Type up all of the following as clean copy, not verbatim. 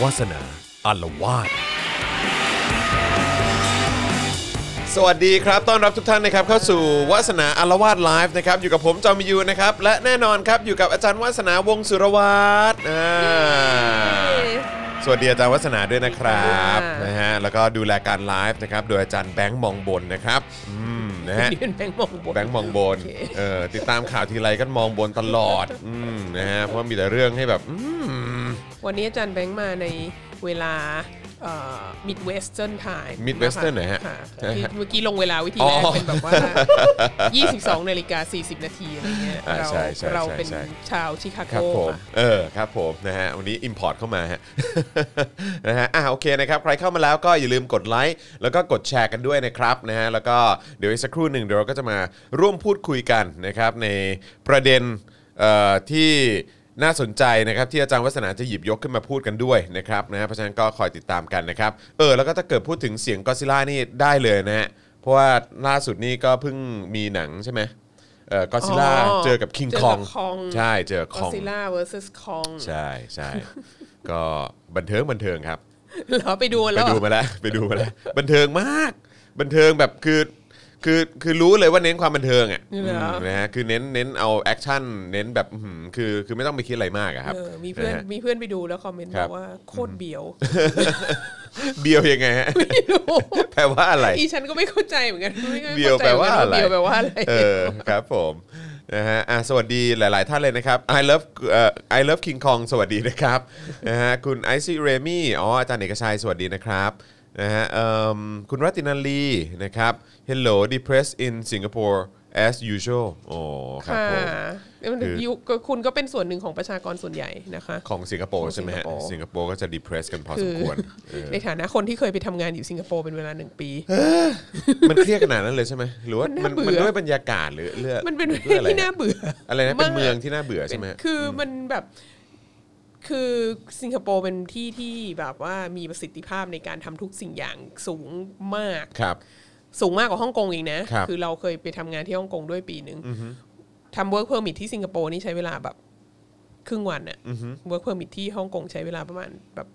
วาสนาอาละวาดสวัสดีครับต้อนรับทุกท่านนะครับเข้าสู่วาสนาอาละวาดไลฟ์นะครับอยู่กับผมจอมยูนะครับและแน่นอนครับอยู่กับอาจารย์วาสนาวงศ์สุรวัฒน์สวัสดีอาจารย์วาสนาด้วยนะครับนะฮะแล้วก็ดูแลการไลฟ์นะครับโดยอาจารย์แบงค์มองบนนะครับนะฮะแบงค์มองบนติดตามข่าวทีไรก็มองบนตลอดนะฮะเพราะมีแต่เรื่องให้แบบวันนี้อาจารย์แบงค์มาในเวลาMidwestern Time Midwestern ไหนฮะเมื่อกี้ลงเวลาวิธีแรกเป็นแบบว่า22:40 น.อะไรเงี้ยเราเป็นชาวชิคาโกครับผมนะฮะวันนี้ import เข้ามาฮะนะฮะโอเคนะครับใครเข้ามาแล้วก็อย่าลืมกดไลค์แล้วก็กดแชร์กันด้วยนะครับนะฮะแล้วก็เดี๋ยวอีกสักครู่หนึ่งเดี๋ยวเราก็จะมาร่วมพูดคุยกันนะครับในประเด็นที่น่าสนใจนะครับที่อาจารย์วัฒนาจะหยิบยกขึ้นมาพูดกันด้วยนะครับนะเพราะฉะนั้นก็คอยติดตามกันนะครับแล้วก็ถ้าเกิดพูดถึงเสียงก็อดซิลล่านี่ได้เลยนะฮะเพราะว่าล่าสุดนี่ก็เพิ่งมีหนังใช่ไหมก็อดซิลล่าเจอกับคิงคองใช่เจอคองก็อดซิลล่า vs คองใช่ก็บันเทิงครับเหรอไปดูมาแล้วบันเทิงมากบันเทิงแบบคือรู้เลยว่าเน้นความบันเทิงอ่ะนะฮะคือเน้นเอาแอคชั่นเน้นแบบคือไม่ต้องไปคิดอะไรมากอะครับมีเพื่อนไปดูแล้วคอมเมนต์บอกว่าโคตรเบียวเบียวยังไงฮะแปลว่าอะไรอีฉันก็ไม่เข้าใจเหมือนกันเบียวแปลว่าอะไรครับผมนะฮะสวัสดีหลายๆท่านเลยนะครับ I love King Kong สวัสดีนะครับนะฮะคุณไอซี่เรมี่อาจารย์เอกชัยสวัสดีนะครับนะฮะคุณรัตินันลีนะครับ Hello depressed in Singapore as usual ครับผมคุณก็เป็นส่วนหนึ่งของประชากรส่วนใหญ่นะคะของสิงคโปร์ใช่ไหมฮะสิงคโปร์ก็จะ depressed กันพอสมควรในฐานะคนที่เคยไปทำงานอยู่สิงคโปร์เป็นเวลา1 ปีมันเครียดขนาดนั้นเลยใช่ไหมหรือว่ามันด้วยบรรยากาศหรือเรื่องมันเป็นที่น่าเบื่ออะไรนะเป็นเมืองที่น่าเบื่อใช่ไหมคือมันแบบคือสิงคโปร์เป็นที่ที่แบบว่ามีประสิทธิภาพในการทำทุกสิ่งอย่างสูงมากสูงมากกว่าฮ่องกงเองนะคือเราเคยไปทำงานที่ฮ่องกงด้วยปีนึงทำ work permit ที่สิงคโปร์นี่ใช้เวลาแบบครึ่งวันน่ะ work permit ที่ฮ่องกงใช้เวลาประมาณแบบ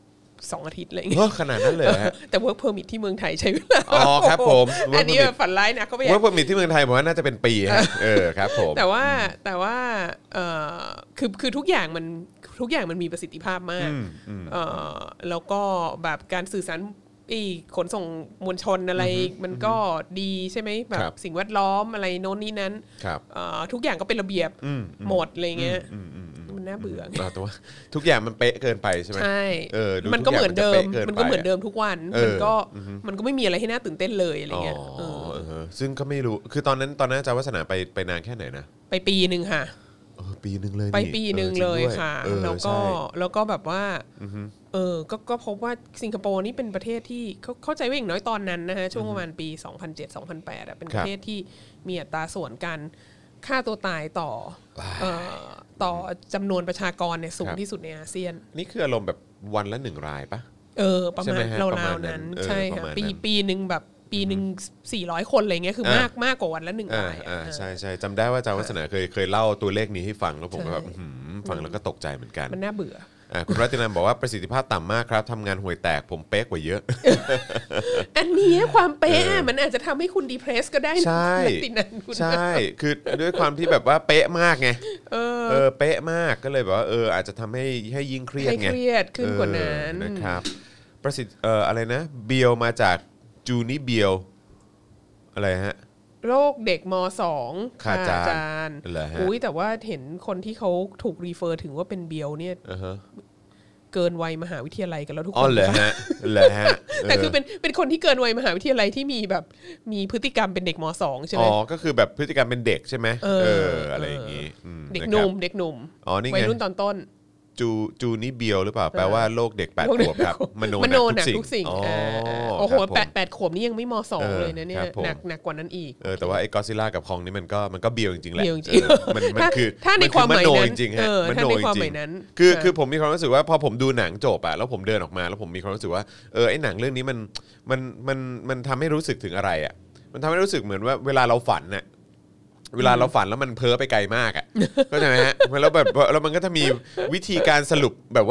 2 อาทิตย์อะไรอย่างเงี้ยขนาดนั้นเลยฮะแต่ work permit ที่เมืองไทยใช้เวลาครับผมอันนี้ฝันร้ายนะเขาไป work permit ที่เมืองไทยผมว่าน่าจะเป็นปีฮะครับผมแต่ว่าคือทุกอย่างมันมีประสิทธิภาพมากแล้วก็แบบการสื่อสารขนส่งมวลชนอะไรมันก็ดีใช่ไหมแบบสิ่งแวดล้อมอะไรโน้นนี้นั้นทุกอย่างก็เป็นระเบียบหมดอะไรเงี้ยมันน่าเบื่อแต่ว่าทุกอย่างมันเป๊ะเกินไปใช่ไหมใช่มันก็เหมือนเดิมทุกวันมันก็ไม่มีอะไรให้น่าตื่นเต้นเลยอะไรเงี้ยซึ่งก็ไม่รู้คือตอนนั้นอาจารย์วัฒนาไปนานแค่ไหนนะไปปีนึงค่ะปีนึงเลยไปปีนึงเลยค่ะแล้วก็แบบว่าก็พบว่าสิงคโปร์นี่เป็นประเทศที่เข้าใจว่าอย่างน้อยตอนนั้นนะฮะช่วงประมาณปี 2007-2008 เป็นประเทศที่มีอัตราส่วนการฆ่าตัวตายต่อจำนวนประชากรเนี่ยสูงที่สุดในอาเซียนนี่คืออารมณ์แบบวันละ1 รายปะประมาณราวๆนั้นใช่ค่ะปีนึงแบบปีนึง400 คนอะไรเงี้ยคือมากกว่าวันละ1 รายใช่จำได้ว่าอาจารย์วัฒนาเคยเล่าตัวเลขนี้ให้ฟังแล้วผมก็แบบฟังแล้วก็ตกใจเหมือนกันมันน่าเบื่อคุณรัตนันบอกว่าประสิทธิภาพต่ำมากครับทำงานห่วยแตกผมเป๊ะกว่าเยอะอันนี้ความเป๊ะมันอาจจะทำให้คุณดีเพรสก็ได้ใช่ใช่คือด้วยความที่แบบว่าเป๊ะมากไงเป๊ะมากก็เลยแบบว่าอาจจะทำให้ยิ่งเครียดไงเครียดขึ้นกว่านั้นนะครับประสิทธิ์อะไรนะเบียวมาจากจูนี่เบียวอะไรฮะโรคเด็กม.2 ค่ะอาจารย์อุ้ยแต่ว่าเห็นคนที่เขาถูกรีเฟอร์ถึงว่าเป็นเบียวเนี่ยเกินวัยมหาวิทยาลัยกันแล้วทุกคนเลยฮะแต่คือเป็นคนที่เกินวัยมหาวิทยาลัยที่มีแบบมีพฤติกรรมเป็นเด็กม.2 ใช่ไหมก็คือแบบพฤติกรรมเป็นเด็กใช่ไหมอะไรอย่างงี้เด็กหนุ่มวัยรุ่นตอนต้นจูนี่เบียวหรือเปล่าแปลว่าโรคเด็ก8 ขวบครับมโนหนักทุกสิ่งโอ้โห8 ขวบนี่ยังไม่ม.2 เลยนะเนี่ยหนักกว่านั้นอีกแต่ว่าไอ้ก็อดซิลล่ากับคองนี่มันก็เบียวจริงๆแหละมันคือถ้าในความหมายนั้นจริงๆฮะมันโนจริงๆคือผมมีความรู้สึกว่าพอผมดูหนังจบอะแล้วผมเดินออกมาแล้วผมมีความรู้สึกว่าไอ้หนังเรื่องนี้มันทำให้รู้สึกถึงอะไรอะมันทำให้รู้สึกเหมือนว่าเวลาเราฝันน่ะเวลาเราฝันแล้วมันเพ้อไปไกลมากอ่ะเข้าใจไหมฮะแล้วแบบแล้วมันก็จะมีวิธีการสรุปแบบว่า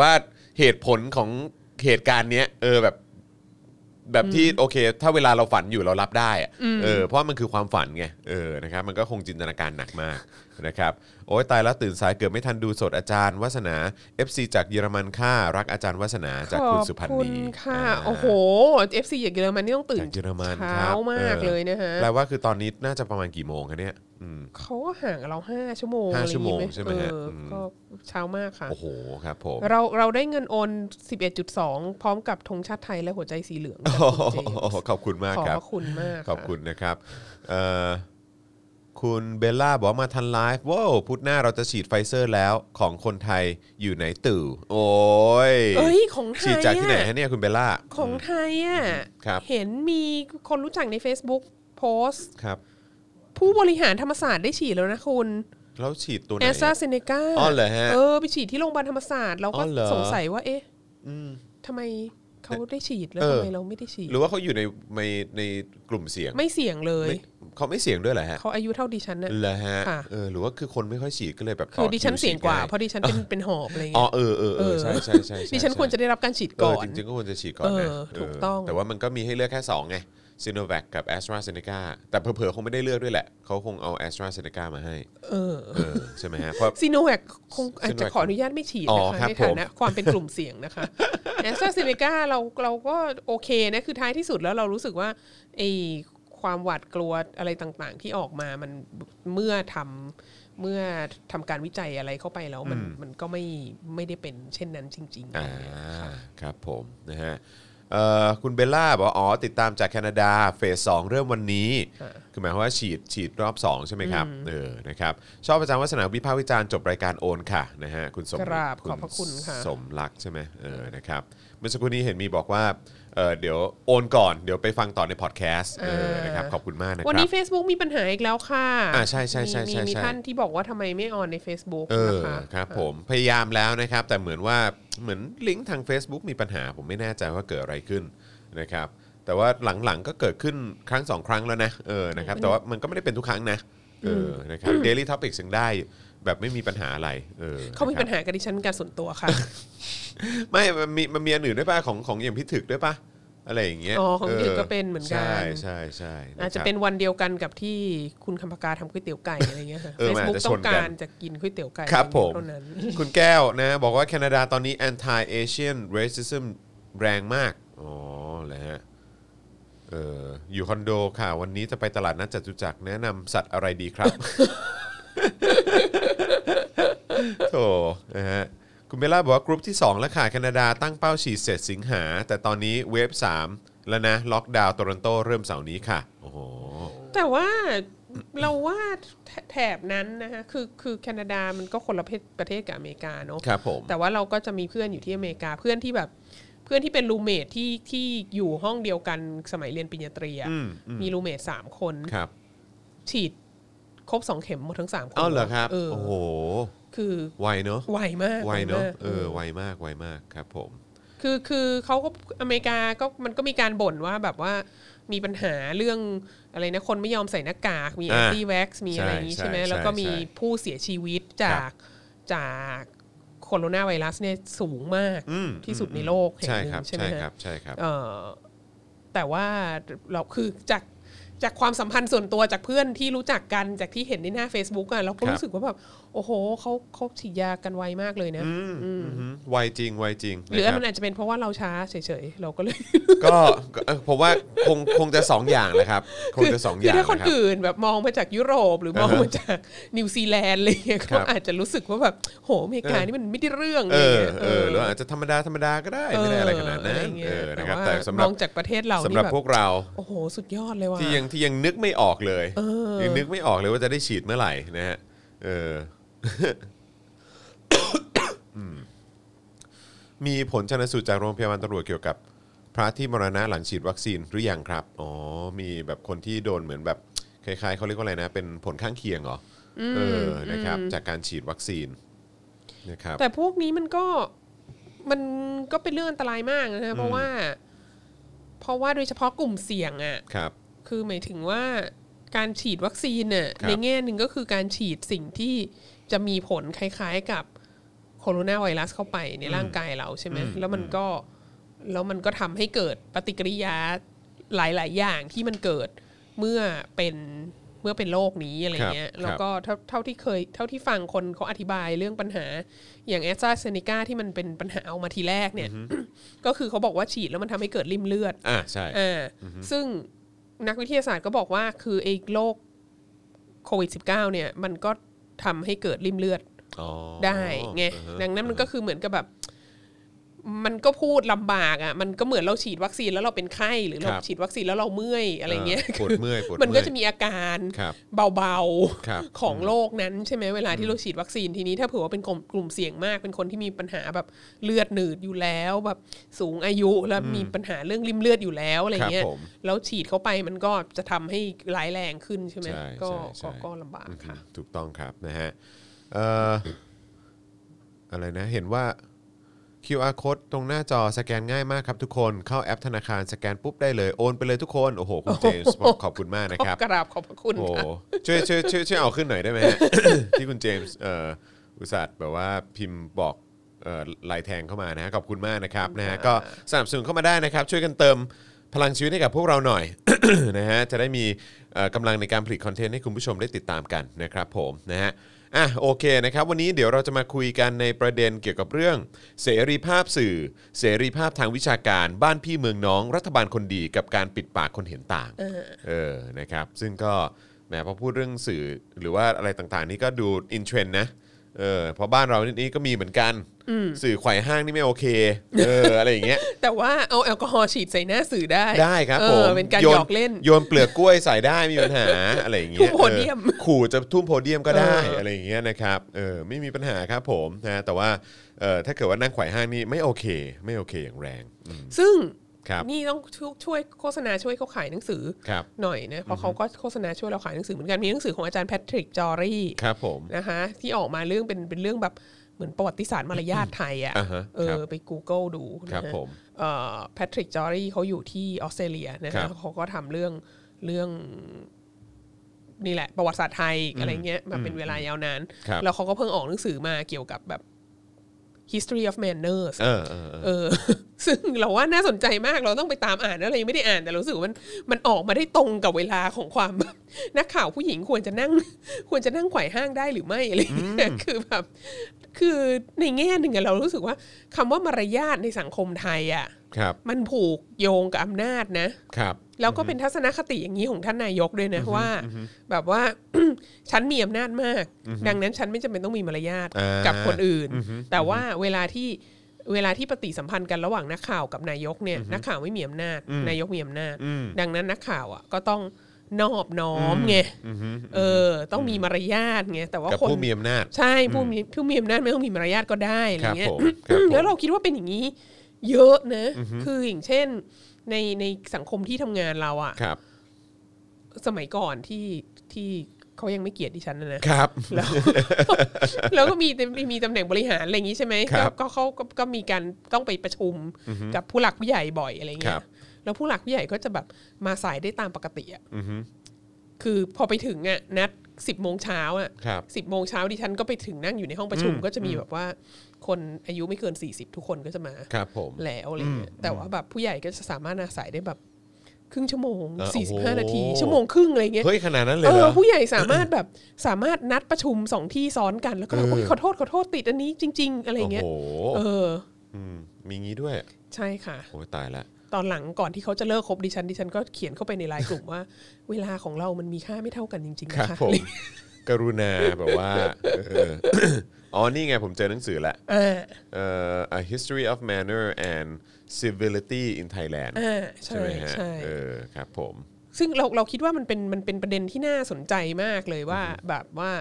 เหตุผลของเหตุการณ์เนี้ยแบบที่โอเคถ้าเวลาเราฝันอยู่เรารับได้อะเพราะมันคือความฝันไงนะครับมันก็คงจินตนาการหนักมากนะครับโอ้ยตายแล้วตื่นสายเกือบไม่ทันดูสดอาจารย์วาสนา FC จากเยอรมันค่ะรักอาจารย์วาสนาจากคุณสุพันธ์นีค่ะโอ้โห FC จากเยอรมันนี่ต้องตื่นจากเยอรมันเช้ามากเลยนะฮะแปลว่าคือตอนนี้น่าจะประมาณกี่โมงคะเนี่ยเขาก็ห่างเรา5 ชั่วโมง 5 ชั่วโมงใช่ไหมฮะก็เช้ามากค่ะโอ้โหครับผมเราได้เงินโอน 11.2 พร้อมกับธงชาติไทยและหัวใจสีเหลืองขอบคุณมากครับขอบคุณมากขอบคุณนะครับคุณเบลล่าบอกมาทันไลฟ์ว้าวพุธหน้าเราจะฉีดไฟเซอร์แล้วของคนไทยอยู่ไหนตู่โอ้ยของไทยฉีดจากที่ไหนฮะเนี่ยคุณเบลล่าของไทยอ่ะเห็นมีคนรู้จักใน Facebook โพสต์ครับผู้บริหารธรรมศาสตร์ได้ฉีดแล้วนะคุณแล้วฉีดตัวไหน AstraZeneca อ๋อเหรอฮะไปฉีดที่โรงพยาบาลธรรมศาสตร์เราก็สงสัยว่าทำไมเขาได้ฉีดแล้วทำไมเราไม่ได้ฉีดหรือว่าเขาอยู่ในกลุ่มเสี่ยงไม่เสี่ยงเลยเขาไม่เสี่ยงด้วยเหรอฮะเขาอายุเท่าดิฉันน่ะเหรอฮะหรือว่าคือคนไม่ค่อยฉีดก็เลยแบบคือดิฉันเสี่ยงกว่าเพราะดิฉันเป็นหอบอะไรเงี้ยใช่ดิฉันควรจะได้รับการฉีดก่อนจริงๆก็ควรจะฉีดก่อนนะถูกต้องแต่ว่ามันก็มีให้เลือกแค่2ไงซิโนแวคกับ AstraZeneca แต่เผลอๆคงไม่ได้เลือกด้วยแหละเขาคงเอา AstraZeneca มาให้ใช่ไหมฮะเพราะซิโนแวคคงอาจจะขออนุญาตไม่ฉีดนะคะในฐานะความเป็นกลุ่มเสี่ยงนะคะ AstraZeneca เราก็โอเคนะคือท้ายที่สุดแล้วเรารู้สึกว่าไอ้ความหวาดกลัวอะไรต่างๆที่ออกมามันเมื่อทำการวิจัยอะไรเข้าไปแล้วมันก็ไม่ได้เป็นเช่นนั้นจริงๆครับผมนะฮะคุณเบลล่าบอกติดตามจากแคนาดาเฟส 2เริ่มวันนี้คือหมายความว่าฉีดรอบ2ใช่ไหมครับนะครับชอบอาจารย์วัฒนาวิพากษ์วิจารณ์จบรายการโอนค่ะนะฮะคุณสมขอบพระคุณค่ะสมรักใช่ไหมนะครับเมื่อสักครู่นี้เห็นมีบอกว่าเดี๋ยวโอนก่อนเดี๋ยวไปฟังต่อในพอดแคสต์นะครับขอบคุณมากนะครับวันนี้ Facebook มีปัญหาอีกแล้วค่ะใช่มีท่านที่บอกว่าทำไมไม่ออนใน Facebook นะคะครับผมพยายามแล้วนะครับแต่เหมือนลิงก์ทาง Facebook มีปัญหาผมไม่แน่ใจว่าเกิดอะไรขึ้นนะครับแต่ว่าหลังๆก็เกิดขึ้นครั้ง2ครั้งแล้วนะนะครับแต่ว่ามันก็ไม่ได้เป็นทุกครั้งนะนะครับ Daily Topics ยังได้แบบไม่มีปัญหาอะไรเขามีปัญหากับดิฉันการส่วนตัวค่ะไม่มันมีอันอื่นด้วยป่ะของอย่างพิถึกด้วยป่ะอะไรอย่างเงี้ยของพิถึกก็เป็นเหมือนกันใช่อาจจะเป็นวันเดียวกันกับที่คุณคำปากาทำก๋วยเตี๋ยวไก่อะไรเงี้ยค่ะ Facebook ต้องการจะกินก๋วยเตี๋ยวไก่ครับผมคุณแก้วนะบอกว่าแคนาดาตอนนี้ anti Asian racism แรงมากเหรอฮะอยู่คอนโดค่ะวันนี้จะไปตลาดนัดจตุจักรแนะนำสัตว์อะไรดีครับ โธ่นะฮะคุณเบลล่าบอกว่ากรุ๊ปที่2แล้วค่ะแคนาดาตั้งเป้าฉีดเสร็จสิงหาแต่ตอนนี้เวฟ3แล้วนะล็อกดาวน์โตรอนโตเริ่มเสาร์นี้ค่ะโอ้โหแต่ว่าเราว่าแถบนั้นนะคะคือแคนาดามันก็คนละประเทศกับอเมริกาเนาะครับผมแต่ว่าเราก็จะมีเพื่อนอยู่ที่อเมริกาเพื่อนที่เป็นรูเมทที่อยู่ห้องเดียวกันสมัยเรียนปริญญาตรีมีรูเมท3คนฉีดครบ2เข็มหมดทั้ง3คนเหรอครับโอ้โหคือไวเนอะไวมากไวเนอะไวมากครับผมคือเขาก็อเมริกาก็มันก็มีการบ่นว่าแบบว่ามีปัญหาเรื่องอะไรนะคนไม่ยอมใส่หน้ากากมีแอนตี้แว็กซ์มีอะไรอย่างนี้ใช่ไหมแล้วก็มีผู้เสียชีวิตจากโคโรนาไวรัสเนี่ยสูงมากที่สุดในโลกแห่งหนึ่งใช่ไหมครับใช่ครับแต่ว่าเราคือจากความสัมพันธ์ส่วนตัวจากเพื่อนที่รู้จักกันจากที่เห็นในหน้า Facebook อ่ะเราก็รู้สึกว่าแบบโอ้โหเขาฉีดยากันไวมากเลยนะไวจริงหรือมันอาจจะเป็นเพราะว่าเราช้าเฉยๆเราก็เลยก็ผมว่าคงจะ2อย่างแหละครับคงจะ2อย่างคือถ้าคนอื่นแบบมองมาจากยุโรปหรือมองมาจากนิวซีแลนด์อะไรเงี้ยก็อาจจะรู้สึกว่าแบบโหอเมริกานี่มันไม่ได้เรื่องเลยหรืออาจจะธรรมดาก็ได้ไม่ได้อะไรขนาดนั้นนะครับแต่สำหรับมองจากประเทศเราสำหรับพวกเราโอ้โหสุดยอดเลยว่ะที่ยังนึกไม่ออกเลยยังนึกไม่ออกเลยว่าจะได้ฉีดเมื่อไหร่นะฮะมีผลชันสูตรจากโรงพยาบาลตำรวจเกี่ยวกับพระที่มรณะหลังฉีดวัคซีนหรือยังครับมีแบบคนที่โดนเหมือนแบบคล้ายๆเขาเรียกว่าอะไรนะเป็นผลข้างเคียงเหรอนะครับจากการฉีดวัคซีนนะครับแต่พวกนี้มันก็เป็นเรื่องอันตรายมากนะเพราะว่าโดยเฉพาะกลุ่มเสี่ยงอ่ะคือหมายถึงว่าการฉีดวัคซีนน่ะในแง่นึงก็คือการฉีดสิ่งที่จะมีผลคล้ายๆกับโคโรนาไวรัสเข้าไปในร่างกายเราใช่ไหมแล้วมันก็ทำให้เกิดปฏิกิริยาหลายๆอย่างที่มันเกิดเมื่อเป็นโรคนี้อะไรเงี้ยแล้วก็เท่าที่ฟังคนเขาอธิบายเรื่องปัญหาอย่างแอสตราเซเนกาที่มันเป็นปัญหาออกมาทีแรกเนี่ยก็คือเขาบอกว่าฉีดแล้วมันทำให้เกิดริ่มเลือดใช่ซึ่งนักวิทยาศาสตร์ก็บอกว่าคือไอ้โรคโควิด -19 เนี่ยมันก็ทำให้เกิดริ่มเลือดได้ไงดังนั้นมันก็คือเหมือนกับแบบมันก็พูดลำบากอ่ะมันก็เหมือนเราฉีดวัคซีนแล้วเราเป็นไข้หรือเราฉีดวัคซีนแล้วเราเมื่อยอะไรเงี้ยปวดเมื่อยมันก็จะมีอาการเบาๆของโรคนั้นใช่ไหมเวลาที่เราฉีดวัคซีนทีนี้ถ้าเผื่อว่าเป็นกลุ่มเสี่ยงมากเป็นคนที่มีปัญหาแบบเลือดหนืดอยู่แล้วแบบสูงอายุแล้วมีปัญหาเรื่องริ่มเลือดอยู่แล้วอะไรเงี้ยแล้วฉีดเข้าไปมันก็จะทำให้ร้ายแรงขึ้นใช่ไหมก็ลำบากค่ะถูกต้องครับนะฮะอะไรนะเห็นว่าQR code ตรงหน้าจอสแกนง่ายมากครับทุกคนเข้าแอปธนาคารสแกนปุ๊บได้เลยโอนไปเลยทุกคนโอ้โหคุณเจมส์ขอบคุณมากนะครับกราบขอบคุณค่ะช่วยเอาขึ้นหน่อยได้ไหมฮะ ที่คุณเจมส์อุตส่าห์แบบว่าพิมพ์บอกลายแทงเข้ามานะขอบคุณมากนะครับนะฮะก็สนับสนุนเข้ามาได้นะครับช่วยกันเติมพลังชีวิตให้กับพวกเราหน่อย นะฮะจะได้มีกำลังในการผลิตคอนเทนต์ให้คุณผู้ชมได้ติดตามกันนะครับผมนะฮะโอเคนะครับวันนี้เดี๋ยวเราจะมาคุยกันในประเด็นเกี่ยวกับเรื่องเสรีภาพสื่อเสรีภาพทางวิชาการบ้านพี่เมืองน้องรัฐบาลคนดีกับการปิดปากคนเห็นต่างนะครับซึ่งก็แหมพอพูดเรื่องสื่อหรือว่าอะไรต่างๆนี่ก็ดูอินเทรนด์นะเพราะบ้านเรานี่ก็มีเหมือนกันสื่อไขว่ห้างนี่ไม่โอเคอะไรอย่างเงี้ยแต่ว่าเอาแอลกอฮอล์ฉีดใส่หน้าสื่อได้ครับผมเป็นการหยอกเล่นโยนเปลือกกล้วยใส่ได้มีปัญหาอะไรอย่างเงี้ยทุ่มโพเดียมขู่จะทุ่มโพเดียมก็ได้อะไรอย่างเงี้ยนะครับไม่มีปัญหาครับผมนะแต่ว่าถ้าเกิดว่านั่งไขว่ห้างนี่ไม่โอเคอย่างแรงซึ่งนี่ต้องช่วยโฆษณาช่วยเขาขายหนังสือหน่อยนะเพราะเขาก็โฆษณาช่วยเราขายหนังสือเหมือนกันมีหนังสือของอาจารย์แพทริกจอรี่นะคะที่ออกมาเรื่องเป็นเรื่องแบบเหมือนประวัติศาสตร์มารยาทไทยอ่ะไป Google ดูนะแพทริกจอรี่เขาอยู่ที่ออสเตรเลียนะคะเขาก็ทำเรื่องนี่แหละประวัติศาสตร์ไทยอะไรเงี้ยมาเป็นเวลายาวนานแล้วเขาก็เพิ่งออกหนังสือมาเกี่ยวกับแบบ History of Manners ซึ่งเราว่าน่าสนใจมากเราต้องไปตามอ่านแล้วเรายังไม่ได้อ่านแต่รู้สึกว่ามันออกมาได้ตรงกับเวลาของความนักข่าวผู้หญิงควรจะนั่งไขว่ห้างได้หรือไม่อะไรอย่างเงี้ยคือในแง่หนึ่งเรารู้สึกว่าคำว่ามารยาทในสังคมไทยอ่ะมันผูกโยงกับอำนาจนะแล้วก็เป็นทัศนคติอย่างนี้ของท่านนายกด้วยนะว่าแบบว่า ฉันมีอำนาจมากดังนั้นฉันไม่จำเป็นต้องมีมารยาทกับคนอื่นแต่ว่าเวลาที่ปฏิสัมพันธ์กันระหว่างนักข่าวกับนายกเนี่ยนักข่าวไม่มีอำนาจนายกมีอำนาจดังนั้นนักข่าวอ่ะก็ต้องนอบน้อมไงต้องมีมารยาทไงแต่ว่าคนผู้มีอำนาจใช่ผู้มีอำนาจไม่ต้องมีมารยาทก็ได้อะไรเงี้ยแล้วเราคิดว่าเป็นอย่างนี้เยอะนะคืออย่างเช่นในสังคมที่ทำงานเราอ่ะสมัยก่อนที่เขายังไม่เกลียดดิฉันนะครับแล้วก็มีตำแหน่งบริหารอะไรอย่างนี้ใช่ไหมก็เขาก็มีการต้องไปประชุมกับผู้หลักผู้ใหญ่บ่อยอะไรเงี้ยแล้วผู้หลักผู้ใหญ่ก็จะแบบมาสายได้ตามปกติอ่ะคือพอไปถึงอ่ะนัด 10 โมงเช้าอ่ะ 10 โมงเช้าดิฉันก็ไปถึงนั่งอยู่ในห้องประชุมก็จะมีแบบว่าคนอายุไม่เกิน40ทุกคนก็จะมาแล้วอะไรเงี้ยแต่ว่าแบบผู้ใหญ่ก็จะสามารถมาสายได้แบบครึ่งชั่วโมง45นาทีชั่วโมงครึ่งอะไรเงี้ยเฮ้ยขนาดนั้นเลยเหรอผู้ใหญ่สามารถนัดประชุม2ที่ซ้อนกันแล้วก็ขอโทษติดอันนี้จริงๆอะไรเงี้ยมีงี้ด้วยใช่ค่ะโอ้ยตายละตอนหลังก่อนที่เขาจะเลิกคบดิฉันก็เขียนเข้าไปในไลน์กลุ่มว่าเวลาของเรามันมีค่าไม่เท่ากันจริงๆนะคะกรุณาแบบว่านี่ไงผมเจอหนังสือแล้วA History of Manner and Civility in Thailand ใช่ไหมฮะครับผมซึ่งเราคิดว่ามันเป็นประเด็นที่น่าสนใจมากเลยว่าแบบว่า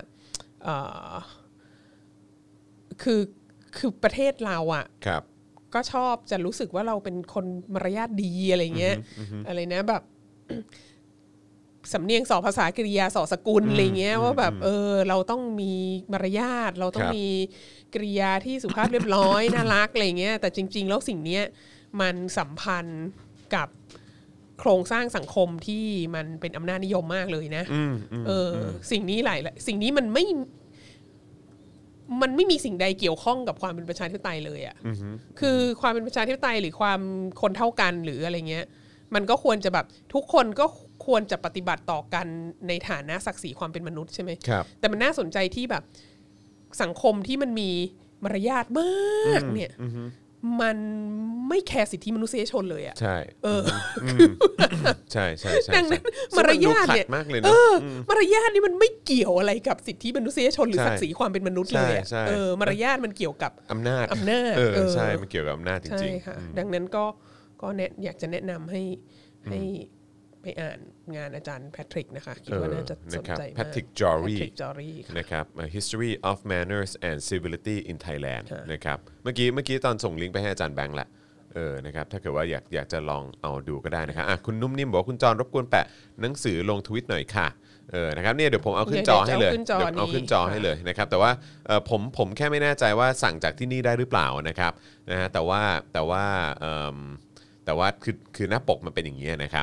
คือประเทศเราอ่ะก็ชอบจะรู้สึกว่าเราเป็นคนมารยาทดีอะไรเงี้ยอะไรนะแบบสำเนียงสอภาษากริยาสอสกุลอะไรเงี้ยว่าแบบเราต้องมีมารยาทเราต้องมีกริยาที่สุภาพเรียบร้อยน่ารักอะไรเงี้ยแต่จริงๆแล้วสิ่งนี้มันสัมพันธ์กับโครงสร้างสังคมที่มันเป็นอำนาจนิยมมากเลยนะสิ่งนี้มันมันไม่มีสิ่งใดเกี่ยวข้องกับความเป็นประชาธิปไตยเลยอ่ะคือความเป็นประชาธิปไตยหรือความคนเท่ากันหรืออะไรเงี้ยมันก็ควรจะแบบทุกคนก็ควรจะปฏิบัติต่อกันในฐานะศักดิ์ศรีความเป็นมนุษย์ใช่ไหมแต่มันน่าสนใจที่แบบสังคมที่มันมีมารยาทมากเนี่ยมันไม่แคร์สิทธิมนุษยชนเลยอ่ะใช่ใช่ใช่ใช่ดังนั้นมารยาทเนี่ยมารยาทนี่มันไม่เกี่ยวอะไรกับสิทธิมนุษยชนหรือศักดิ์ศรีความเป็นมนุษย์เลยอ่ะมารยาทมันเกี่ยวกับอำนาจใช่มันเกี่ยวกับอำนาจจริงๆใช่ค่ะดังนั้นก็อยากจะแนะนำให้ไปอ่านงานอาจารย์แพทริกนะคะคิดว่าน่าจะสนใจมาก Patrick Jory นะครับ History of Manners and Civility in Thailand นะครับเมื่อกี้ตอนส่งลิงก์ไปให้อาจารย์แบงค์ละนะครับถ้าเกิดว่าอยากจะลองเอาดูก็ได้นะครับคุณนุ่มนิ่มบอกคุณจอนรบกวนแปะหนังสือลงทวิตหน่อยค่ะนะครับเนี่ยเดี๋ยวผมเอาขึ้นจอให้เลยเอาขึ้นจอให้เลยนะครับแต่ว่าผมแค่ไม่แน่ใจว่าสั่งจากที่นี่ได้หรือเปล่านะครับนะฮะแต่ว่าคือหน้าปกมันเป็นอย่างนี้นะครับ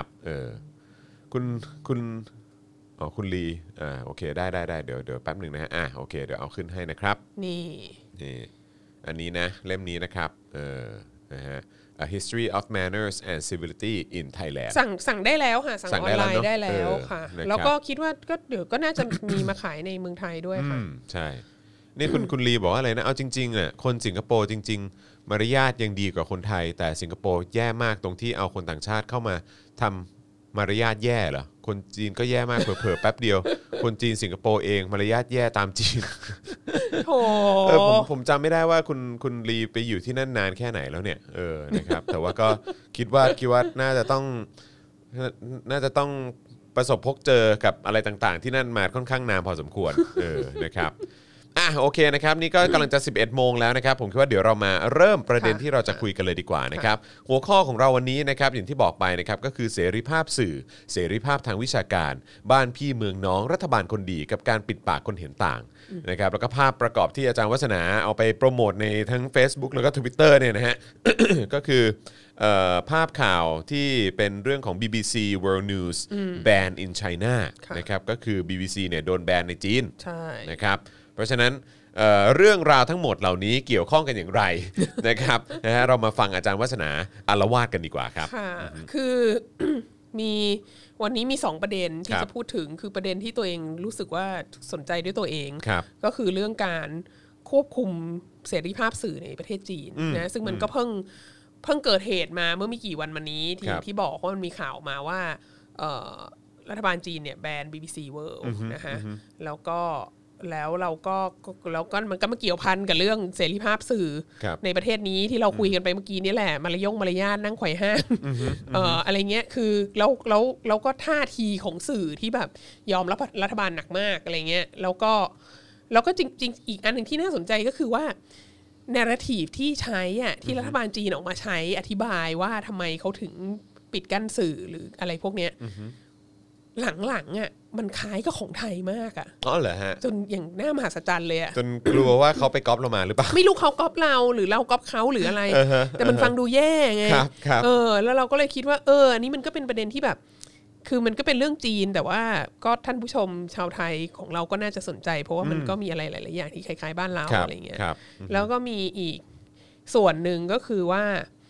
คุณลีโอเคได้เดี๋ยวแป๊บหนึ่งนะฮะโอเคเดี๋ยวเอาขึ้นให้นะครับนี่อันนี้นะเล่มนี้นะครับนะฮะ A History of Manners and Civility in Thailand สั่งได้แล้วค่ะสั่งออนไลน์ได้แล้วค่ะแล้วก็คิดว่าก็เดี๋ยวก็น่าจะมีมาขายในเมืองไทยด้วยค่ะใช่นี่คุณลีบอกว่าอะไรนะเอาจริงๆอ่ะคนสิงคโปร์จริงๆมารยาทยังดีกว่าคนไทยแต่สิงคโปร์แย่มากตรงที่เอาคนต่างชาติเข้ามาทำมารยาทแย่เหรอคนจีนก็แย่มากเผลอๆแป๊บเดียวคนจีนสิงคโปร์เองมารยาทแย่ตามจีนโอ้ผมจำไม่ได้ว่าคุณลีไปอยู่ที่นั่นนานแค่ไหนแล้วเนี่ยนะครับแต่ว่าก็คิดว่าน่าจะต้องประสบพบเจอกับอะไรต่างๆที่นั่นมาค่อนข้างนานพอสมควรนะครับโอเคนะครับนี่ก็กำลังจะ 11 โมงแล้วนะครับผมคิดว่าเดี๋ยวเรามาเริ่มประเด็นที่เราจะคุยกันเลยดีกว่านะครับหัวข้อของเราวันนี้นะครับอย่างที่บอกไปนะครับก็คือเสรีภาพสื่อเสรีภาพทางวิชาการบ้านพี่เมืองน้องรัฐบาลคนดีกับการปิดปากคนเห็นต่างนะครับแล้วก็ภาพประกอบที่อาจารย์วัฒนาเอาไปโปรโมทในทั้ง Facebook แล้วก็ Twitter เนี่ยนะฮะ ก็คือภาพข่าวที่เป็นเรื่องของ BBC World News Ban in China นะครับก็คือ BBC เนี่ยโดนแบนในจีนนะครับเพราะฉะนั้นเรื่องราวทั้งหมดเหล่านี้เกี่ยวข้องกันอย่างไร นะครับนะฮะเรามาฟังอาจารย์วัฒนาอาละวาดกันดีกว่าครับค่ะคือ มีวันนี้มี2ประเด็นที่จะพูดถึงคือประเด็นที่ตัวเองรู้สึกว่าสนใจด้วยตัวเองก็คือเรื่องการควบคุมเสรีภาพสื่อในประเทศจีนนะซึ่งมันก็เพิ่งเกิดเหตุมาเมื่อไม่กี่วันมานี้ที่บอกว่ามันมีข่าวมาว่ารัฐบาลจีนเนี่ยแบน BBC World นะฮะแล้วเราก็มันก็มาเกี่ยวพันกับเรื่องเสรีภาพสื่อในประเทศนี้ที่เราคุยกันไปเมื่อกี้นี่แหละมารยาทนั่งไขว่ห้างอะไรเงี้ยคือแล้วก็ท่าทีของสื่อที่แบบยอมรับรัฐบาลหนักมากอะไรเงี้ยแล้วก็จริงๆอีกอันนึงที่น่าสนใจก็คือว่าnarrative ที่ใช้ที่รัฐบาลจีนออกมาใช้อธิบายว่าทำไมเขาถึงปิดกั้นสื่อหรืออะไรพวกเนี้ยหลังๆมันคล้ายกับของไทยมากอ๋อเหรอฮะจนอย่างน่ามหัศจรรย์เลยจนกลัวว่าเขาไปก๊อปเรามาหรือเปล่าไม่รู้เขาก๊อปเราหรือเราก๊อปเขาหรืออะไรแต่มันฟังดูแย่ไงแล้วเราก็เลยคิดว่าอันนี้มันก็เป็นประเด็นที่แบบคือมันก็เป็นเรื่องจีนแต่ว่าก็ท่านผู้ชมชาวไทยของเราก็น่าจะสนใจเพราะว่ามันก็มีอะไรหลายๆอย่างที่คล้ายๆบ้านเราอะไรเงี้ยแล้วก็มีอีกส่วนหนึ่งก็คือว่า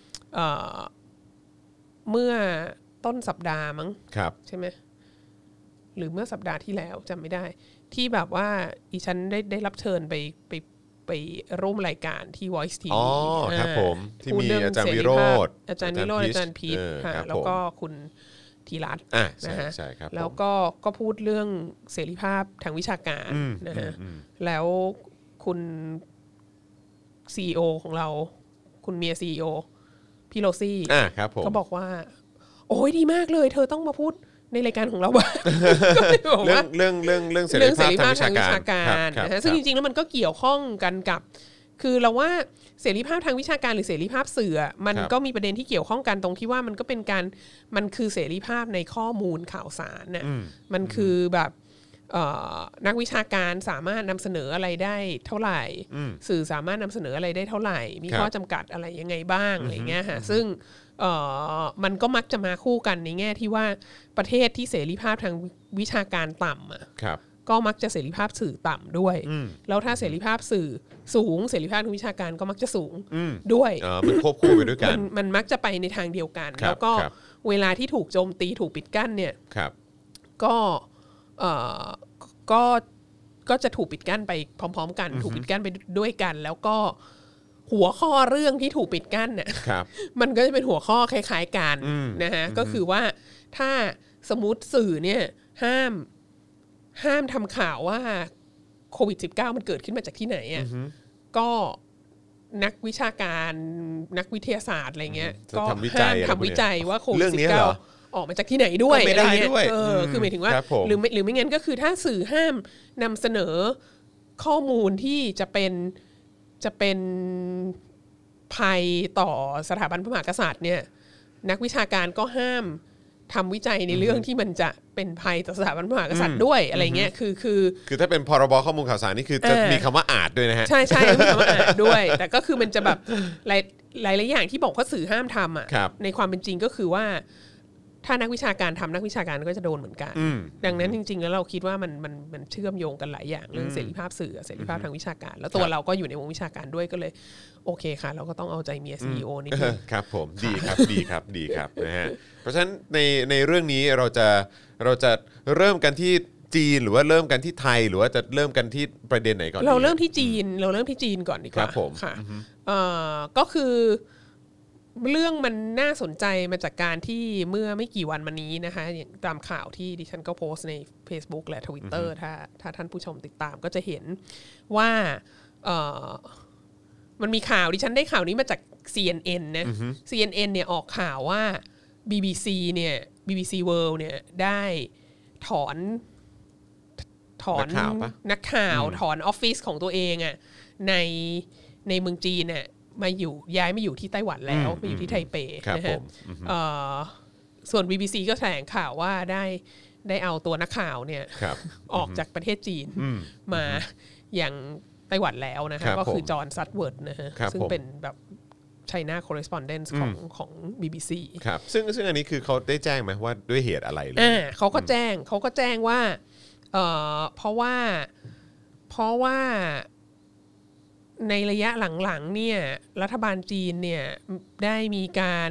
เมื่อต้นสัปดาห์มั้งใช่ไหมหรือเมื่อสัปดาห์ที่แล้วจำไม่ได้ที่แบบว่าอีฉันได้รับเชิญไปร่วมรายการที่ Voice TV ครับผมที่มีอาจารย์วิโรจน์อาจารย์พีชค่ะแล้วก็คุณธีรัตน์นะฮะแล้วก็พูดเรื่องเสรีภาพทางวิชาการนะฮะแล้วคุณ CEO ของเราคุณเมีย CEO พี่โรซี่ก็บอกว่าโอ้ยดีมากเลยเธอต้องมาพูดในรายการของเราบ้างเรื่องเสรีภาพทางวิชาการนะฮะซึ่งจริงๆแล้วมันก็เกี่ยวข้องกันกับคือเราว่าเสรีภาพทางวิชาการหรือเสรีภาพสื่อมันก็มีประเด็นที่เกี่ยวข้องกันตรงที่ว่ามันก็เป็นมันคือเสรีภาพในข้อมูลข่าวสารน่ะมันคือแบบนักวิชาการสามารถนำเสนออะไรได้เท่าไหร่สื่อสามารถนำเสนออะไรได้เท่าไหร่มีข้อจำกัดอะไรยังไงบ้างอะไรเงี้ยฮะซึ่งมันก็มักจะมาคู่กันในแง่ที่ว่าประเทศที่เสรีภาพทางวิชาการต่ำก็มักจะเสรีภาพสื่อต่ำด้วยแล้วถ้าเสรีภาพสื่อสูงเสรีภาพทางวิชาการก็มักจะสูงด้วยมันควบคู่ไปด้วยกันมันมักจะไปในทางเดียวกันแล้วก็เวลาที่ถูกโจมตีถูกปิดกั้นเนี่ยก็จะถูกปิดกั้นไปพร้อมๆกันถูกปิดกั้นไปด้วยกันแล้วก็หัวข้อเรื่องที่ถูกปิดกั้นน่ะมันก็จะเป็นหัวข้อคล้ายๆกันนะฮะก็คือว่าถ้าสมมุติสื่อเนี่ยห้ามทำข่าวว่าโควิด -19 มันเกิดขึ้นมาจากที่ไหนอ่ะก็นักวิชาการนักวิทยาศาสตร์อะไรเงี้ยก็ห้ามทำวิจัยว่าโควิด -19 ออกมาจากที่ไหนด้วยอะไรเงี้ยคือหมายถึงว่าหรือไม่งั้นก็คือถ้าสื่อห้ามนำเสนอข้อมูลที่จะเป็นภัยต่อสถาบันพระมหากษัตริย์เนี่ยนักวิชาการก็ห้ามทำวิจัยในเรื่องที่มันจะเป็นภัยต่อสถาบันพระมหากษัตริย์ด้วยอะไรเงี้ยคือถ้าเป็นพรบข้อมูลข่าวสารนี่คือจะมีคำว่าอาจด้วยนะฮะใช่มีคำว่าอาจด้วยแต่ก็คือมันจะแบบหลายอย่างที่บอกว่าสื่อห้ามทำอ่ะในความเป็นจริงก็คือว่าถ้านักวิชาการทำนักวิชาการก็จะโดนเหมือนกันดังนั้นจริงๆแล้วเราคิดว่ามันเชื่อมโยงกันหลายอย่างเรื่องเสรีภาพสื่อเสรีภาพทางวิชาการแล้วตัวเราก็อยู่ในวงวิชาการด้วยก็เลยโอเคค่ะเราก็ต้องเอาใจเมีย CEO นิดนึงครับผมดีครับนะฮะเพราะฉะนั้นในเรื่องนี้เราจะเริ่มกันที่จีนหรือว่าเริ่มกันที่ไทยหรือว่าจะเริ่มกันที่ประเด็นไหนก่อนเราเริ่มที่จีนก่อนดีกว่าค่ะก็คือเรื่องมันน่าสนใจมาจากการที่เมื่อไม่กี่วันมานี้นะคะอย่างตามข่าวที่ดิฉันก็โพสต์ใน Facebook และ Twitter ถ้าท่านผู้ชมติดตามก็จะเห็นว่ามันมีข่าวดิฉันได้ข่าวนี้มาจาก CNN นะ CNN เนี่ยออกข่าวว่า BBC World เนี่ยได้ถอนนักข่าวถอนออฟฟิศของตัวเองอ่ะในเมืองจีนน่ะย้ายมาอยู่ที่ไต้หวันแล้วมาอยู่ที่ไทเปนะฮะส่วน BBC ก็แถลงข่าวว่าได้เอาตัวนักข่าวเนี่ยออกจากประเทศจีนมาอย่างไต้หวันแล้วนะคะก็คือจอห์นซัตเวิร์ดนะฮะซึ่งเป็นแบบ China Correspondent ของ BBC ครับซึ่งอันนี้คือเขาได้แจ้งไหมว่าด้วยเหตุอะไรเลยเขาก็แจ้งว่าเพราะว่าในระยะหลังๆเนี่ยรัฐบาลจีนเนี่ยได้มีการ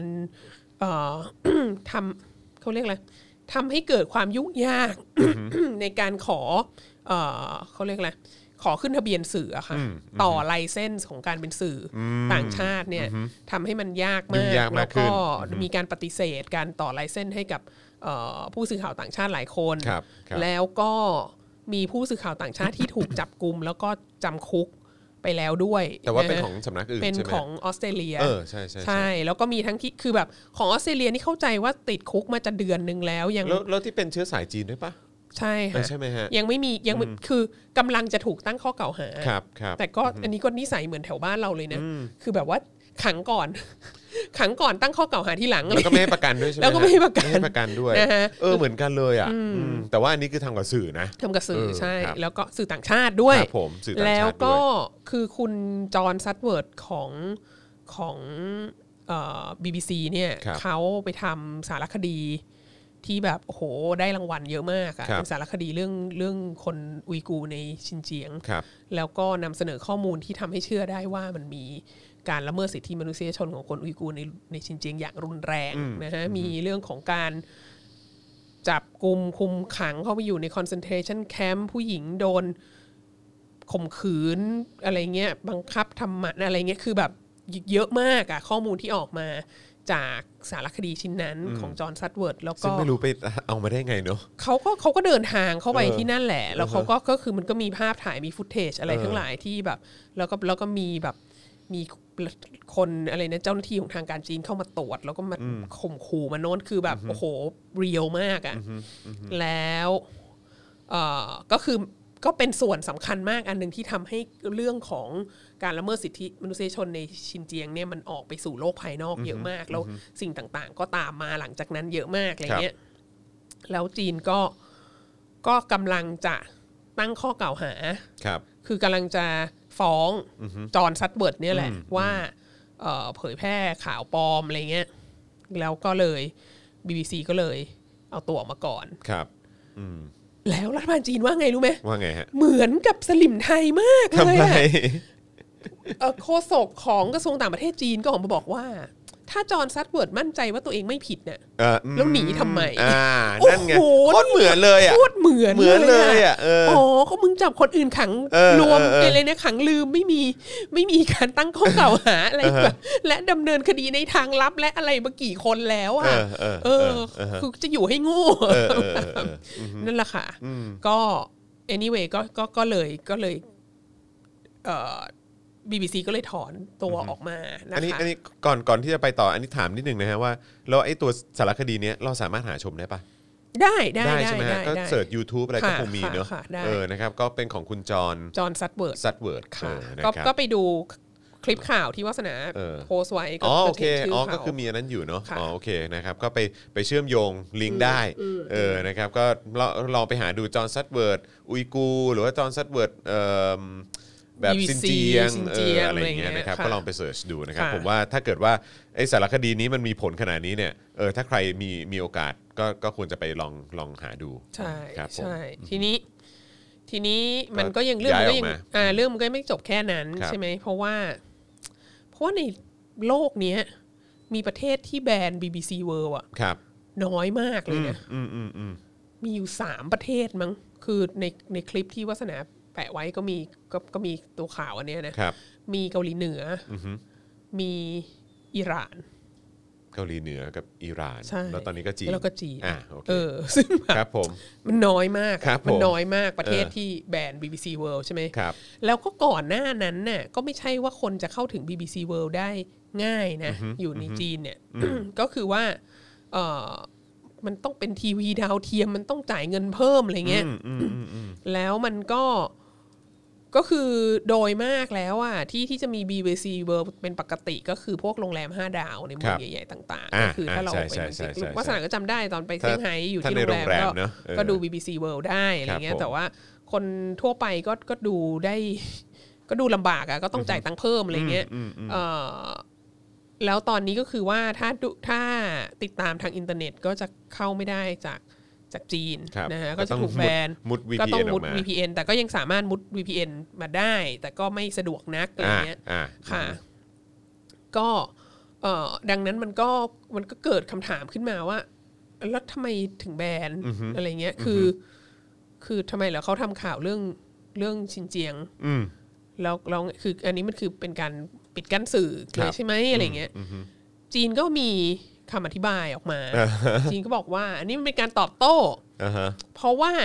เขาเรียกอะไรทำให้เกิดความยุ่งยาก ในการเขาเรียกอะไรขอขึ้นทะเบียนสื่อค่ะต่อไลเซนส์ของการเป็นสื่อต่างชาติเนี่ยทำให้มันยากมากแล้วก็มีการปฏิเสธการต่อไลเซนส์ให้กับผู้สื่อข่าวต่างชาติหลายคนแล้วก็มีผู้สื่อข่าวต่างชาติที่ถูกจับกุมแล้วก็จำคุกไปแล้วด้วยแต่ว่าเป็นของสำนักอื่นเป็นของออสเตรเลียใช่แล้วก็มีทั้งที่คือแบบของออสเตรเลียนี่เข้าใจว่าติดคุกมาจะเดือนนึงแล้วยังแล้วที่เป็นเชื้อสายจีนด้วยปะใช่ค่ะใช่ไหมฮะยังไม่มีคือกำลังจะถูกตั้งข้อกล่าวหาแต่ก็อันนี้ก็นิสัยเหมือนแถวบ้านเราเลยนะคือแบบว่าขังก่อนตั้งข้อกล่าวหาที่หลังแล้วก็ไม่ให้ประกันด้วยใช่ไหมแล้วก็ไม่ให้ประกันด้วยเหมือนกันเลยอ่ะแต่ว่าอันนี้คือทำกับสื่อนะทำกับสื่อใช่แล้วก็สื่อต่างชาติด้วยแล้วก็คือคุณจอห์นซัตเวิร์ดของBBC เนี่ยเขาไปทำสารคดีที่แบบโอ้โหได้รางวัลเยอะมากอ่ะเป็นสารคดีเรื่องคนอุยกูร์ในชินเจียงแล้วก็นำเสนอข้อมูลที่ทำให้เชื่อได้ว่ามันมีการละเมิดสิทธิมนุษยชนของคนอุยกูร์ในชินเจียงอย่างรุนแรงนะฮะมีเรื่องของการจับกุมคุมขังเข้าไปอยู่ใน concentration camp ผู้หญิงโดนข่มขืนอะไรเงี้ยบังคับทำหมันอะไรเงี้ยคือแบบเยอะมากอ่ะข้อมูลที่ออกมาจากสารคดีชิ้นนั้นของจอห์นซัตเวิร์ดแล้วก็ไม่รู้ไปเอามาได้ไงเนอะเขาก็เดินทางเข้าไปที่นั่นแหละแล้วเขาก็คือมันก็มีภาพถ่ายมีฟุตเทจอะไรทั้งหลายที่แบบแล้วก็มีแบบมีคนอะไรนะเจ้าหน้าที่ของทางการจีนเข้ามาตรวจแล้วก็มาข่มขู่มาโน้นคือแบบโอ้โหเรียลมากอ่ะแล้วก็เป็นส่วนสำคัญมากอันนึงที่ทำให้เรื่องของการละเมิดสิทธิมนุษยชนในชินเจียงเนี่ยมันออกไปสู่โลกภายนอกเยอะมากแล้วสิ่งต่างๆก็ตามมาหลังจากนั้นเยอะมากอะไรเงี้ยแล้วจีนก็กำลังจะตั้งข้อกล่าวหาคือกำลังจะฟ้องจอห์นซัตเวิร์ดเนี่ยแหละว่าเผยแพร่ข่าวปลอมอะไรเงี้ยแล้วก็เลย BBC ก็เลยเอาตัวออกมาก่อนครับแล้วรัฐบาลจีนว่าไงรู้ไหมว่าไงฮะเหมือนกับสลิมไทยมากเลยโฆษกของกระทรวงต่างประเทศจีนก็ออกมาบอกว่าถ้าจอห์นซัตเวิร์ดมั่นใจว่าตัวเองไม่ผิดเนี่ยแล้วหนีทำไมนั่นไงโคตรเหมือนเลยอ่ะโคตรเหมือนเลยอ่ะอ๋อเขามึงจับคนอื่นขังรวมอะไรนะขังลืมไม่มีการตั้งข้อกล่าวหาอะไรแบบและดำเนินคดีในทางลับและอะไรมากี่คนแล้วอ่ะคือจะอยู่ให้โง่นั่นแหละค่ะก็ anyway ก็เลยBBC ก็เลยถอนตัวออกมานะคะอันนี้ก่อนที่จะไปต่ออันนี้ถามนิดนึงนะฮะว่าแล้วไอ้ตัวสารคดีนี้เราสามารถหาชมได้ปะได้ใช่ไหมก็เสิร์ช YouTube อะไรก็คงมีเนอะนะครับก็เป็นของคุณจอห์นซัตเวิร์ดค่ะก็ไปดูคลิปข่าวที่วาสนาโพสไว้ก็โอเคก็คือมีอันนั้นอยู่เนาะโอเคนะครับก็ไปเชื่อมโยงลิงก์ได้นะครับก็ลองไปหาดูจอห์นซัตเวิร์ดอุยกูหรือว่าจอห์นซัตเวิร์ดแบบซินเจียงอะไรอย่างเงี้ยนะครับก็ลองไปเสิร์ชดูนะครับผมว่าถ้าเกิดว่าไอ้สารคดีนี้มันมีผลขนาดนี้เนี่ยถ้าใครมีโอกาสก็ควรจะไปลองหาดูใช่ครับใช่ทีนี้มันก็ยังเรื่องมันก็ไม่จบแค่นั้นใช่ไหมเพราะว่าในโลกนี้มีประเทศที่แบน BBC World อ่ะน้อยมากเลยนะมีอยู่3ประเทศมั้งคือในคลิปที่วาสนาแปะไว้ก็มีตัวข่าวอันเนี้ยนะมีเกาหลีเหนือมีอิหร่านเกาหลีเหนือกับอิหร่านแล้วตอนนี้ก็จีนแล้วก็จีนซึ่งครับผมมันน้อยมากมันน้อยมากประเทศที่แบน BBC World ใช่ไหมแล้วก็ก่อนหน้านั้นน่ะก็ไม่ใช่ว่าคนจะเข้าถึง BBC World ได้ง่ายนะอยู่ในจีนเนี่ยก็คือว่ามันต้องเป็นทีวีดาวเทียมมันต้องจ่ายเงินเพิ่มอะไรเงี้ยแล้วมันก็คือโดยมากแล้วอ่ะที่จะมี BBC World เป็นปกติก็คือพวกโรงแรม5ดาวในเมืองใหญ่ๆต่างๆก็คือถ้าเราไปวาสนาก็จำได้ตอนไปเซี่ยงไฮ้อยู่ที่โรงแรมก็ดู BBC World ได้อะไรเงี้ยแต่ว่าคนทั่วไปก็ดูได้ก็ดูลำบากอ่ะก็ต้องจ่ายตังค์เพิ่มอะไรเงี้ยแล้วตอนนี้ก็คือว่าถ้าติดตามทางอินเทอร์เน็ตก็จะเข้าไม่ได้จากจีนนะฮะก็จะถูกแบนก็ต้องมุด VPN แต่ก็ยังสามารถมุด VPN มาได้แต่ก็ไม่สะดวกนักอะไรเงี้ยค่ะก็ดังนั้นมันก็เกิดคำถามขึ้นมาว่าแล้วทำไมถึงแบนอะไรเงี้ยคือทำไมเหรอเขาทำข่าวเรื่องชินเจียงแล้วคืออันนี้มันคือเป็นการปิดกั้นสื่อเลยใช่ไหมอะไรเงี้ยจีนก็มีคำอธิบายออกมาจีนก็บอกว่าอันนี้มันเป็นการตอบโต้เพราะว่า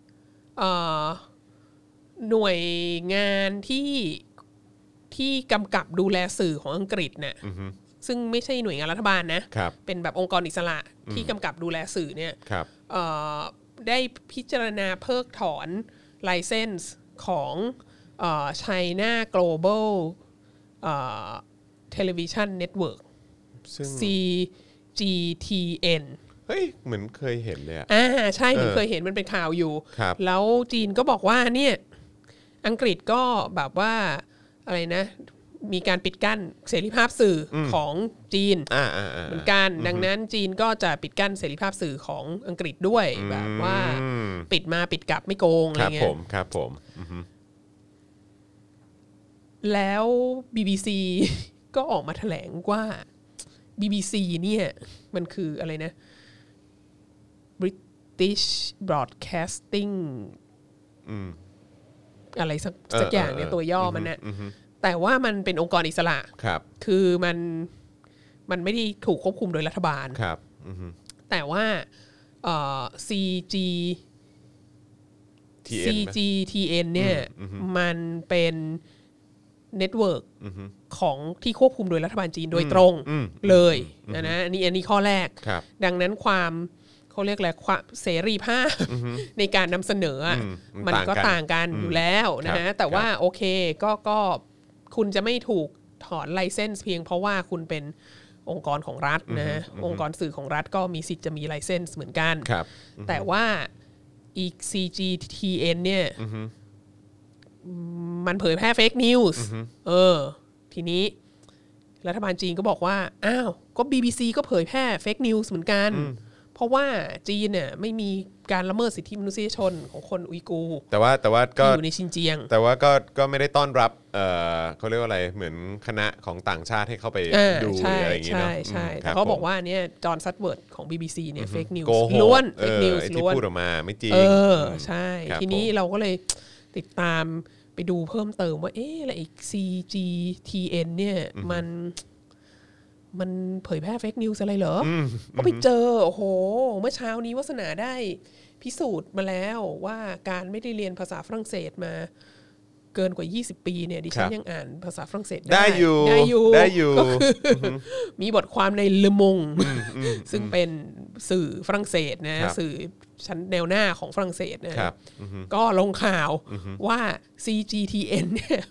หน่วยงานที่กำกับดูแลสื่อของอังกฤษเนี่ยซึ่งไม่ใช่หน่วยงานรัฐบาลนะเป็นแบบองค์กรอิสระที่กำกับดูแลสื่อเนี่ยได้พิจารณาเพิกถอนไลเซนส์ของChina Global Television Network CGTN เฮ้ยเหมือนเคยเห็นเลยใช่เหมือนเคยเห็นมันเป็นข่าวอยู่แล้วจีนก็บอกว่าเนี่ยอังกฤษก็แบบว่าอะไรนะมีการปิดกั้นเสรีภาพสื่อของจีนเหมือนกันดังนั้นจีนก็จะปิดกั้นเสรีภาพสื่อของอังกฤษด้วยแบบว่าปิดมาปิดกลับไม่โกงอะไรเงี้ยครับผมแล้ว BBC ก็ออกมาแถลงว่า BBC เนี่ยมันคืออะไรนะ British Broadcasting อะไรสักอย่างเนี่ยตัวย่อมันนะแต่ว่ามันเป็นองค์กรอิสระคือมันไม่ได้ถูกควบคุมโดยรัฐบาลแต่ว่าCGTN เนี่ยมันเป็นเน็ตเวิร์กของที่ควบคุมโดยรัฐบาลจีนโดยตรงเลยนะอันนี้ข้อแรกดังนั้นความเขาเรียกอะไรความเสรีภาพในการนำเสนอมันก็ต่างกันอยู่แล้วนะฮะแต่ว่าโอเคก็คุณจะไม่ถูกถอนไลเซนส์เพียงเพราะว่าคุณเป็นองค์กรของรัฐนะองค์กรสื่อของรัฐก็มีสิทธิ์จะมีไลเซนส์เหมือนกันแต่ว่าอีก CGTN เนี่ยมันเผยแพร่เฟกนิวส์ทีนี้รัฐบาลจีนก็บอกว่าอ้าวก็ BBC ก็เผยแพร่เฟกนิวส์เหมือนกันเพเพราะว่าจีนเนี่ยไม่มีการละเมิดสิทธิมนุษยชนของคนอุยกูร์แต่ว่าก็ที่อยู่ในชินเจียงแต่ว่าก็ไม่ได้ต้อนรับเขาเรียกว่าอะไรเหมือนคณะของต่างชาติให้เข้าไปดูอะไรอย่างเงี้ยเนาะใช่แต่เขาบอกว่าเนี่ยจอห์นซัตเวิร์ดของ BBC เนี่ยเฟกนิวส์ล้วนเฟกนิวส์ล้วนที่พูดออกมาไม่จริงใช่ทีนี้เราก็เลยติดตามไปดูเพิ่มเติมว่าอะไรอีก CGTN เนี่ยมันเผยแพร่เฟกนิวส์อะไรเหรอก็ไปเจอโอ้โหเมื่อเช้านี้วาสนาได้พิสูจน์มาแล้วว่าการไม่ได้เรียนภาษาฝรั่งเศสมาเกินกว่า20ปีเนี่ยดิฉันยังอ่านภาษาฝรั่งเศสได้อยู่ก็คือมีบทความในเลมงซึ่งเป็นสื่อฝรั่งเศสนะสื่อชั้นแนวหน้าของฝรั่งเศสนะก็ลงข่าวว่า CGTN เนี่ย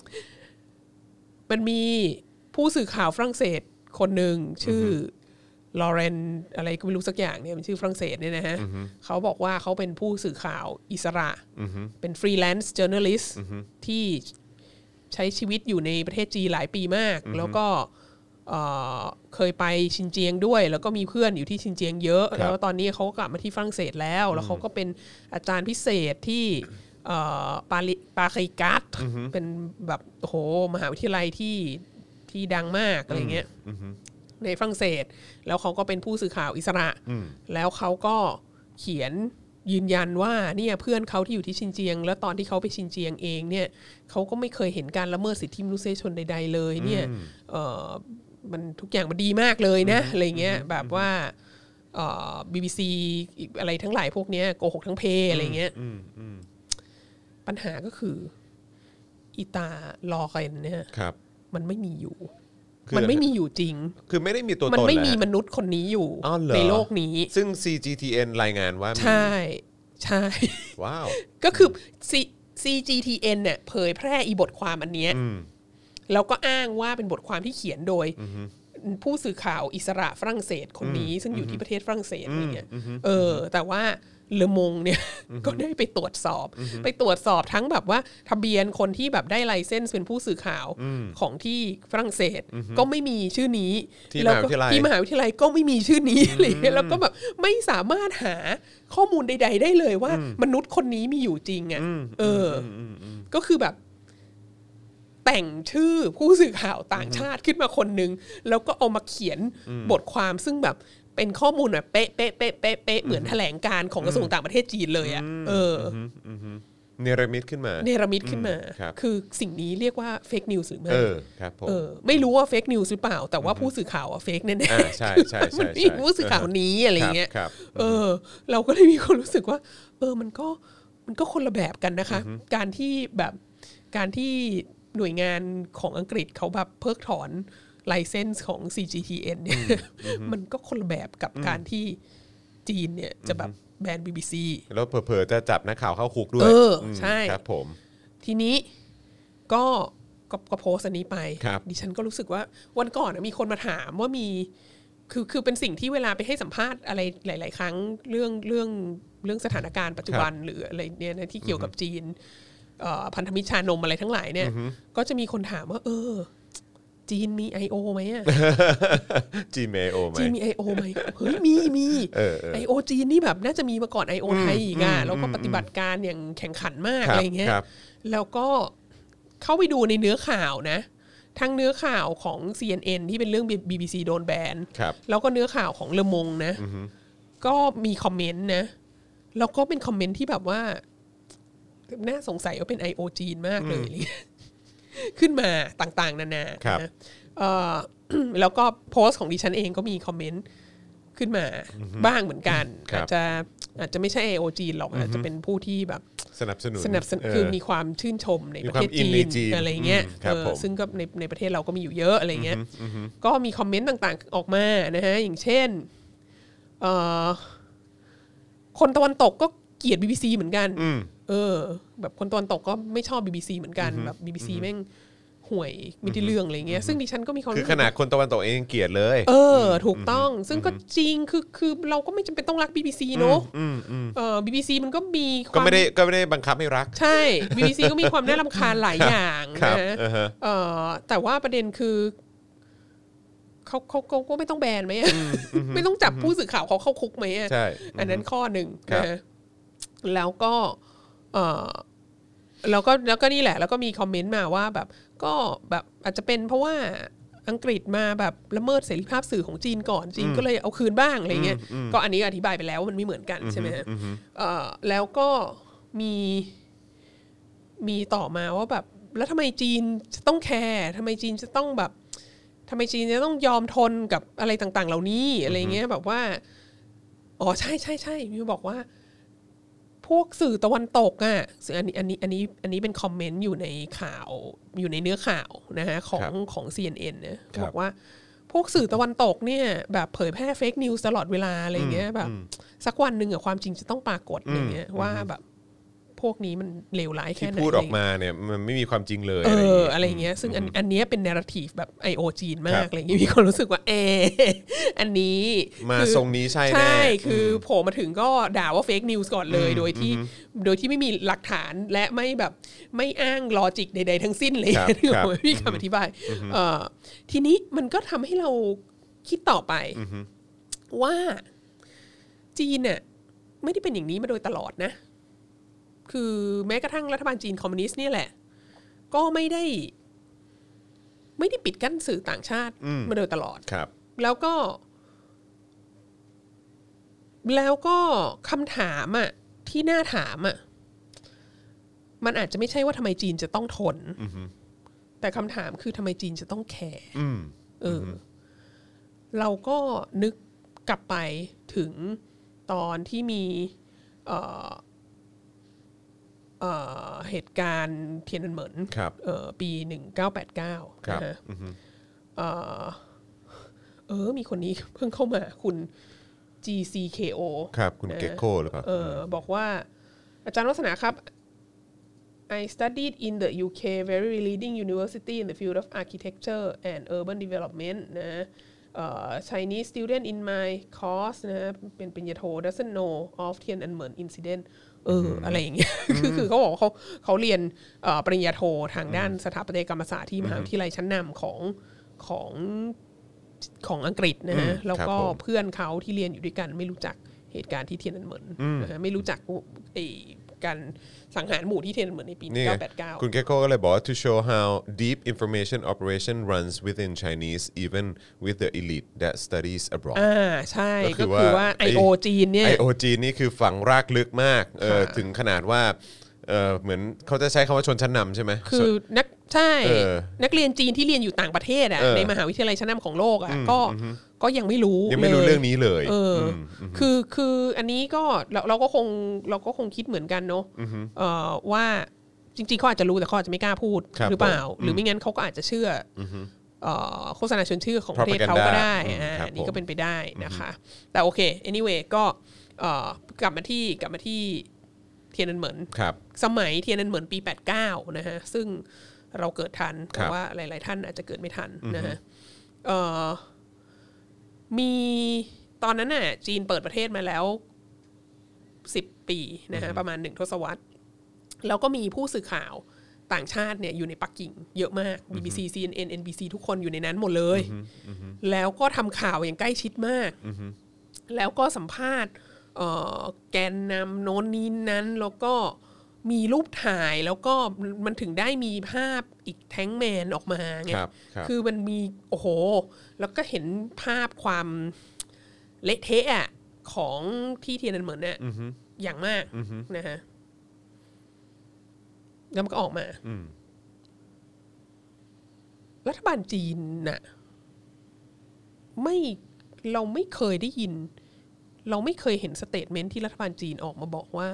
มันมีผู้สื่อข่าวฝรั่งเศสคนหนึ่งชื่อลอเรนอะไรก็ไม่รู้สักอย่างเนี่ยเป็นชื่อฝรั่งเศสเนี่ยนะฮะเขาบอกว่าเขาเป็นผู้สื่อข่าวอิสระเป็นฟรีแลนซ์เจอร์นัลลิสต์ที่ใช้ชีวิตอยู่ในประเทศจีนหลายปีมากแล้วก็เคยไปชินเจียงด้วยแล้วก็มีเพื่อนอยู่ที่ชินเจียงเยอะแล้วตอนนี้เขากลับมาที่ฝรั่งเศสแล้วเขาก็เป็นอาจารย์พิเศษที่ปาคิกัตเป็นแบบโอ้โหมหาวิทยาลัยที่ดังมากอะไรเงี้ยในฝรั่งเศสแล้วเขาก็เป็นผู้สื่อข่าวอิสระแล้วเขาก็เขียนยืนยันว่าเนี่ยเพื่อนเขาที่อยู่ที่ชินเจียงแล้วตอนที่เขาไปชินเจียงเองเนี่ยเขาก็ไม่เคยเห็นการละเมิดสิทธิมนุษยชนใดๆเลยเนี่ยมันทุกอย่างมันดีมากเลยนะอะไรเงี้ยแบบว่าBBC อะไรทั้งหลายพวกเนี้ยโกหกทั้งเพอะไรเงี้ยปัญหาก็คืออีตาลอเรนเนี่ยมันไม่มีอยู่มันไม่มีอยู่จริงคือไม่ได้มีตัวตนมันไม่มีมนุษย์คนนี้อยู่ในโลกนี้ซึ่ง CGTN รายงานว่าใช่ว้าวก็คือ CGTN เนี่ยเผยแพร่อีบทความอันเนี้ยแล้วก็อ้างว่าเป็นบทความที่เขียนโดยผู้สื่อข่าวอิสระฝรั่งเศสคนนี้ซึ่งอยู่ที่ประเทศฝรั่งเศสอะไรเงี้ยแต่ว่าเลมงเนี่ยก็ได้ไปตรวจสอบทั้งแบบว่าทะเบียนคนที่แบบได้ไลเซนส์เป็นผู้สื่อข่าวของที่ฝรั่งเศสก็ไม่มีชื่อนี้แล้วก็ที่มหาวิทยาลัยก็ไม่มีชื่อนี้อะไรเงี้ยแล้วก็แบบไม่สามารถหาข้อมูลใดๆได้เลยว่ามนุษย์คนนี้มีอยู่จริงอ่ะก็คือแบบแต่งชื่อผู้สื่อข่าวต่างชาติขึ้นมาคนนึงแล้วก็เอามาเขียนบทความซึ่งแบบเป็นข้อมูลแบบเป๊ะเหมือนแถลงการของกระทรวงต่างประเทศจีนเลยอ่ะเนรมิตขึ้นมาคือสิ่งนี้เรียกว่าเฟกนิวส์หรือไม่ครับผมไม่รู้ว่าเฟกนิวส์หรือเปล่าแต่ว่าผู้สื่อข่าวอะเฟกแน่ๆใช่ผู้สื่อข่าวนี้อะไรเงี้ยเราก็เลยมีความรู้สึกว่ามันก็คนละแบบกันนะคะการที่หน่วยงานของอังกฤษเขาแบบเพิกถอนไลเซนส์ของ CGTN เนี่ยมันก็คนละแบบกับการที่จีนเนี่ยจะแบบแบน BBC แล้วเผลอๆจะจับนักข่าวเข้าคุกด้วยใช่ครับผมทีนี้ก็โพสต์อันนี้ไปดิฉันก็รู้สึกว่าวันก่อนมีคนมาถามว่ามีคือเป็นสิ่งที่เวลาไปให้สัมภาษณ์อะไรหลายๆครั้งเรื่องสถานการณ์ปัจจุบันหรืออะไรเนี่ยนะที่เกี่ยวกับจีนพันธมิตรชานมอะไรทั้งหลายเนี่ยก็จะมีคนถามว่าจีนมี I.O. ไหมอ่ะจีนมี I.O. ไหมจีนมี I.O. ไหมเฮ้ยมี I.O. จีนนี่แบบน่าจะมีมาก่อน I.O. ไทยอีกอ่ะแล้วก็ปฏิบัติการอย่างแข่งขันมากอะไรเงี้ยแล้วก็เข้าไปดูในเนื้อข่าวนะทั้งเนื้อข่าวของ CNN ที่เป็นเรื่อง BBC โดนแบนแล้วก็เนื้อข่าวของเลมงนะก็มีคอมเมนต์นะแล้วก็เป็นคอมเมนต์ที่แบบว่าน่าสงสัยว่าเป็น I.O. จีนมากเลยขึ้นมาต่างๆนานานะแล้วก็โพสต์ของดิฉันเองก็มีคอมเมนต์ขึ้นมาบ้างเหมือนกันอาจจะไม่ใช่ I.O. จีนหรอกอาจจะเป็นผู้ที่แบบสนับสนุนคือมีความชื่นชมในประเทศจีนอะไรเงี้ยซึ่งก็ในประเทศเราก็มีอยู่เยอะอะไรเงี้ยก็มีคอมเมนต์ต่างๆออกมานะฮะอย่างเช่นคนตะวันตกก็เกลียด BBC เหมือนกันแบบคนตะวันตกก็ไม่ชอบ BBC เหมือนกันแบบ BBC แม่งห่วยไม่ได้เรื่องอะไรเงี้ยซึ่งดิฉันก็มีความคือขนาดคนตะวันตกเองเกลียดเลยถูกต้องซึ่งก็จริงคือเราก็ไม่จำเป็นต้องรัก BBC เนอะBBC มันก็มีก็ไม่ได้บังคับให้รักใช่ BBC ก็มีความน่ารำคาญหลายอย่างนะแต่ว่าประเด็นคือเขาก็ไม่ต้องแบนไหมไม่ต้องจับผู้สื่อข่าวเขาเข้าคุกไหมใช่อันนั้นข้อหนึ่งนะแล้วก็แล้วก็นี่แหละแล้วก็มีคอมเมนต์มาว่าแบบก็แบบอาจจะเป็นเพราะว่าอังกฤษมาแบบละเมิดเสรีภาพสื่อของจีนก่อนจีนก็เลยเอาคืนบ้างอะไรเงี้ยก็อันนี้อธิบายไปแล้วมันไม่เหมือนกันใช่ไหมแล้วก็มีต่อมาว่าแบบแล้วทำไมจีนจะต้องแคร์ทำไมจีนจะต้องแบบทำไมจีนจะต้องยอมทนกับอะไรต่างๆเหล่านี้อะไรเงี้ยแบบว่าอ๋อใช่มีบอกว่าพวกสื่อตะวันตกอ่ะอันนี้เป็นคอมเมนต์อยู่ในข่าวอยู่ในเนื้อข่าวนะฮะของ CNN นะบอกว่าพวกสื่อตะวันตกเนี่ยแบบเผยแพร่เฟกนิวส์ตลอดเวลาอะไรเงี้ยแบบสักวันนึงความจริงจะต้องปรากฏอะไรเงี้ยว่าแบบพวกนี้มันเลวร้ายแค่ไหนที่พูดออกมาเนี่ยมันไม่มีความจริงเลยอะไรเงี้ยซึ่งอันนี้เป็นเนเรทีฟแบบ IO จีนมากอะไรเงี้ยมีคนรู้สึกว่าอันนี้มาทรงนี้ใช่แน่ใช่คือโผล่มาถึงก็ด่าว่าเฟกนิวส์ก่อนเลยโดยที่ไม่มีหลักฐานและไม่แบบไม่อ้างลอจิกใดๆทั้งสิ้นเลยที่ผมพี่คำอธิบายทีนี้มันก็ทำให้เราคิดต่อไปว่าจีนเนี่ยไม่ได้เป็นอย่างนี้มาโดยตลอดนะคือแม้กระทั่งรัฐบาลจีนคอมมิวนิสต์นี่แหละก็ไม่ได้ปิดกั้นสื่อต่างชาติมาโดยตลอดแล้วก็คำถามอ่ะที่น่าถามอ่ะมันอาจจะไม่ใช่ว่าทำไมจีนจะต้องทนแต่คำถามคือทำไมจีนจะต้องแคร์เราก็นึกกลับไปถึงตอนที่มีเหตุการณ์เทียนอันเหมินปี1989นะฮะมีคนนี้เพิ่งเข้ามาคุณ GCKO ครับคุณเกโก้หรือเปล่าบอกว่าอาจารย์วัฒนาครับ I studied in the UK very leading university in the field of architecture and urban development นะ Chinese student in my course นะเป็นปริญญาโท doesn't know of Tiananmen incidentอะไรอย่างเงี้ยคือเขาบอกเขาเรียนปริญญาโททางด้านสถาปัตยกรรมศาสตร์ที่มหาวิทยาลัยชั้นนำของอังกฤษนะฮะแล้วก็เพื่อนเขาที่เรียนอยู่ด้วยกันไม่รู้จักเหตุการณ์ที่เทียนอันเหมินนะฮะไม่รู้จักการสังหารหมู่ที่เทียนอันเหมินในปี1989 คุณเกโก้ก็เลยบอกว่า to show how deep information operation runs within Chinese even with the elite that studies abroad ใช่ก็คือว่า IO จีนเนี่ย IO จีนนี่คือฝังรากลึกมากถึงขนาดว่าเหมือนเขาจะใช้คำว่าชนชั้นนำใช่ไหมคือนักเรียนจีนที่เรียนอยู่ต่างประเทศอ่ะในมหาวิทยาลัยชั้นนำของโลกอ่ะก็ยังไม่รู้เรื่องนี้เลยคืออันนี้ก็เราก็คงคิดเหมือนกันเนาะว่าจริงๆเขาอาจจะรู้แต่เขาอาจจะไม่กล้าพูดหรือเปล่าหรือไม่งั้นเขาก็อาจจะเชื่อโฆษณาชวนชื่อของประเทศเขาก็ได้นี่ก็เป็นไปได้นะคะแต่โอเค anyway ก็กลับมาที่เทียนอันเหมินสมัยเทียนอันเหมินปี89นะฮะซึ่งเราเกิดทันแต่ว่าหลายๆท่านอาจจะเกิดไม่ทันนะฮะมีตอนนั้นน่ะจีนเปิดประเทศมาแล้ว10ปีนะฮะประมาณ1ทศวรรษแล้วก็มีผู้สื่อข่าวต่างชาติเนี่ยอยู่ในปักกิ่งเยอะมาก BBC CNN NBC ทุกคนอยู่ในนั้นหมดเลยแล้วก็ทำข่าวอย่างใกล้ชิดมากแล้วก็สัมภาษณ์แกนนำโน้นนี้นั้นแล้วก็มีรูปถ่ายแล้วก็มันถึงได้มีภาพอีกแท้งแมนออกมาไงคือมันมีโอ้โหแล้วก็เห็นภาพความเละเทะอ่ะของที่เทียนอันเหมินเนี่ยอย่างมากนะฮะแล้วมันก็ออกมารัฐบาลจีนน่ะเราไม่เคยได้ยินเราไม่เคยเห็นสเตทเมนต์ที่รัฐบาลจีนออกมาบอกว่า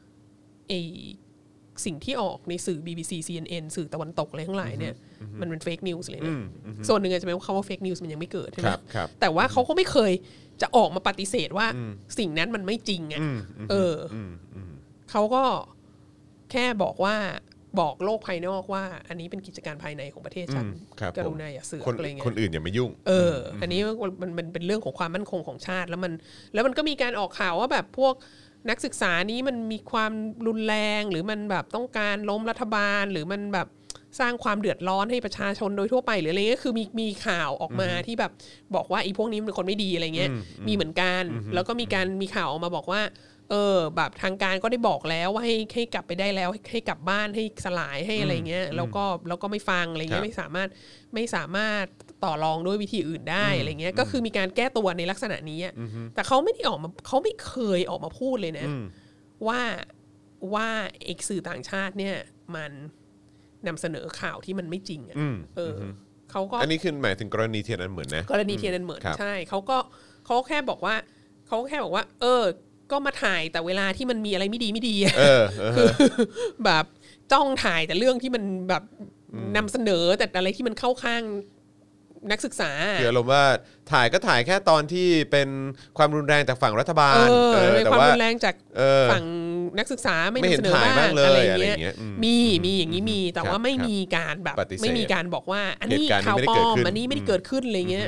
สิ่งที่ออกในสื่อ BBC CNN สื่อตะวันตกอะไรทั้งหลายเนี่ยมันเป็นเฟกนิวส์เลยนะส่วนหนึ่งอาจจะเป็นว่าคำว่าเฟกนิวส์มันยังไม่เกิดใช่ไหมแต่ว่าเขาก็ไม่เคยจะออกมาปฏิเสธว่าสิ่งนั้นมันไม่จริงอ่ะเขาก็แค่บอกโลกภายนอกว่าอันนี้เป็นกิจการภายในของประเทศฉันกรุณาอย่าเสือกอะไรเงี้ยคนอื่นอย่ามายุ่งอันนี้มันเป็นเรื่องของความมั่นคงของชาติแล้วมันก็มีการออกข่าวว่าแบบพวกนักศึกษานี้มันมีความรุนแรงหรือมันแบบต้องการล้มรัฐบาลหรือมันแบบสร้างความเดือดร้อนให้ประชาชนโดยทั่วไปหรืออะไรเงี้ยคือมีข่าวออกมาที่แบบบอกว่าไอ้พวกนี้เป็นคนไม่ดีอะไรเงี้ยมีเหมือนกันแล้วก็มีข่าวออกมาบอกว่าแบบทางการก็ได้บอกแล้วว่าให้กลับไปได้แล้วให้กลับบ้านให้สลายให้อะไรเงี้ยแล้วก็ไม่ฟังอะไรเงี้ยไม่สามารถต่อรองด้วยวิธีอื่นได้อะไรเงี้ยก็คือมีการแก้ตัวในลักษณะนี้แต่เขาไม่เคยออกมาพูดเลยนะว่าเอกสื่อต่างชาติเนี่ยมันนำเสนอข่าวที่มันไม่จริงเขาก็อันนี้คือหมายถึงกรณีเทียนอันเหมือนนะกรณีเทียนอันเหมือนใช่เขาแค่บอกว่าก็มาถ่ายแต่เวลาที่มันมีอะไรไม่ดีคือแบบจ้องถ่ายแต่เรื่องที่มันแบบนำเสนอแต่อะไรที่มันเข้าข้างนักศึกษาคืออารมณ์ว่าถ่ายก็ถ่ายแค่ตอนที่เป็นความรุนแรงจากฝั่งรัฐบาลแต่ความรุนแรงจากฝั่งนักศึกษาไม่นำเสนอบ้างอะไรอย่างเงี้ยมีอย่างนี้มีแต่ว่าไม่มีการแบบไม่มีการบอกว่าอันนี้ข่าวปลอมอันนี้ไม่ได้เกิดขึ้นอะไรเงี้ย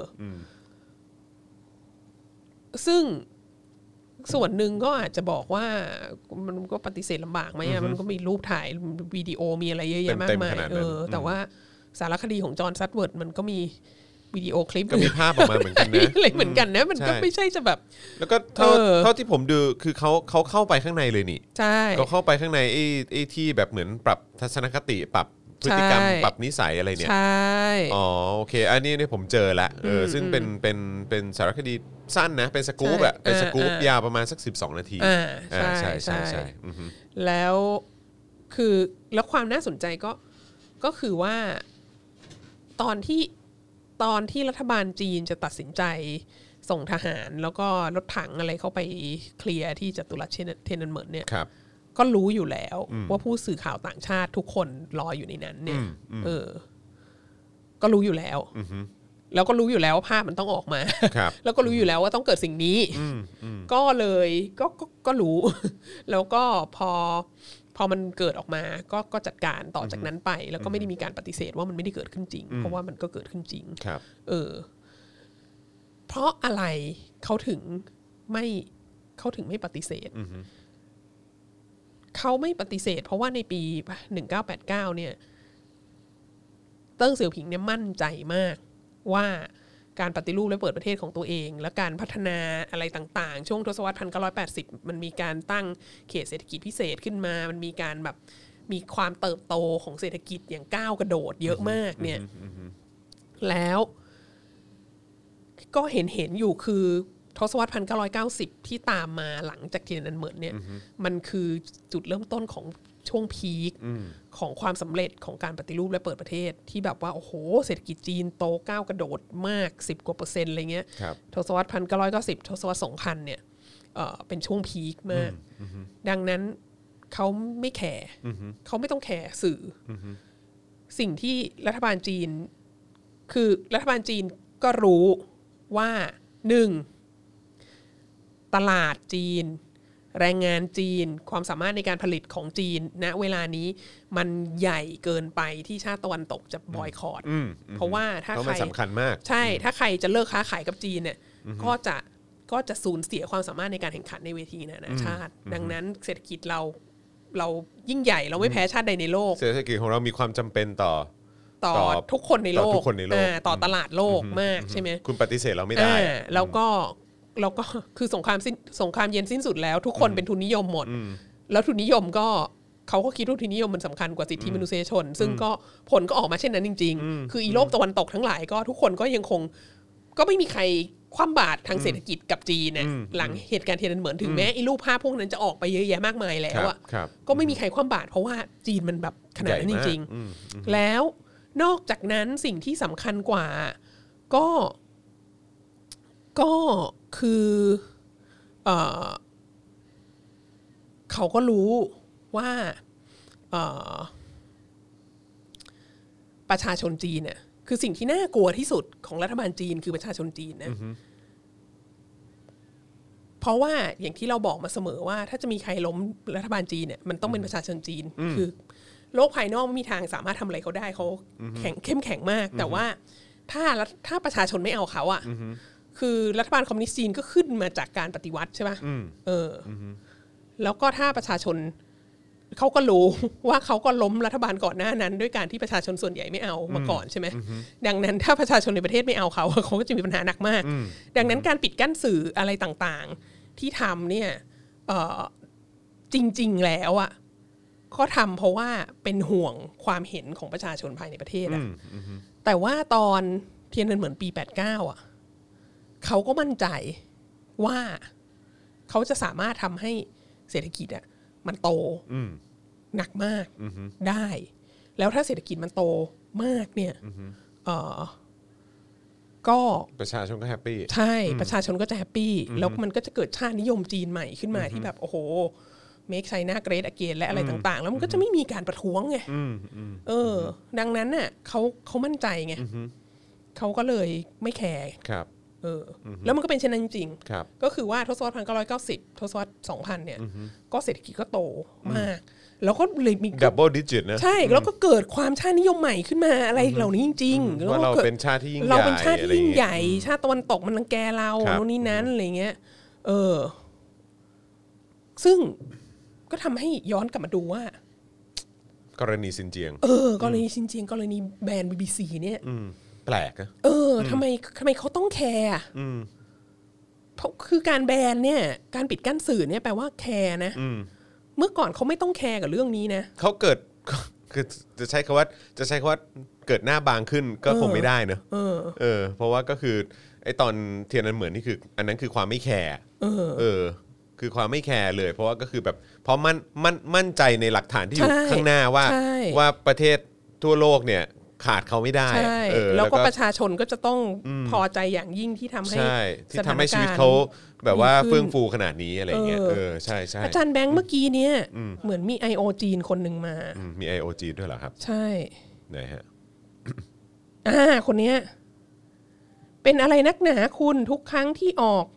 ซึ่งส่วนหนึ่งก็อาจจะบอกว่ามันก็ปฏิเสธลำบากไหมมันก็มีรูปถ่ายวิดีโอมีอะไรเยอะแยะมากมายแต่ว่าสารคดีของจอห์นซัตเวิร์ธมันก็มีวิดีโอคลิปก็มีภาพออกมาเหมือนกันนะอะไรเหมือนกันนะมันก็ไม่ใช่จะแบบแล้วก็เท่าที่ผมดูคือเขาเข้าไปข้างในเลยนี่ใช่เขาเข้าไปข้างในไอ้ที่แบบเหมือนปรับทัศนคติปรับพฤติกรรมปรับนิสัยอะไรเนี่ยใช่อ๋อโอเคอันนี้เนี่ยผมเจอแล้วซึ่งเป็นสารคดีสั้นนะเป็นสกู๊ปเป็นสกู๊ปยาวประมาณสัก12นาทีใช่แล้วคือแล้วความน่าสนใจก็คือว่าตอนที่รัฐบาลจีนจะตัดสินใจส่งทหารแล้วก็รถถังอะไรเข้าไปเคลียร์ที่จัตุรัสเทียนอันเหมินเนี่ยก็รู้อยู่แล้วว่าผู้สื่อข่าวต่างชาติทุกคนรออยู่ในนั้นเนี่ยก็รู้อยู่แล้วแล้วก็รู้อยู่แล้วว่าภาพมันต้องออกมาแล้วก็รู้อยู่แล้วว่าต้องเกิดสิ่งนี้ก็เลยก็รู้ แล้วก็พอมันเกิดออกมาก็จัดการต่อจากนั้นไปแล้วก็ไม่ได้มีการปฏิเสธว่ามันไม่ได้เกิดขึ้นจริงเพราะว่ามันก็เกิดขึ้นจริงเพราะอะไรเขาถึงไม่ปฏิเสธเขาไม่ปฏิเสธเพราะว่าในปี1989เนี่ยเติ้งเสี่ยวผิงเนี่ยมั่นใจมากว่าการปฏิรูปและเปิดประเทศของตัวเองและการพัฒนาอะไรต่างๆช่วงทศวรรษ1980มันมีการตั้งเขตเศรษฐกิจพิเศษขึ้นมามันมีการแบบมีความเติบโตของเศรษฐกิจอย่างก้าวกระโดดเยอะมากเนี่ยแล้วก็เห็นอยู่คือทศวรรษ1990ที่ตามมาหลังจากเทียนอันเหมินเนี่ยมันคือจุดเริ่มต้นของช่วงพีคของความสำเร็จของการปฏิรูปและเปิดประเทศที่แบบว่าโอ้โหเศรษฐกิจจีนโตก้าวกระโดดมาก10กว่า%อะไรเงี้ยทศวรรษ1990ทศวรรษ2000เนี่ยเป็นช่วงพีคมากดังนั้นเขาไม่แคร์เขาไม่ต้องแคร์สื่อสิ่งที่รัฐบาลจีนคือรัฐบาลจีนก็รู้ว่า1ตลาดจีนแรงงานจีนความสามารถในการผลิตของจีนณเวลานี้มันใหญ่เกินไปที่ชาติตะวันตกจะบอยคอตเพราะว่าถ้าใครสำคัญมากใช่ถ้าใครจะเลิกค้าขายกับจีนเนี่ยก็จะสูญเสียความสามารถในการแข่งขันในเวทีนานาชาติดังนั้นเศรษฐกิจเรายิ่งใหญ่เราไม่แพ้ชาติใดในโลกเศรษฐกิจของเรามีความจำเป็นต่อทุกคนในโลกต่อตลาดโลกมากใช่ไหมคุณปฏิเสธเราไม่ได้แล้วก็คือสงครามเย็นสิ้นสุดแล้วทุกคนเป็นทุนนิยมหมดแล้วทุนนิยมก็เขาก็คิดว่าทุนนิยมมันสำคัญกว่าสิทธิมนุษยชนซึ่งก็ผลก็ออกมาเช่นนั้นจริงๆคืออีโลกตะวันตกทั้งหลายก็ทุกคนก็ยังคงก็ไม่มีใครคว่ำบาตรทางเศรษฐกิจกับจีนเนี่ยหลังเหตุการณ์เทียนอันเหมินถึงแม้ไอ้รูปภาพพวกนั้นจะออกไปเยอะแยะมากมายแล้วอ่ะก็ไม่มีใครคว่ำบาตรเพราะว่าจีนมันแบบขนาดนั้นจริงๆแล้วนอกจากนั้นสิ่งที่สำคัญกว่าก็คือเขาก็รู้ว่าประชาชนจีนเนี่ยคือสิ่งที่น่ากลัวที่สุดของรัฐบาลจีนคือประชาชนจีนนะเพราะว่าอย่างที่เราบอกมาเสมอว่าถ้าจะมีใครล้มรัฐบาลจีนเนี่ยมันต้องเป็นประชาชนจีนคือโลกภายนอกไม่มีทางสามารถทำอะไรเขาได้เขาเข้มแข็งมากแต่ว่าถ้าประชาชนไม่เอาเขาอ่ะคือรัฐบาลคอมมิวนิสต์จีนก็ขึ้นมาจากการปฏิวัติใช่ป่ะแล้วก็ถ้าประชาชนเขาก็รู้ว่าเขาก็ล้มรัฐบาลก่อนหน้านั้นด้วยการที่ประชาชนส่วนใหญ่ไม่เอามาก่อนใช่ไหมดังนั้นถ้าประชาชนในประเทศไม่เอาเขาก็จะมีปัญหาหนักมากดังนั้นการปิดกั้นสื่ออะไรต่างๆที่ทำเนี่ยจริงๆแล้วอ่ะก็ทำเพราะว่าเป็นห่วงความเห็นของประชาชนภายในประเทศอ่ะแต่ว่าตอนเทียนเหมือนปี89อ่ะเขาก็มั่นใจว่าเขาจะสามารถทำให้เศรษฐกิจอ่ะมันโตหนักมากได้แล้วถ้าเศรษฐกิจมันโตมากเนี่ยก็ประชาชนก็แฮปปี้ใช่ประชาชนก็จะแฮปปี้แล้วมันก็จะเกิดชาตินิยมจีนใหม่ขึ้นมาที่แบบโอ้โห make China great again และอะไรต่างๆแล้วมันก็จะไม่มีการประท้วงไงดังนั้นน่ะเขามั่นใจไงเขาก็เลยไม่แคร์แล้วมันก็เป็นเช่นนั้นจริงๆก็คือว่าทศวรรษ1990ทศวรรษ2000เนี่ยก็เศรษฐกิจก็โตมากแล้วก็เลยมี double digit นะใช่แล้วก็เกิดความชาตินิยมใหม่ขึ้นมาอะไรเหล่านี้จริงๆว่าเราเป็นชาติที่ยิ่งใหญ่เราเป็นชาติที่ยิ่งใหญ่ชาติตะวันตกมันรังแกเราโน่นนี่นั้นอะไรเงี้ยซึ่งก็ทำให้ย้อนกลับมาดูว่ากรณีซินเจียงกรณีซินเจียงกรณีแบรนด์ BBC เนี่ยแปลกนะทำไมเขาต้องแคร์เพราะคือการแบนเนี่ยการปิดกั้นสื่อเนี่ยแปลว่าแคร์นะเมื่อก่อนเขาไม่ต้องแคร์กับเรื่องนี้นะเขาเกิดคือจะใช้คำว่าเกิดหน้าบางขึ้นก็คงไม่ได้เนอะเพราะว่าก็คือไอ้ตอนเทียนนันเหมือนนี่คืออันนั้นคือความไม่แคร์คือความไม่แคร์เลยเพราะว่าก็คือแบบเพราะมั่นใจในหลักฐานที่อยู่ข้างหน้าว่าประเทศทั่วโลกเนี่ยขาดเขาไม่ได้แล้วก็ประชาชนก็จะต้องพอใจอย่างยิ่งที่ทำให้ชีวิตเขาแบบว่าเฟื่องฟูขนาดนี้อะไรเงี้ยใช่อาจารย์แบงค์เมื่อกี้เนี่ยเหมือนมี I.O. จีนคนหนึ่งมามี I.O. จีนด้วยเหรอครับใช่ไหนฮะคนเนี้ยเป็นอะไรนักหนาคุณทุกครั้งที่ออก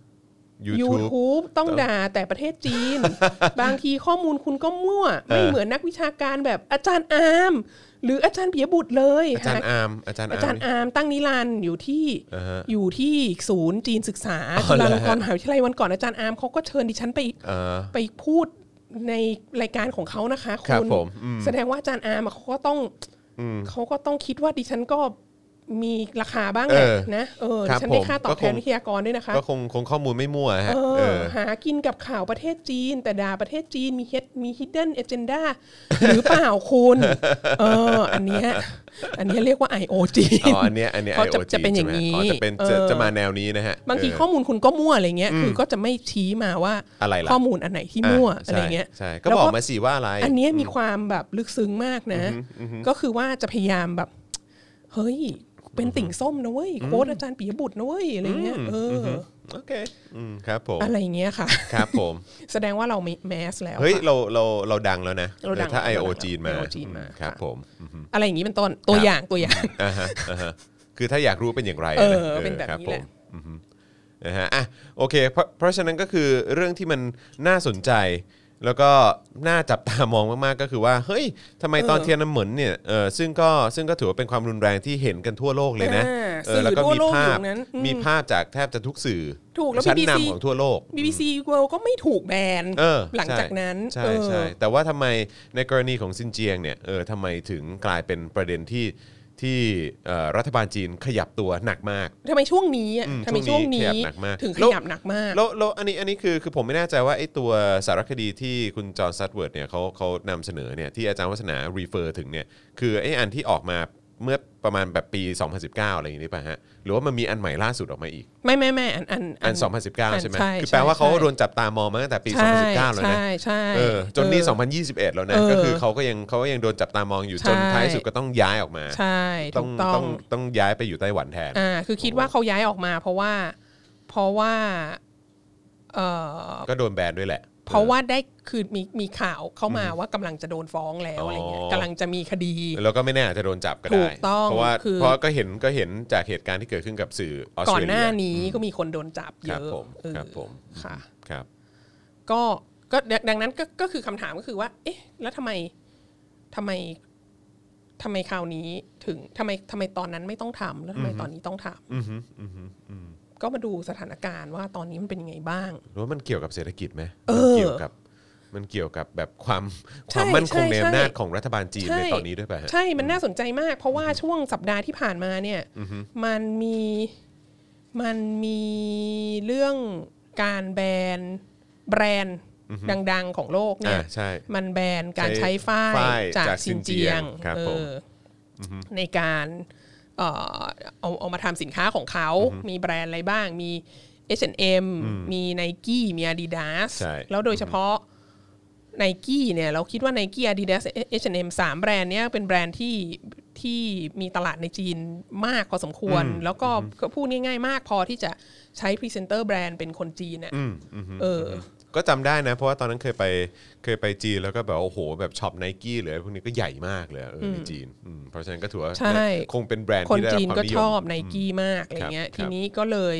YouTube ต้องด่าแต่ประเทศจีน บางทีข้อมูลคุณก็มั่วไม่เหมือนนักวิชาการแบบอาจารย์อาร์มหรืออาจารย์ปิยบุตรเลยอาจารย์อาร์มตั้งนิรันดร์อยู่ที่ศูนย์จีนศึกษาจุฬาลงกรณ์มหาวิทยาลัยวันก่อนอาจารย์อาร์มเขาก็เชิญดิฉันไปพูดในรายการของเขานะคะคุณแสดงว่าอาจารย์อาร์มเขาก็ต้องคิดว่าดิฉันก็มีราคาบ้างแหละนะฉันได้ค่าตอบแทนวิทยากรด้วยนะคะก็คงข้อมูลไม่มั่วฮะหากินกับข่าวประเทศจีนแต่ด่าประเทศจีนมี hidden agenda หรือเปล่าคุณอันนี้เรียกว่า I.O. จีนอันนี้ I.O. จะเป็นอย่างนี้จะมาแนวนี้นะฮะบางทีข้อมูลคุณก็มั่วอะไรเงี้ยคือก็จะไม่ชี้มาว่าข้อมูลอันไหนที่มั่วอะไรเงี้ยก็บอกมาสิว่าอะไรอันนี้มีความแบบลึกซึ้งมากนะก็คือว่าจะพยายามแบบเฮ้ยเป็นติ่งส้มนะเว้ยโค้ชอาจารย์ปิยบุตรนะเว้ยอะไรเงี้ยโอเคครับผมอะไรเงี้ยค่ะครับผมแสดงว่าเราแมสแล้วเฮ้ยเราดังแล้วนะถ้า I.O. จีนมาครับผมอะไรอย่างนี้เป็นต้นตัวอย่างคือถ้าอยากรู้เป็นอย่างไรเป็นแบบนี้แหละนะฮะโอเคเพราะฉะนั้นก็คือเรื่องที่มันน่าสนใจแล้วก็น่าจับตามองมากๆก็คือว่าเฮ้ยทำไมตอนเทียนน้ำเหมือนเนี่ยซึ่งก็ถือว่าเป็นความรุนแรงที่เห็นกันทั่วโลกเลยนะแล้วก็มีภาพจากแทบจะทุกสื่อชั้นนำของทั่วโลก BBC World ก็ไม่ถูกแบนหลังจากนั้นใช่แต่ว่าทำไมในกรณีของซินเจียงเนี่ยทำไมถึงกลายเป็นประเด็นที่รัฐบาลจีนขยับตัวหนักมากทำไมช่วงนี้ถึงขยับหนักมากแล้วอันนี้คือผมไม่แน่ใจว่าไอ้ตัวสารคดีที่คุณจอห์นซัตเวิร์ดเนี่ยเขานำเสนอเนี่ยที่อาจารย์วัฒนารีเฟอร์ถึงเนี่ยคือไอ้อันที่ออกมาเมื่อประมาณแบบปี2019อะไรอย่างนี้ป่ะฮะหรือว่ามันมีอันใหม่ล่าสุดออกมาอีกไม่อัน2019ใช่ไหมคือแปลว่าเขาโดนจับตามองมาตั้งแต่ปี2019แล้วนะใช่จนนี่2021แล้วนะก็คือเขาก็ยังโดนจับตามองอยู่จนท้ายสุดก็ต้องย้ายออกมาใช่ต้องย้ายไปอยู่ไต้หวันแทนคือคิดว่าเขาย้ายออกมาเพราะว่าก็โดนแบนด้วยแหละเพราะว่าได้คือมีข่าวเข้ามาว่ากำลังจะโดนฟ้องแล้วอะไรเงี้ยกำลังจะมีคดีแล้วก็ไม่แน่อาจจะโดนจับก็ได้เพราะว่าก็เห็นจากเหตุการณ์ที่เกิดขึ้นกับสื่อออสเตรเลียก่อนหน้านี้ก็มีคนโดนจับเยอะครับผมค่ะครับก็ดังนั้นก็คือคำถามก็คือว่าเอ๊ะแล้วทำไมคราวนี้ถึงทำไมตอนนั้นไม่ต้องทำแล้วทำไมตอนนี้ต้องทำก็มาดูสถานการณ์ว่าตอนนี้มันเป็นยังไงบ้างหรือว่ามันเกี่ยวกับเศรษฐกิจไหมมันเกี่ยวกับแบบความมั่นคงในอำนาจของรัฐบาลจีนในตอนนี้ด้วยป่ะใช่มันน่าสนใจมากเพราะว่าช่วงสัปดาห์ที่ผ่านมาเนี่ยมันมีเรื่องการแบนแบรนด์ดังๆของโลกเนี่ยมันแบนการใช้ฝ้ายจากซินเจียงในการเอามาทำสินค้าของเขามีแบรนด์อะไรบ้างมี H&M มี Nike มี Adidas แล้วโดยเฉพาะ Nike เนี่ยเราคิดว่า Nike Adidas H&M 3 แบรนด์เนี้ยเป็นแบรนด์ที่มีตลาดในจีนมากพอสมควรแล้วก็พูดง่ายๆมากพอที่จะใช้พรีเซนเตอร์แบรนด์เป็นคนจีนน่ะก็จำได้นะเพราะว่าตอนนั้นเคยไปจีนแล้วก็แบบโอ้โหแบบช็อป Nike หรืออะไรพวกนี้ก็ใหญ่มากเลยในจีนเพราะฉะนั้นก็ถือว่าคงเป็นแบรนด์ที่ได้รับความนิยมคนจีนก็ชอบ Nike มากอะไรเงี้ยทีนี้ก็เลย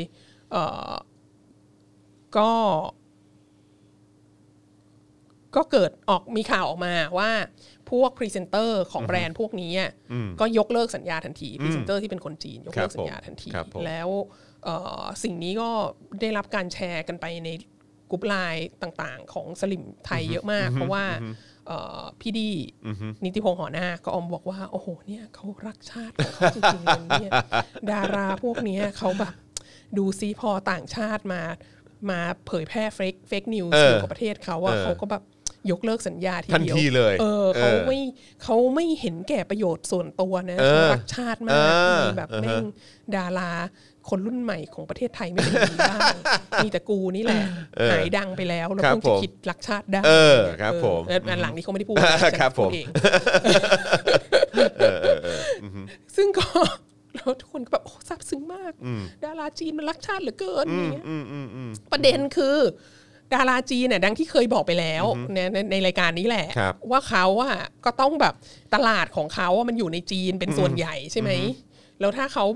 ก็เกิดมีข่าวออกมาว่าพวกพรีเซนเตอร์ของแบรนด์พวกนี้ก็ยกเลิกสัญญาทันทีพรีเซนเตอร์ที่เป็นคนจีนยกเลิกสัญญาทันทีแล้วสิ่งนี้ก็ได้รับการแชร์กันไปในกลุ่มไลน์ต่างๆของสลิมไทยเยอะมากเพราะว่าพี่ดีนิติพงษ์หอนาก็บอกว่าโอ้โหเนี่ยเขารักชาติของเขาจริงๆเนี่ยดาราพวกนี้เขาแบบดูซิพอต่างชาติมาเผยแพร่เฟกนิวส์เกี่ยวกับประเทศเขาเขาก็แบบยกเลิกสัญญาทีเดียวทันทีเลยเขาไม่เห็นแก่ประโยชน์ส่วนตัวนะเขารักชาติมากมีแบบแม่งดาราคนรุ่นใหม่ของประเทศไทยไม่เป็นดีบ้างมีแต่กูนี่แหละหายดังไปแล้วแล้วเพิ่งจะคิดรักชาติได้ครับผมอันหลังนี้เขาไม่ได้พูดครับผมเองซึ่งก็แล้วทุกคนก็แบบโอ้ซาบซึ้งมากดาราจีนมันรักชาติเหลือเกินอย่างเงี้ยประเด็นคือดาราจีนเนี่ยดังที่เคยบอกไปแล้วในรายการนี้แหละว่าเขาอะก็ต้องแบบตลาดของเขาอะมันอยู่ในจีนเป็นส่วนใหญ่ใช่ไหมแล้วถ้าเขา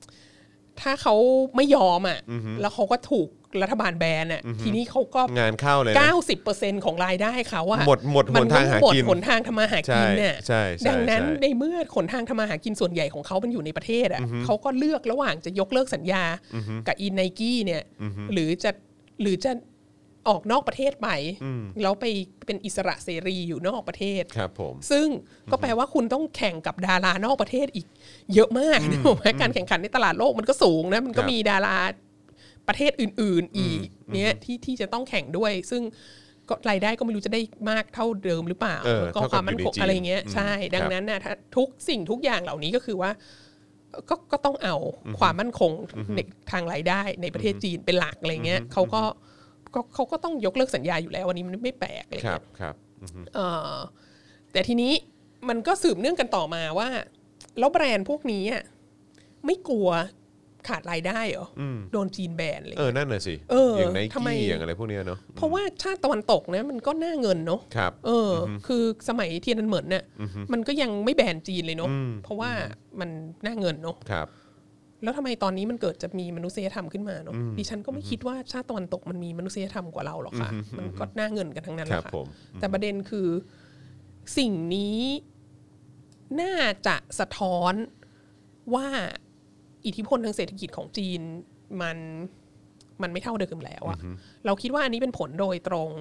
ไม่ยอมอะแล้วเขาก็ถูกรัฐบาลแบนอะทีนี้เขาก็งานเข้าเลย 90% ของรายได้เขาอะหมดหนทางหากินหนทางทำมาหากินเนี่ยดังนั้นในเมื่อหนทางทำมาหากินส่วนใหญ่ของเขามันอยู่ในประเทศอะเขาก็เลือกระหว่างจะยกเลิกสัญญากับอีไนกี้เนี่ยหรือจะออกนอกประเทศไปแล้วไปเป็นอิสระเสรีอยู่นอกประเทศครับผมซึ่งก็แปลว่าคุณต้องแข่งกับดารานอกประเทศอีกเยอะมากนะการแข่งขันในตลาดโลกมันก็สูงนะมันก็มีดาราประเทศอื่นๆอีกเนี่ยที่จะต้องแข่งด้วยซึ่งก็รายได้ก็ไม่รู้จะได้มากเท่าเดิมหรือเปล่าก็ความมั่นคงอะไรเงี้ยใช่ดังนั้นนะทุกสิ่งทุกอย่างเหล่านี้ก็คือว่าก็ต้องเอาความมั่นคงในทางรายได้ในประเทศจีนเป็นหลักอะไรเงี้ยเขาก็ต้องยกเลิกสัญญาอยู่แล้ววันนี้มันไม่แปลกเลยครับแต่ทีนี้มันก็สืบเนื่องกันต่อมาว่าแล้วแบรนด์พวกนี้ไม่กลัวขาดรายได้เหรอโดนจีนแบนเลยนั่นน่ะสิอย่าง Nike อย่างอะไรพวกนี้เนาะเพราะว่าชาติตะวันตกเนี่ยมันก็น่าเงินเนาะคือสมัยเทียนอันเหมินเนี่ยมันก็ยังไม่แบนจีนเลยเนาะเพราะว่ามันน่าเงินเนาะแล้วทำไมตอนนี้มันเกิดจะมีมนุษยธรรมขึ้นมาเนาะดิฉันก็ไม่คิดว่าชาติตะวันตกมันมีมนุษยธรรมกว่าเราหรอกค่ะมันก็น่าเงินกันทั้งนั้นแหละค่ะแต่ประเด็นคือสิ่งนี้น่าจะสะท้อนว่าอิทธิพลทางเศรษฐกิจของจีนมันไม่เท่าเดิมแล้วอะเราคิดว่าอันนี้เป็นผลโดยตรง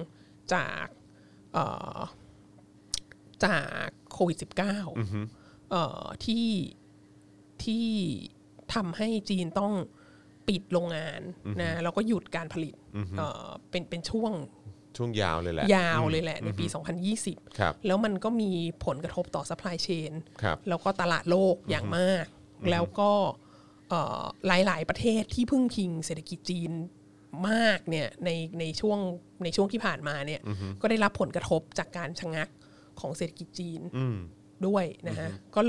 จากโควิด -19 ที่ทำให้จีนต้องปิดโรงงานนะแล้วก็หยุดการผลิตเป็นช่วงยาวเลยแหละในปี 2020 แล้วมันก็มีผลกระทบต่อ supply chain แล้วก็ตลาดโลกอย่างมากแล้วก็หลายๆประเทศที่พึ่งพิงเศรษฐกิจจีนมากเนี่ยในช่วงที่ผ่านมาเนี่ยก็ได้รับผลกระทบจากการชะงักของเศรษฐกิจจีนด้วยนะฮะก็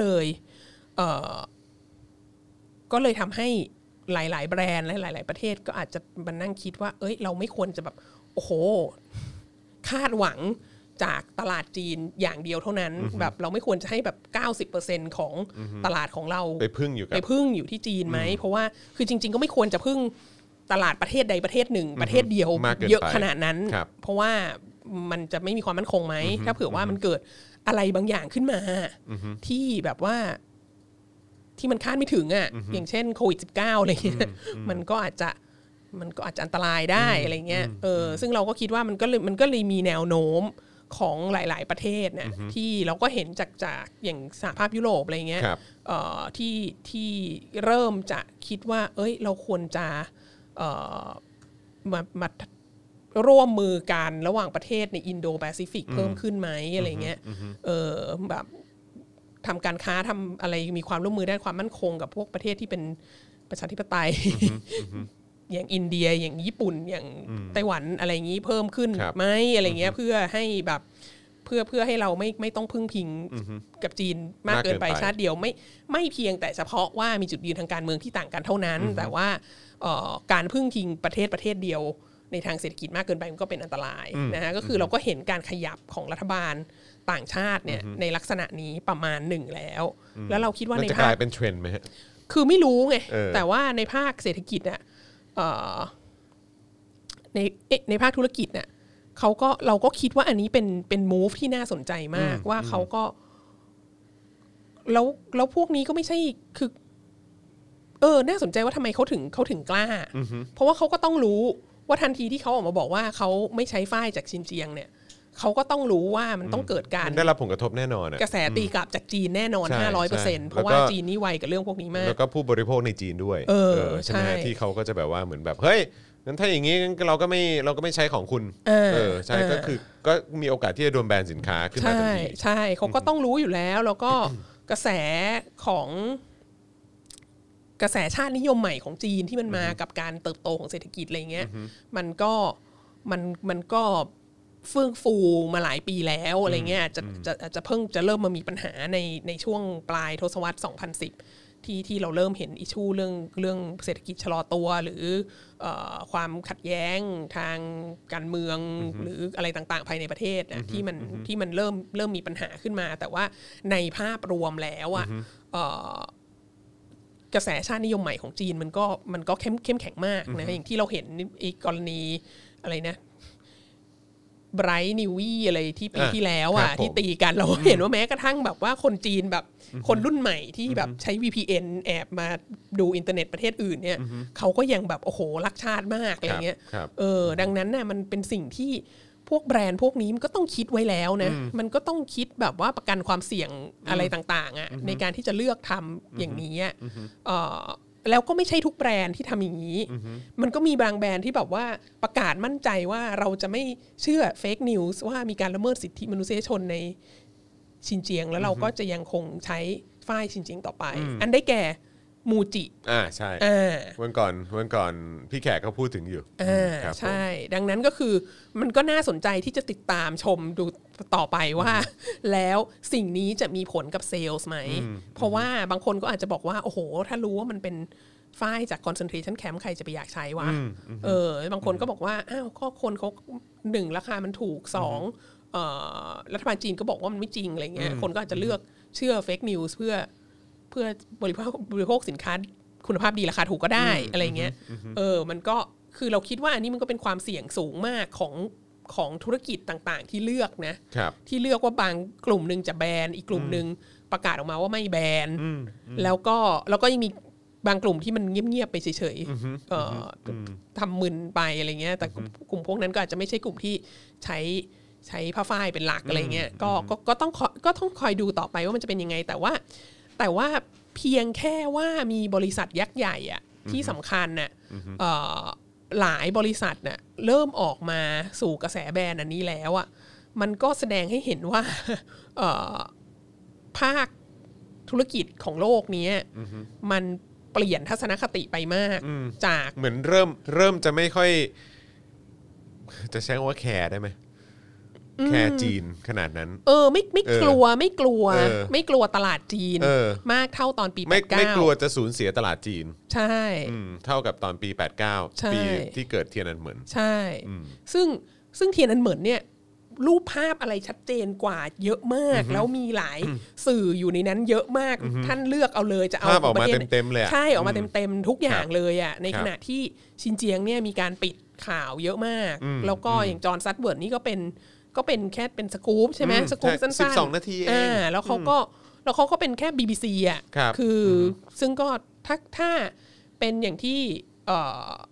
เลยทำให้หลายๆแบรนด์และหลายๆประเทศก็อาจจะมานั่งคิดว่าเราไม่ควรจะแบบโอ้โหคาดหวังจากตลาดจีนอย่างเดียวเท่านั้นแบบเราไม่ควรจะให้แบบ 90% ของตลาดของเราไปพึ่งอยู่ที่จีนไหมเพราะว่าคือจริงๆก็ไม่ควรจะพึ่งตลาดประเทศใดประเทศหนึ่งประเทศเดียวเยอะขนาดนั้นเพราะว่ามันจะไม่มีความมั่นคงไหมถ้าเผื่อว่ามันเกิดอะไรบางอย่างขึ้นมาที่แบบว่าที่มันคาดไม่ถึงอย่างเช่นโควิด -19 อะไรเงี้ยมันก็อาจจะมันก็อาจจะอันตรายได้อะไรเงี้ยซึ่งเราก็คิดว่ามันก็เลยมีแนวโน้มของหลายๆประเทศเนี่ยที่เราก็เห็นจากอย่างสหภาพยุโรปอะไรเงี้ยที่เริ่มจะคิดว่าเราควรจะมาร่วมมือกันระหว่างประเทศในอินโดแปซิฟิกเพิ่มขึ้นไหมอะไรเงี้ยแบบทำการค้าทำอะไรมีความร่วมมือด้านความมั่นคงกับพวกประเทศที่เป็นประชาธิปไตยอย่างอินเดียอย่างญี่ปุ่นอย่างไต้หวันอะไรอย่างนี้เพิ่มขึ้นไหมอะไรเงี้ยเพื่อให้แบบเพื่อให้เราไม่ต้องพึ่งพิงกับจีนมากเกินไปชาติเดียวไม่เพียงแต่เฉพาะว่ามีจุดยืนทางการเมืองที่ต่างกันเท่านั้นแต่ว่าการพึ่งพิงประเทศเดียวในทางเศรษฐกิจมากเกินไปมันก็เป็นอันตรายนะฮะก็คือเราก็เห็นการขยับของรัฐบาลต่างชาติเนี่ยในลักษณะนี้ประมาณหนึ่งแล้วเราคิดว่าในภาคจะกลายเป็นเทรนด์ไหมฮะคือไม่รู้ไงแต่ว่าในภาคเศรษฐกิจเนี่ยในภาคธุรกิจเนี่ยเราก็คิดว่าอันนี้เป็น move ที่น่าสนใจมากว่าเขาก็แล้วพวกนี้ก็ไม่ใช่คือน่าสนใจว่าทำไมเขาถึงกล้าเพราะว่าเขาก็ต้องรู้ว่าทันทีที่เขาออกมาบอกว่าเขาไม่ใช้ฝ้ายจากซินเจียงเนี่ยเขาก็ต้องรู้ว่ามันต้องเกิดการได้รับผลกระทบแน่นอนกระแสตีกลับจากจีนแน่นอน 500% เพราะว่าจีนนี่ไวกับเรื่องพวกนี้มากแล้วก็ผู้บริโภคในจีนด้วยใช่ไหมที่เขาก็จะแบบว่าเหมือนแบบเฮ้ยงั้นถ้าอย่างนี้เราก็ไม่ใช้ของคุณใช่ก็คือก็มีโอกาสที่จะโดนแบนสินค้าขึ้นมาทันทีใช่เขาก็ต้องรู้อยู่แล้วก็กระแสชาตินิยมใหม่ของจีนที่มันมากับการเติบโตของเศรษฐกิจอะไรเงี้ยมันก็เฟื่องฟูมาหลายปีแล้วอะไรเงี้ยจะเพิ่งจะเริ่มมามีปัญหาในช่วงปลายทศวรรษ 2010ที่เราเริ่มเห็นอิชชูเรื่องเศรษฐกิจชะลอตัวหรือความขัดแย้งทางการเมืองหรืออะไรต่างๆภายในประเทศนะที่มันเริ่มมีปัญหาขึ้นมาแต่ว่าในภาพรวมแล้วอ่ะกระแสชาตินิยมใหม่ของจีนมันก็เข้มแข็งมากนะอย่างที่เราเห็นอีกกรณีอะไรนะไบรท์นิววี่อะไรที่ปีที่แล้วอ่ะที่ตีกันเราเห็นว่าแม้กระทั่งแบบว่าคนจีนแบบคนรุ่นใหม่ที่แบบใช้ VPN แอบมาดูอินเทอร์เน็ตประเทศอื่นเนี่ยเขาก็ยังแบบโอ้โหรักชาติมากอะไรเงี้ยดังนั้นน่ะมันเป็นสิ่งที่พวกแบรนด์พวกนี้มันก็ต้องคิดไว้แล้วนะมันก็ต้องคิดแบบว่าประกันความเสี่ยงอะไรต่างๆอ่ะในการที่จะเลือกทำอย่างนี้แล้วก็ไม่ใช่ทุกแบรนด์ที่ทำอย่างนี้มันก็มีบางแบรนด์ที่แบบว่าประกาศมั่นใจว่าเราจะไม่เชื่อเฟกนิวส์ว่ามีการละเมิดสิทธิมนุษยชนในชินเจียงแล้วเราก็จะยังคงใช้ฝ้ายชินเจียงต่อไปอันได้แก่มูจิใช่วันก่อนพี่แขกเขาพูดถึงอยู่ใช่ดังนั้นก็คือมันก็น่าสนใจที่จะติดตามชมดูต่อไปว่าแล้วสิ่งนี้จะมีผลกับเซลส์ไหมเพราะว่าบางคนก็อาจจะบอกว่าโอ้โหถ้ารู้ว่ามันเป็นฝ้ายจาก concentration camp ใครจะไปอยากใช้วะบางคนก็บอกว่าอ้าวก็คนเขา1ราคามันถูก2รัฐบาลจีนก็บอกว่ามันไม่จริงอะไรเงี้ยคนก็อาจจะเลือกเชื่อ fake news เพื่อบริโภคสินค้าคุณภาพดีราคาถูกก็ได้อะไรเงี้ยมันก็คือเราคิดว่าอันนี้มันก็เป็นความเสี่ยงสูงมากของธุรกิจต่างๆที่เลือกนะที่เลือกว่าบางกลุ่มนึงจะแบนอีกกลุ่มนึงประกาศออกมาว่าไม่แบนแล้วก็ยังมีบางกลุ่มที่มันเงียบๆไปเฉยๆทำมึนไปอะไรเงี้ยแต่กลุ่มพวกนั้นก็อาจจะไม่ใช่กลุ่มที่ใช้ผ้าฝ้ายเป็นหลักอะไรเงี้ยก็ต้องคอยดูต่อไปว่ามันจะเป็นยังไงแต่ว่าเพียงแค่ว่ามีบริษัทยักษ์ใหญ่อะที่สำคัญน่ะหลายบริษัทน่ะเริ่มออกมาสู่กระแสแบรนด์อันนี้แล้วอะมันก็แสดงให้เห็นว่าภาคธุรกิจของโลกนี้มันเปลี่ยนทัศนคติไปมากจากเหมือนเริ่มจะไม่ค่อยจะใช้คำว่าแคร์ได้ไหมแค่จีนขนาดนั้นไม่กลัวตลาดจีนมากเท่าตอนปี89 ไม่กลัวจะสูญเสียตลาดจีนใช่เท่ากับตอนปี89ปีที่เกิดเทียนอันเหมินใช่ซึ่งเทียนอันเหมินเนี่ยรูปภาพอะไรชัดเจนกว่าเยอะมากแล้วมีหลายสื่ออยู่ในนั้นเยอะมากท่านเลือกเอาเลยจะเอาออกมาเต็มๆเลยใช่ออกมาเต็มๆทุกอย่างเลยอ่ะในขณะที่ชินเจียงเนี่ยมีการปิดข่าวเยอะมากแล้วก็อย่างจอห์นซัตเวิร์ดนี่ก็เป็นแค่เป็นสกู๊ปใช่ไหมสกู๊ปสั้นๆ12นาทีเองแล้วเขาก็เป็นแค่ BBC อ่ะคือซึ่งก็ถ้าเป็นอย่างที่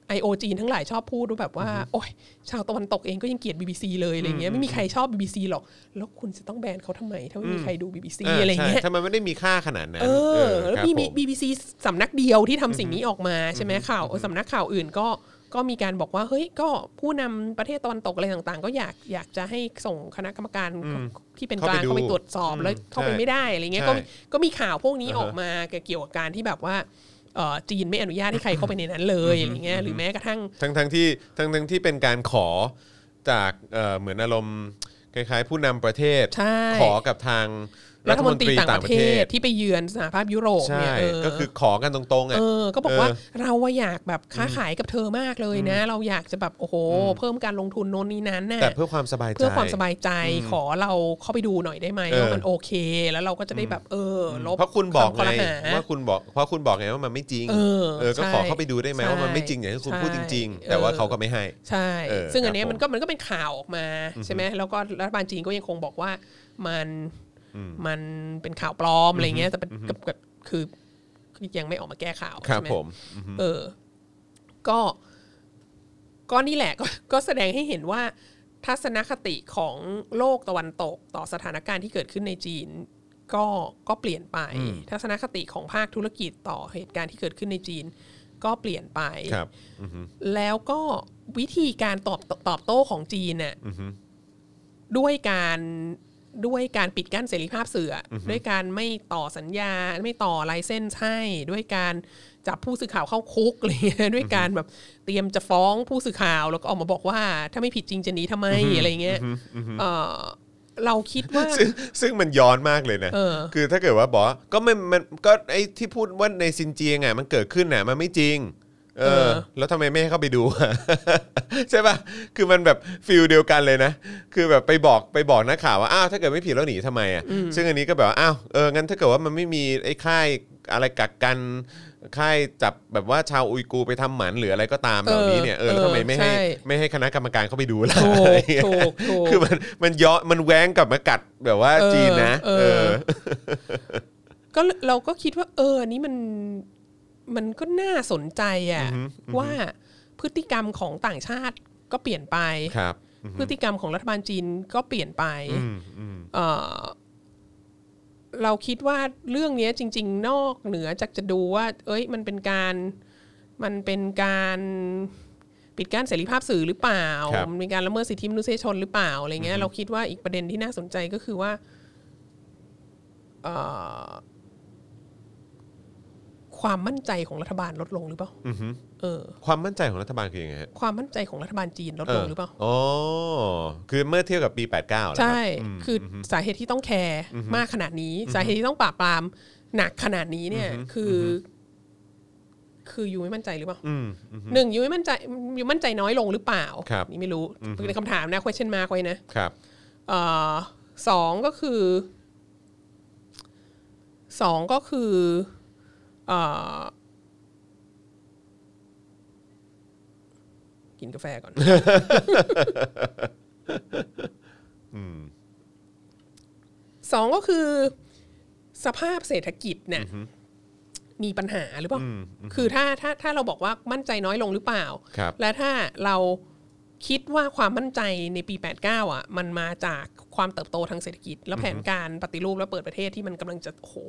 IO จีนทั้งหลายชอบพูดว่าแบบว่าโอ๊ยชาวตะวันตกเองก็ยังเกลียด BBC เลยอะไรเงี้ยไม่มีใครชอบ BBC หรอกแล้วคุณจะต้องแบนเขาทำไมถ้าไม่มีใครดู BBC อะไรเงี้ยทำไมไม่ได้มีค่าขนาดนั้นแล้วมี BBC สำนักเดียวที่ทำสิ่งนี้ออกมาใช่ไหมข่าวสำนักข่าวอื่นก็มีการบอกว่าเฮ้ยก็ผู้นำประเทศตะวันตกอะไรต่างๆก็อยากจะให้ส่งคณะกรรมการที่เป็นกลางเข้าไปตรวจสอบแล้วเข้าไปไม่ได้อะไรเงี้ยก็มีข่าวพวกนี้ออกมาเกี่ยวกับการที่แบบว่าจีนไม่อนุญาตให้ใครเข้าไปในนั้นเลยอะไรเงี้ยหรือแม้กระทั่งทั้งที่เป็นการขอจากเหมือนอารมณ์คล้ายๆผู้นำประเทศขอกับทางรัฐมนตรีต่างประเทศที่ไปเยือนสหภาพยุโรปเนี่ยก็คือขอกันตรงๆก็บอกว่าเราอยากแบบค้าขายกับเธอมากเลยนะเราอยากจะแบบโอ้โหเพิ่มการลงทุนโน่นนี่นั้นน่ะแต่เพื่อความสบายใจขอเราเข้าไปดูหน่อยได้ไหมว่ามันโอเคแล้วเราก็จะได้แบบลบเพราะคุณบอกไงว่าคุณบอกไงว่ามันไม่จริงก็ขอเข้าไปดูได้ไหมว่ามันไม่จริงอย่างที่คุณพูดจริงๆแต่ว่าเขาก็ไม่ให้ใช่ซึ่งอันนี้มันก็เป็นข่าวออกมาใช่ไหมแล้วก็รัฐบาลจีนก็ยังคงบอกว่ามันเป็นข่าวปลอมอะไรเงี้ยแต่คือยังไม่ออกมาแก้ข่าวใช่ไหมก็นี่แหละก็แสดงให้เห็นว่าทัศนคติของโลกตะวันตกต่อสถานการณ์ที่เกิดขึ้นในจีนก็เปลี่ยนไปทัศนคติของภาคธุรกิจต่อเหตุการณ์ที่เกิดขึ้นในจีนก็เปลี่ยนไปแล้วก็วิธีการตอบโต้ของจีนเนี่ยด้วยการปิดกั้นเสรีภาพสื่อด้วยการไม่ต่อสัญญาไม่ต่อไลเซนส์ให้ด้วยการจับผู้สื่อข่าวเข้าคุกอะไรเงี้ยด้วยการแบบเตรียมจะฟ้องผู้สื่อข่าวแล้วก็ออกมาบอกว่าถ้าไม่ผิดจริงจะหนีทำไมอะไรเงี้ยเราคิดว่าซึ่งมันย้อนมากเลยนะคือถ้าเกิดว่าบอกก็มันก็ไอ้ที่พูดว่าในซินเจียงมันเกิดขึ้นน่ะมันไม่จริงแล้วทำไมไม่ให้เข้าไปดูใช่ป่ะคือมันแบบฟีลเดียวกันเลยนะคือแบบไปบอกนักข่าวว่าอ้าวถ้าเกิดไม่ผิดแล้วหนีทำไมซึ่งอันนี้ก็แบบอ้าวงั้นถ้าเกิดว่ามันไม่มีไอ้ค่ายอะไรกักกันค่ายจับแบบว่าชาวอุยกูร์ไปทำหมันหรืออะไรก็ตามเหล่านี้เนี่ยแล้วทำไมไม่ให้คณะกรรมการเข้าไปดูล่ะคือมันย้อนมันแว้งกับมากัดแบบว่าจีนนะก็เราก็คิดว่าอันนี้มันก็น่าสนใจว่าพฤติกรรมของต่างชาติก็เปลี่ยนไปพฤติกรรมของรัฐบาลจีนก็เปลี่ยนไปเราคิดว่าเรื่องนี้จริงๆนอกเหนือจากจะดูว่ามันเป็นการปิดกั้นเสรีภาพสื่อหรือเปล่ามันเป็นการละเมิดสิทธิมนุษยชนหรือเปล่าอะไรเงี้ยเราคิดว่าอีกประเด็นที่น่าสนใจก็คือว่าความมั่นใจของรัฐบาลลดลงหรือเปล่าความมั่นใจของรัฐบาลคือยังไงฮะความมั่นใจของรัฐบาลจีนลดลงหรือเปล่าคือเมื่อเทียบกับปี89 ใช่คือสาเหตุที่ต้องแคร์มากขนาดนี้สาเหตุที่ต้องปราบปรามหนักขนาดนี้เนี่ยคืออยู่ไม่มั่นใจหรือเปล่าหนึ่งอยู่ไม่มั่นใจน้อยลงหรือเปล่านี่ไม่รู้เป็นคำถามนะ question mark ไว้นะครับสองก็คือกินกาแฟก่อน สองก็คือสภาพเศรษฐกิจเนี่ยมีปัญหาหรือเปล่าคือถ้าเราบอกว่ามั่นใจน้อยลงหรือเปล่าและถ้าเราคิดว่าความมั่นใจในปี89มันมาจากความเติบโตทางเศรษฐกิจแล้วแผนการปฏิรูปและเปิดประเทศที่มันกำลังจะ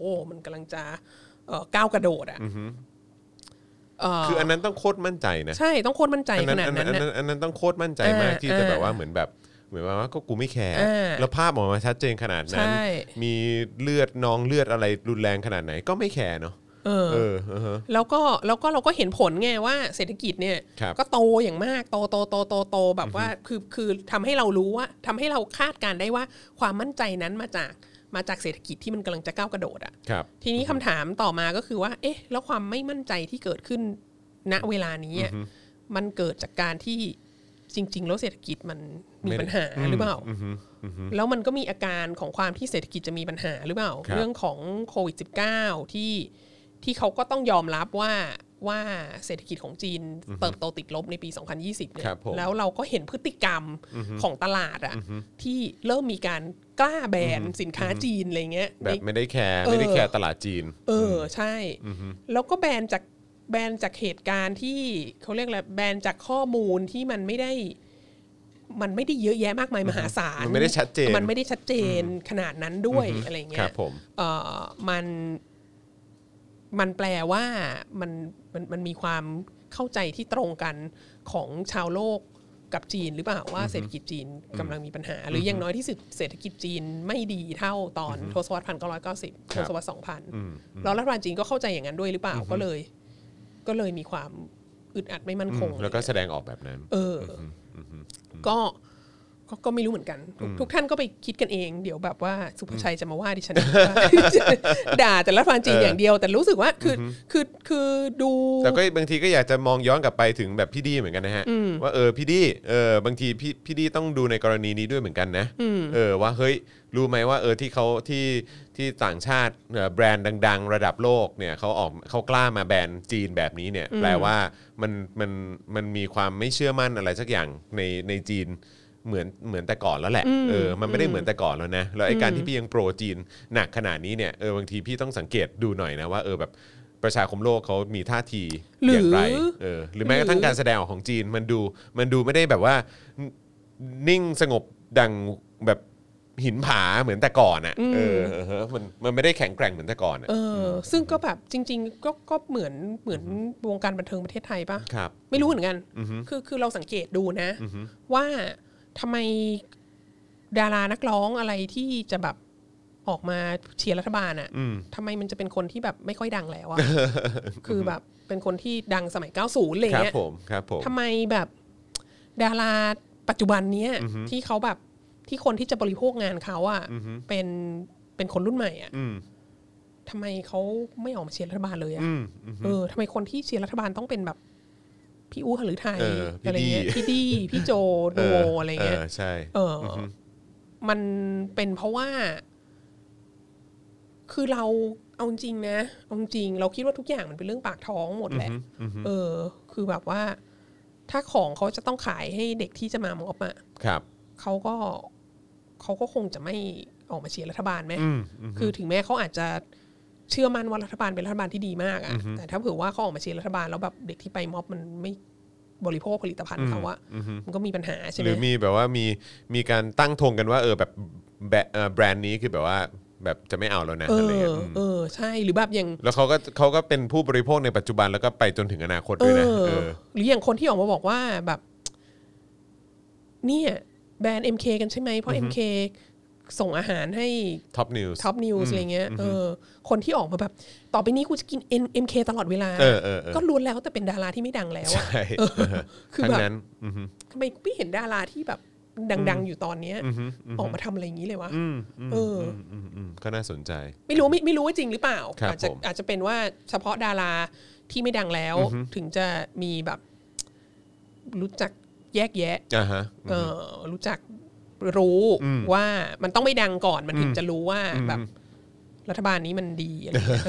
ก้าวกระโดดคืออันนั้นต้องโคตรมั่นใจนะใช่ต้องโคตรมั่นใจขนาดนั้นอันนั้นต้องโคตรมั่นใจมากที่จะแบบว่าเหมือนว่าก็กูไม่แคร์แล้วภาพออกมาชัดเจนขนาดนั้นมีเลือดนองเลือดอะไรรุนแรงขนาดไหนก็ไม่แคร์เนาะแล้วก็เราก็เห็นผลไงว่าเศรษฐกิจเนี่ยก็โตอย่างมากโตแบบว่าคือทำให้เรารู้ว่าทำให้เราคาดการได้ว่าความมั่นใจนั้นมาจากเศรษฐกิจที่มันกำลังจะก้าวกระโดดทีนี้คำถามต่อมาก็คือว่าแล้วความไม่มั่นใจที่เกิดขึ้นณเวลานี้มันเกิดจากการที่จริงๆแล้วเศรษฐกิจมันมีปัญหาหรือเปล่าแล้วมันก็มีอาการของความที่เศรษฐกิจจะมีปัญหาหรือเปล่าเรื่องของโควิด -19 ที่เขาก็ต้องยอมรับว่าเศรษฐกิจของจีนเติบโตติดลบในปี 2020 เนี่ยแล้วเราก็เห็นพฤติกรรมของตลาดที่เริ่มมีการกล้าแบนสินค้าจีนอะไรเงี้ยแบบไม่ได้แคร์ตลาดจีนใช่แล้วก็แบนจากแบนจากเหตุการณ์ที่เขาเรียกอะไรแบนจากข้อมูลที่มันไม่ได้เยอะแยะมากมายมหาศาลมันไม่ได้ชัดเจนขนาดนั้นด้วยอะไรเงี้ยมันแปลว่ามันมีความเข้าใจที่ตรงกันของชาวโลกกับจีนหรือเปล่าว่าเศรษฐกิจจีนกำลังมีปัญหาหรืออย่างน้อยที่สุดเศรษฐกิจจีนไม่ดีเท่าตอนทศวรรษ1990ทศวรรษ2000แล้วรัฐบาลจีนก็เข้าใจอย่างนั้นด้วยหรือเปล่าก็เลยมีความอึดอัดไม่มั่นคงแล้วก็แสดงออกแบบนั้นก็ไม่รู้เหมือนกันทุกท่านก็ไปคิดกันเองเดี๋ยวแบบว่าสุภชัยจะมาว่าดิฉันด่าแต่รัฐบาลจีนอย่างเดียวแต่รู้สึกว่าคือดูแต่ก็บางทีก็อยากจะมองย้อนกลับไปถึงแบบพี่ดีเหมือนกันนะฮะว่าพี่ดีบางทีพี่ดีต้องดูในกรณีนี้ด้วยเหมือนกันนะว่าเฮ้ยรู้ไหมว่าที่ต่างชาติแบรนด์ดังๆระดับโลกเนี่ยเขากล้ามาแบนจีนแบบนี้เนี่ยแปลว่ามันมีความไม่เชื่อมั่นอะไรสักอย่างในจีนเหมือนแต่ก่อนแล้วแหละมันไม่ได้เหมือนแต่ก่อนแล้วนะแล้วไอ้การที่พี่ยังโปรจีนหนักขนาดนี้เนี่ยบางทีพี่ต้องสังเกตดูหน่อยนะว่าแบบประชาคมโลกเขามีท่าทีอย่างไรหรือแม้กระทั่งการแสดงออกของจีนมันดูไม่ได้แบบว่านิ่งสงบดังแบบหินผาเหมือนแต่ก่อนอ่ะมันไม่ได้แข็งแกร่งเหมือนแต่ก่อนซึ่งก็แบบจริงๆก็เหมือนวงการบันเทิงประเทศไทยป่ะไม่รู้เหมือนกันคือเราสังเกตดูนะว่าทำไมดารานักร้องอะไรที่จะแบบออกมาเชียร์รัฐบาลอ่ะทำไมมันจะเป็นคนที่แบบไม่ค่อยดังแล้วอ่ะ คือแบบเป็นคนที่ดังสมัย90อะไรเงี้ยทำไมแบบดาราปัจจุบันเนี้ยที่เขาแบบที่คนที่จะบริโภคงานเขาอ่ะเป็นคนรุ่นใหม่อ่ะทำไมเขาไม่ออกมาเชียร์รัฐบาลเลยอ่ะทำไมคนที่เชียร์รัฐบาลต้องเป็นแบบพี่อู้หฤทัยอะไรเงี้ยพี่ดีพี่โจโนอะไรเงี้ยใช่มันเป็นเพราะว่าคือเราเอาจริงนะเอาจริงเราคิดว่าทุกอย่างมันเป็นเรื่องปากท้องหมดแหละคือแบบว่าถ้าของเขาจะต้องขายให้เด็กที่จะมาม็อบอ่ะเขาก็คงจะไม่ออกมาเชียร์รัฐบาลไหมคือถึงแม้เขาอาจจะเชื่อมั่นว่ารัฐบาลเป็นรัฐบาลที่ดีมากอ่ะแต่ถ้าเผื่อว่าเขาออกมาเชียร์รัฐบาลแล้วแบบเด็กที่ไปม็อบมันไม่บริโภคผลิตภัณฑ์เขาอะมันก็มีปัญหาใช่ไหมหรือมีแบบว่ามีการตั้งธงกันว่าแบบแบรนด์นี้คือแบบว่าแบบจะไม่เอาแล้วนะอะไรเงี้ยใช่หรือแบบอย่างแล้วเขาก็เป็นผู้บริโภคในปัจจุบันแล้วก็ไปจนถึงอนาคตด้วยนะหรืออย่างคนที่ออกมาบอกว่าแบบเนี่ยแบรนด์ MK กันใช่ไหมเพราะ MK ส่งอาหารให้ Top News อะไรเงี้ยคนที่ออกมาแบบต่อไปนี้กูจะกิน MK ตลอดเวลาก็ล้วนแล้วแต่เป็นดาราที่ไม่ดังแล้วคือแบบทำไมไม่เห็นดาราที่แบบดังๆอยู่ตอนนี้ออกมาทำอะไรอย่างนี้เลยวะก็น่าสนใจไม่รู้ว่าจริงหรือเปล่าอาจจะเป็นว่าเฉพาะดาราที่ไม่ดังแล้วถึงจะมีแบบรู้จักแยกแยะรู้จักรู้ว่ามันต้องไม่ดังก่อนมันถึงจะรู้ว่าแบบรัฐบาลนี้มันดีอะไรเงี้ย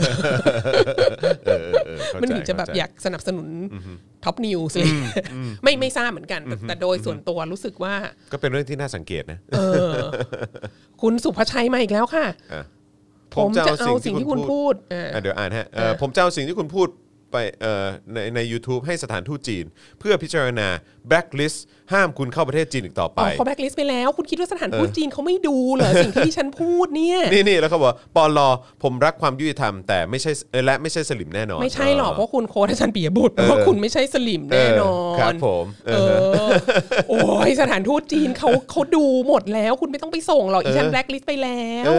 มันถึงจะแบบอยากสนับสนุนท็อปนิวส์เลยไม่ทราบเหมือนกันแต่โดยส่วนตัวรู้สึกว่าก็เป็นเรื่องที่น่าสังเกตนะคุณสุภชัยมาอีกแล้วค่ะผมจะเอาสิ่งที่คุณพูดเดี๋ยวอ่านฮะผมจะเอาสิ่งที่คุณพูดไปใน YouTube ให้สถานทูตจีนเพื่อพิจารณาแบล็คลิสต์ห้ามคุณเข้าประเทศจีนอีกต่อไปเขาแบล็คลิสต์ไปแล้วคุณคิดว่าสถานทูตจีนเขาไม่ดูเหรอสิ่งที่ฉันพูดเนี่ยนี่แล้วเขาบอกปล.ผมรักความยุติธรรมแต่ไม่ใช่และไม่ใช่สลิมแน่นอนไม่ใช่หรอกเพราะคุณโค้ชอาจารย์ปิยบุตรเพราะคุณไม่ใช่สลิมแน่นอนครับผมโอ้ยสถานทูตจีนเขาดูหมดแล้วคุณไม่ต้องไปส่งหรอกอีฉันแบล็คลิสต์ไปแล้ว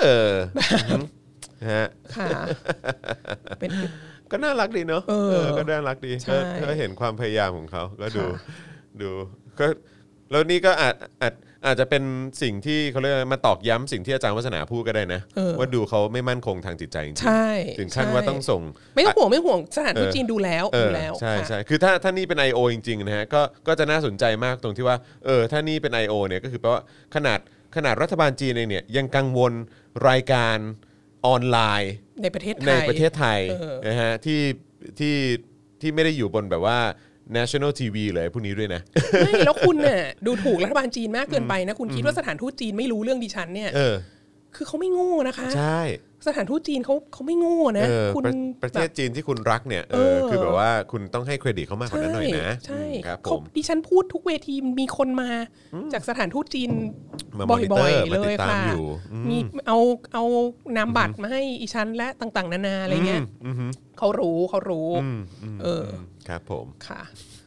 ค่ะเป็นก็น่ารักดีเนาะก็น่ารักดีก็เห็นความพยายามของเขาก็ดูก็แล้วนี่ก็อาจจะเป็นสิ่งที่เขาเรียกมาตอกย้ำสิ่งที่อาจารย์วัฒนาพูดก็ได้นะว่าดูเขาไม่มั่นคงทางจิตใจจริงๆถึงขั้นว่าต้องส่งไม่ต้องห่วงสถานทูตจีนดูแล้วใช่คือถ้านี่เป็น IO จริงๆนะฮะก็จะน่าสนใจมากตรงที่ว่าถ้านี่เป็น IO เนี่ยก็คือแปลว่าขนาดรัฐบาลจีนเองเนี่ยยังกังวลรายการออนไลน์ในประเทศไทยนะฮะที่ไม่ได้อยู่บนแบบว่า National TV เลยพวกนี้ด้วยนะไม่แล้วคุณน่ะดูถูกรัฐบาลจีนมากเกินไปนะคุณคิดว่าสถานทูตจีนไม่รู้เรื่องดิฉันเนี่ยคือเขาไม่โง่นะคะใช่สถานทูตจีนเขาไม่โง่นะคุณประเทศจีนที่คุณรักเนี่ยคือแบบว่าคุณต้องให้เครดิตเขามากกว่านั้นหน่อยนะใช่ครับผมดิฉันพูดทุกเวทีมีคนมาจากสถานทูตจีนบ่อยๆเลยค่ะมีเอานามบัตรมาให้อีฉันและต่างๆนานาอะไรเงี้ยเขารู้ครับผมค่ะ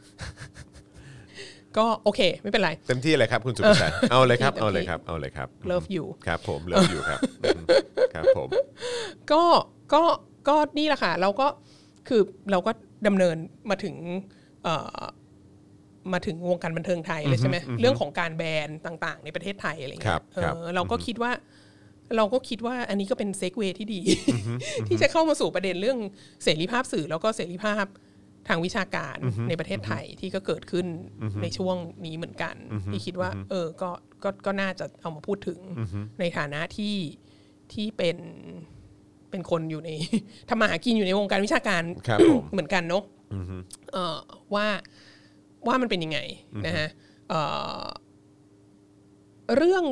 ก็โอเคไม่เป็นไรเต็มที่เลยครับคุณสุภชัยเอาเลยครับ love you ครับผม love you ครับครับผมก็นี่แหละค่ะเราก็คือเราก็ดำเนินมาถึงวงการบันเทิงไทยเลยใช่ไหมเรื่องของการแบนต่างๆในประเทศไทยอะไรเงี้ยเราก็คิดว่าอันนี้ก็เป็นเซกเวย์ที่ดีที่จะเข้ามาสู่ประเด็นเรื่องเสรีภาพสื่อแล้วก็เสรีภาพทางวิชาการในประเทศไทยที่ก็เกิดขึ้นในช่วงนี้เหมือนกันที่คิดว่าก็น่าจะเอามาพูดถึงในฐานะที่เป็นคนอยู่ในทำมาหากินอยู่ในวงการวิชาการเหมือนกันเนาะว่ามันเป็นยังไงนะฮะเรื่อง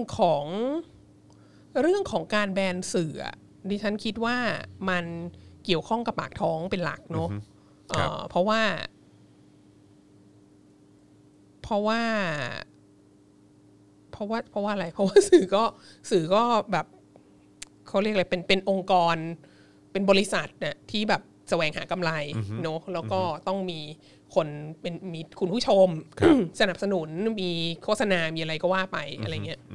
ของการแบนสื่อดิฉันคิดว่ามันเกี่ยวข้องกับปากท้องเป็นหลักเนาะเพราะว่าอะไรเพราะว่าสื่อก็แบบเขาเรียกอะไรเป็นองค์กรเป็นบริษัทเนี่ยที่แบบแสวงหากำไรเนาะแล้วก็ต้องมีคนมีคุณผู้ชมสนับสนุนมีโฆษณามีอะไรก็ว่าไปอะไรเงี้ย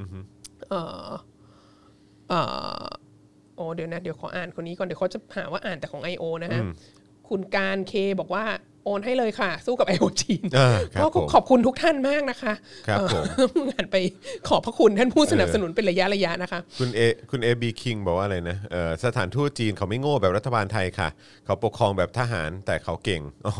เดี๋ยวนะเดี๋ยวขออ่านคนนี้ก่อนเดี๋ยวเขาจะหาว่าอ่านแต่ของ I.O. นะฮะคุณการเคบอกว่าโอนให้เลยค่ะสู้กับ I.O. จีนก็ขอบคุณทุกท่านมากนะคะงานไปขอบพระคุณท่านผู้สนับสนุนเป็นระยะนะคะคุณ AB King บอกว่าอะไรนะสถานทูตจีนเขาไม่โง่แบบรัฐบาลไทยค่ะเขาปกครองแบบทหารแต่เขาเก่ง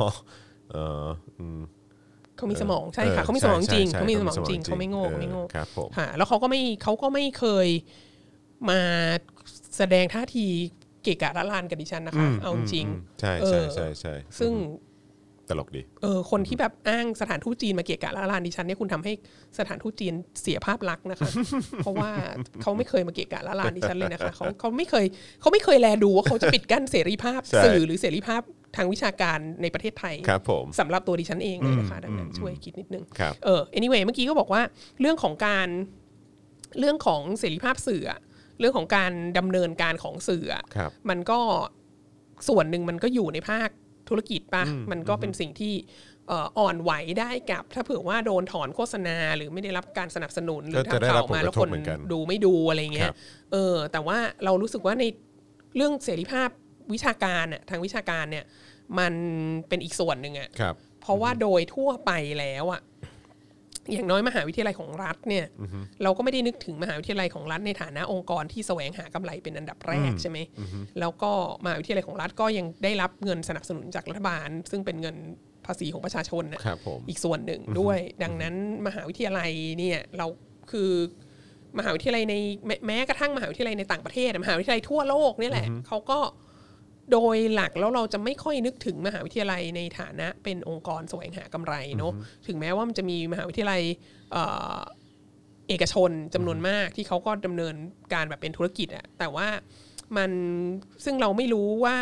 เขามีสมองใช่ค่ะเขามีสมองจริงเขามีสมองจริงเขาไม่โง่ครับผมค่ะแล้วเขาก็ไม่เคยมาแสดงท่าทีเกะกะละลานกับดิฉันนะคะเอาจริงใช่ซึ่งตลกดีคนที่แบบอ้างสถานทูตจีนมาเกะกะละลานดิฉันเนี่ยคุณทำให้สถานทูตจีนเสียภาพลักษณ์นะคะ เพราะว่าเขาไม่เคยมาเกะกะละลานดิฉันเลยนะคะเขาไม่เคยแลดูว่าเขาจะปิดกั้นเสรีภาพสื่อหรือเสรีภาพทางวิชาการในประเทศไทยสำหรับตัวดิฉันเองเลยนะคะดังนั้นช่วยคิดนิดนึงanyway เมื่อกี้ก็บอกว่าเรื่องของเสรีภาพสื่อเรื่องของการดำเนินการของสื่อมันก็ส่วนหนึ่งมันก็อยู่ในภาคธุรกิจป่ะมันก็เป็นสิ่งที่อ่อนไหวได้กับถ้าเผื่อว่าโดนถอนโฆษณาหรือไม่ได้รับการสนับสนุนหรือทำข่าวมาแล้วคนดูไม่ดูอะไรเงี้ยแต่ว่าเรารู้สึกว่าในเรื่องเสรีภาพวิชาการทางวิชาการเนี่ยมันเป็นอีกส่วนหนึ่งเพราะว่าโดยทั่วไปแล้วอย่างน้อยมหาวิทยาลัยของรัฐเนี่ยเราก็ไม่ได้นึกถึงมหาวิทยาลัยของรัฐในฐานะองค์กรที่แสวงหากำไรเป็นอันดับแรกใช่ไหมแล้วก็มหาวิทยาลัยของรัฐก็ยังได้รับเงินสนับสนุนจากรัฐบาลซึ่งเป็นเงินภาษีของประชาชนอีกส่วนหนึ่งด้วยดังนั้นมหาวิทยาลัยเนี่ยเราคือมหาวิทยาลัยในแม้กระทั่งมหาวิทยาลัยในต่างประเทศมหาวิทยาลัยทั่วโลกนี่แหละเขาก็โดยหลักแล้วเราจะไม่ค่อยนึกถึงมหาวิทยาลัยในฐานะเป็นองค์กรแสวงหากำไรเนาะถึงแม้ว่ามันจะมีมหาวิทยาลัยเอกชนจำนวนมากที่เขาก็ดำเนินการแบบเป็นธุรกิจแต่ว่ามันซึ่งเราไม่รู้ว่า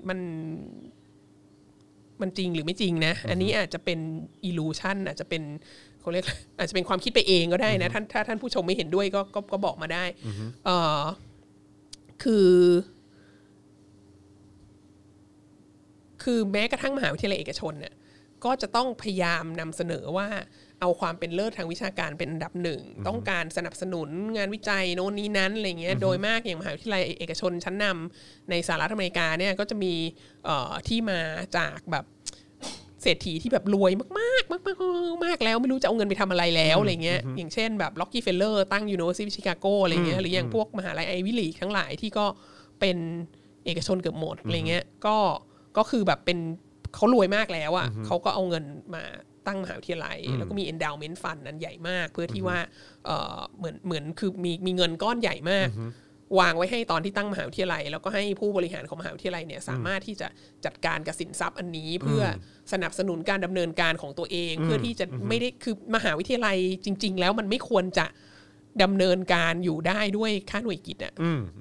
มันจริงหรือไม่จริงนะอันนี้อาจจะเป็น illusion อาจจะเป็นเขาเรียกอาจจะเป็นความคิดไปเองก็ได้นะถ้าท่านผู้ชมไม่เห็นด้วยก็บอกมาได้คือแม้กระทั่งมหาวิทยาลัยเอกชนเนี่ยก็จะต้องพยายามนำเสนอว่าเอาความเป็นเลิศทางวิชาการเป็นอันดับหนึ่งต้องการสนับสนุนงานวิจัยโน่นนี้นั้นอะไรเงี้ยโดยมากอย่างมหาวิทยาลัยเอกชนชั้นนำในสหรัฐอเมริกาเนี่ยก็จะมีที่มาจากแบบเศรษฐีที่แบบรวยมากแล้วไม่รู้จะเอาเงินไปทำอะไรแล้วอะไรเงี้ยอย่างเช่นแบบล็อกกี้เฟลเลอร์ตั้ง University of Chicago อะไรเงี้ยหรืออย่างพวกมหาลัยไอวิลีกทั้งหลายที่ก็เป็นเอกชนเกือบหมดอะไรเงี้ยก็คือแบบเป็นเขารวยมากแล้วเขาก็เอาเงินมาตั้งมหาวิทยาลัยแล้วก็มี endowment fund นั้นใหญ่มากเพื่อที่ว่าเหมือนคือมีเงินก้อนใหญ่มากวางไว้ให้ตอนที่ตั้งมหาวิทยาลัยแล้วก็ให้ผู้บริหารของมหาวิทยาลัยเนี่ยสามารถที่จะจัดการกับสินทรัพย์อันนี้เพื่อสนับสนุนการดำเนินการของตัวเองเพื่อที่จะไม่ได้คือมหาวิทยาลัยจริงๆแล้วมันไม่ควรจะดำเนินการอยู่ได้ด้วยค่าหน่วยกิจอ่ะ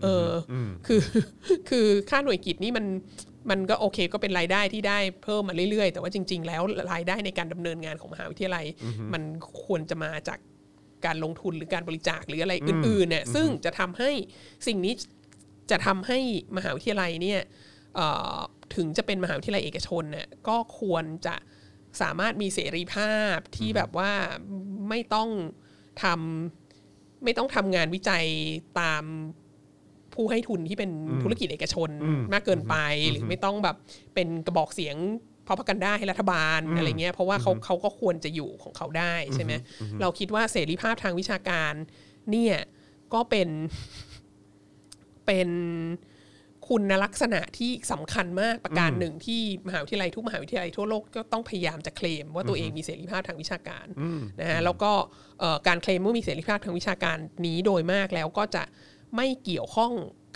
คือค่าหน่วยกิจนี่มันก็โอเคก็เป็นรายได้ที่ได้เพิ่มมาเรื่อยๆแต่ว่าจริงๆแล้วรายได้ในการดำเนินงานของมหาวิทยาลัยมันควรจะมาจากการลงทุนหรือการบริจาคหรืออะไรอื่นๆเนี่ยซึ่งจะทำให้สิ่งนี้จะทำให้มหาวิทยาลัยเนี่ยถึงจะเป็นมหาวิทยาลัยเอกชนเนี่ยก็ควรจะสามารถมีเสรีภาพที่แบบว่าไม่ต้องทำงานวิจัยตามผู้ให้ทุนที่เป็นธุรกิจเอกชนมากเกินไปหรือไม่ต้องแบบเป็นกระบอกเสียงpropagandaให้รัฐบาลอะไรเงี้ยเพราะว่าเขาก็ควรจะอยู่ของเขาได้ใช่ไหมเราคิดว่าเสรีภาพทางวิชาการเนี่ยก็เป็นคุณลักษณะที่สำคัญมากประการหนึ่งที่มหาวิทยาลัยทุกมหาวิทยาลัยทั่วโลกก็ต้องพยายามจะเคลมว่าตัวเองมีเสรีภาพทางวิชาการนะฮะแล้วก็การเคลมว่ามีเสรีภาพทางวิชาการนี้โดยมากแล้วก็จะไม่เกี่ยวข้อง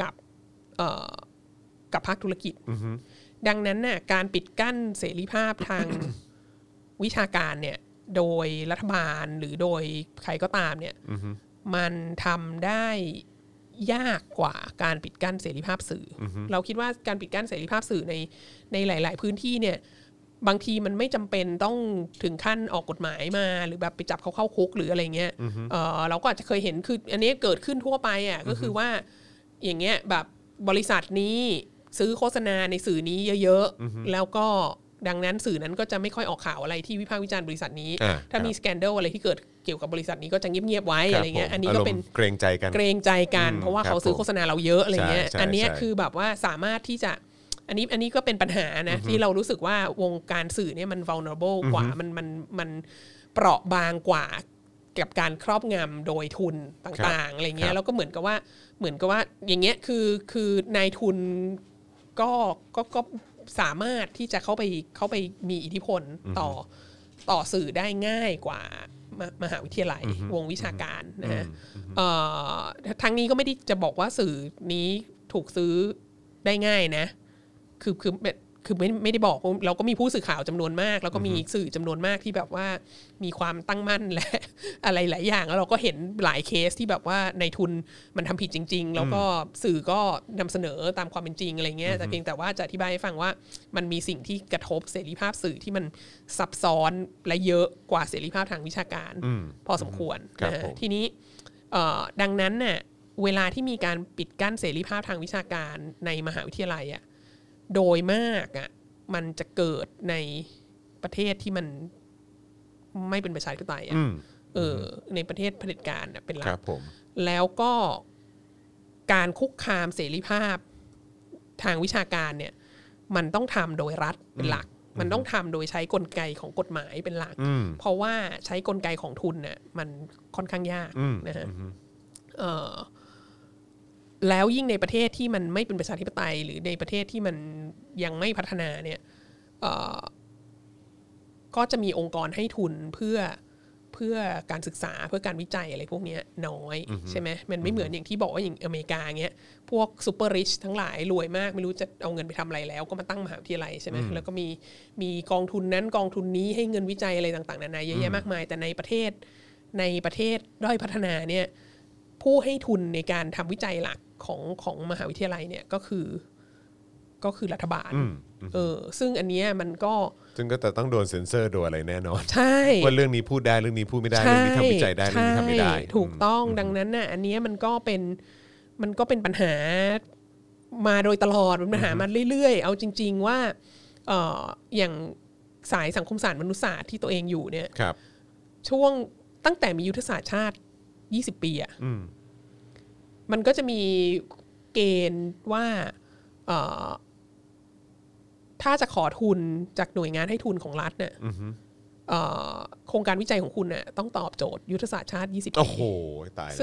กับภาคธุรกิจดังนั้นน่ะการปิดกั้นเสรีภาพทางวิชาการเนี่ยโดยรัฐบาลหรือโดยใครก็ตามเนี่ยมันทำได้ยากกว่าการปิดกั้นเสรีภาพสื่อเราคิดว่าการปิดกั้นเสรีภาพสื่อในหลายๆพื้นที่เนี่ยบางทีมันไม่จำเป็นต้องถึงขั้นออกกฎหมายมาหรือแบบไปจับเขาเข้าคุกหรืออะไรเงี้ยเราก็อาจจะเคยเห็นคืออันนี้เกิดขึ้นทั่วไปอ่ะก็คือว่าอย่างเงี้ยแบบบริษัทนี้ซื้อโฆษณาในสื่อนี้เยอะๆแล้วก็ดังนั้นสื่อนั้นก็จะไม่ค่อยออกข่าวอะไรที่วิพากษ์วิจารณ์บริษัทนี้ถ้ามีสแกนเดลอะไรที่เกิดเกี่ยวกับบริษัทนี้ก็จะเงียบๆไว้อะไรเงี้ยอันนี้ก็เป็นเกรงใจกันเพราะว่าเขาซื้อโฆษณาเราเยอะอะไรเงี้ยอันนี้คือแบบว่าสามารถที่จะอันนี้ก็เป็นปัญหานะที่เรารู้สึกว่าวงการสื่อเนี่ยมัน vulnerable กว่ามันเปราะบางกว่ากับการครอบงำโดยทุนต่างๆอะไรเงี้ยแล้วก็เหมือนกับว่าอย่างเงี้ยคือนายทุนก็สามารถที่จะเข้าไปมีอิทธิพลต่อสื่อได้ง่ายกว่ามหาวิทยาลัยวงวิชาการนะฮะทั้งนี้ก็ไม่ได้จะบอกว่าสื่อนี้ถูกซื้อได้ง่ายนะคือไม่ได้บอกเราก็มีผู้สื่อข่าวจำนวนมากแล้วก็มีสื่อจำนวนมากที่แบบว่ามีความตั้งมั่นและอะไรหลายอย่างแล้วเราก็เห็นหลายเคสที่แบบว่าในทุนมันทำผิดจริงๆแล้วก็สื่อก็นำเสนอตามความเป็นจริงอะไรเงี้ยแต่เพียงแต่ว่าจะอธิบายให้ฟังว่ามันมีสิ่งที่กระทบเสรีภาพสื่อที่มันซับซ้อนและเยอะกว่าเสรีภาพทางวิชาการพอสมควรนะทีนี้ดังนั้นน่ะเวลาที่มีการปิดกั้นเสรีภาพทางวิชาการในมหาวิทยาลัยอ่ะโดยมากอ่ะมันจะเกิดในประเทศที่มันไม่เป็นประชาธิปไตยอ่ะในประเทศเผด็จการเป็นหลักแล้วก็การคุกคามเสรีภาพทางวิชาการเนี่ยมันต้องทำโดยรัฐเป็นหลักมันต้องทำโดยใช้กลไกของกฎหมายเป็นหลักเพราะว่าใช้กลไกของทุนเนี่ยมันค่อนข้างยากนะฮะแล้วยิ่งในประเทศที่มันไม่เป็นประชาธิปไตยหรือในประเทศที่มันยังไม่พัฒนาเนี่ยก็จะมีองค์กรให้ทุนเพื่อการศึกษาเพื่อการวิจัยอะไรพวกนี้น้อยใช่ไหมมันไม่เหมือนอย่างที่บอกว่าอย่างอเมริกาเงี้ยพวกซูเปอร์ริชทั้งหลายรวยมากไม่รู้จะเอาเงินไปทำอะไรแล้วก็มาตั้งมหาวิทยาลัยใช่ไหมแล้วก็มีกองทุนนั้นกองทุนนี้ให้เงินวิจัยอะไรต่างๆนานาเยอะแยะมากมายแต่ในประเทศด้อยพัฒนาเนี่ยผู้ให้ทุนในการทำวิจัยหลักของมหาวิทยาลัยเนี่ยก็คือรัฐบาลซึ่งอันเนี้ยมันก็ซึ่งก็ต้องโดนเซ็นเซอร์โดนอะไรแน่นอนใช่ว่าเรื่องนี้พูดได้เรื่องนี้พูดไม่ได้เรื่องนี้ทำวิจัยได้เรื่องนี้ทำไม่ได้ถูกต้องดังนั้นน่ะอันเนี้ยมันก็เป็นปัญหามาโดยตลอดเป็นปัญหามาเรื่อยๆเอาจริงๆว่าอย่างสายสังคมศาสตร์มนุษยศาสตร์ที่ตัวเองอยู่เนี่ยช่วงตั้งแต่มียุทธศาสตร์ชาติ20 ปีอ่ะมันก็จะมีเกณฑ์ว่าถ้าจะขอทุนจากหน่วยงานให้ทุนของรัฐเนี่ยโครงการวิจัยของคุณเนี่ยต้องตอบโจทย์ยุทธศาสตร์ชาติ20 ปีโอ้โหตายแล้ว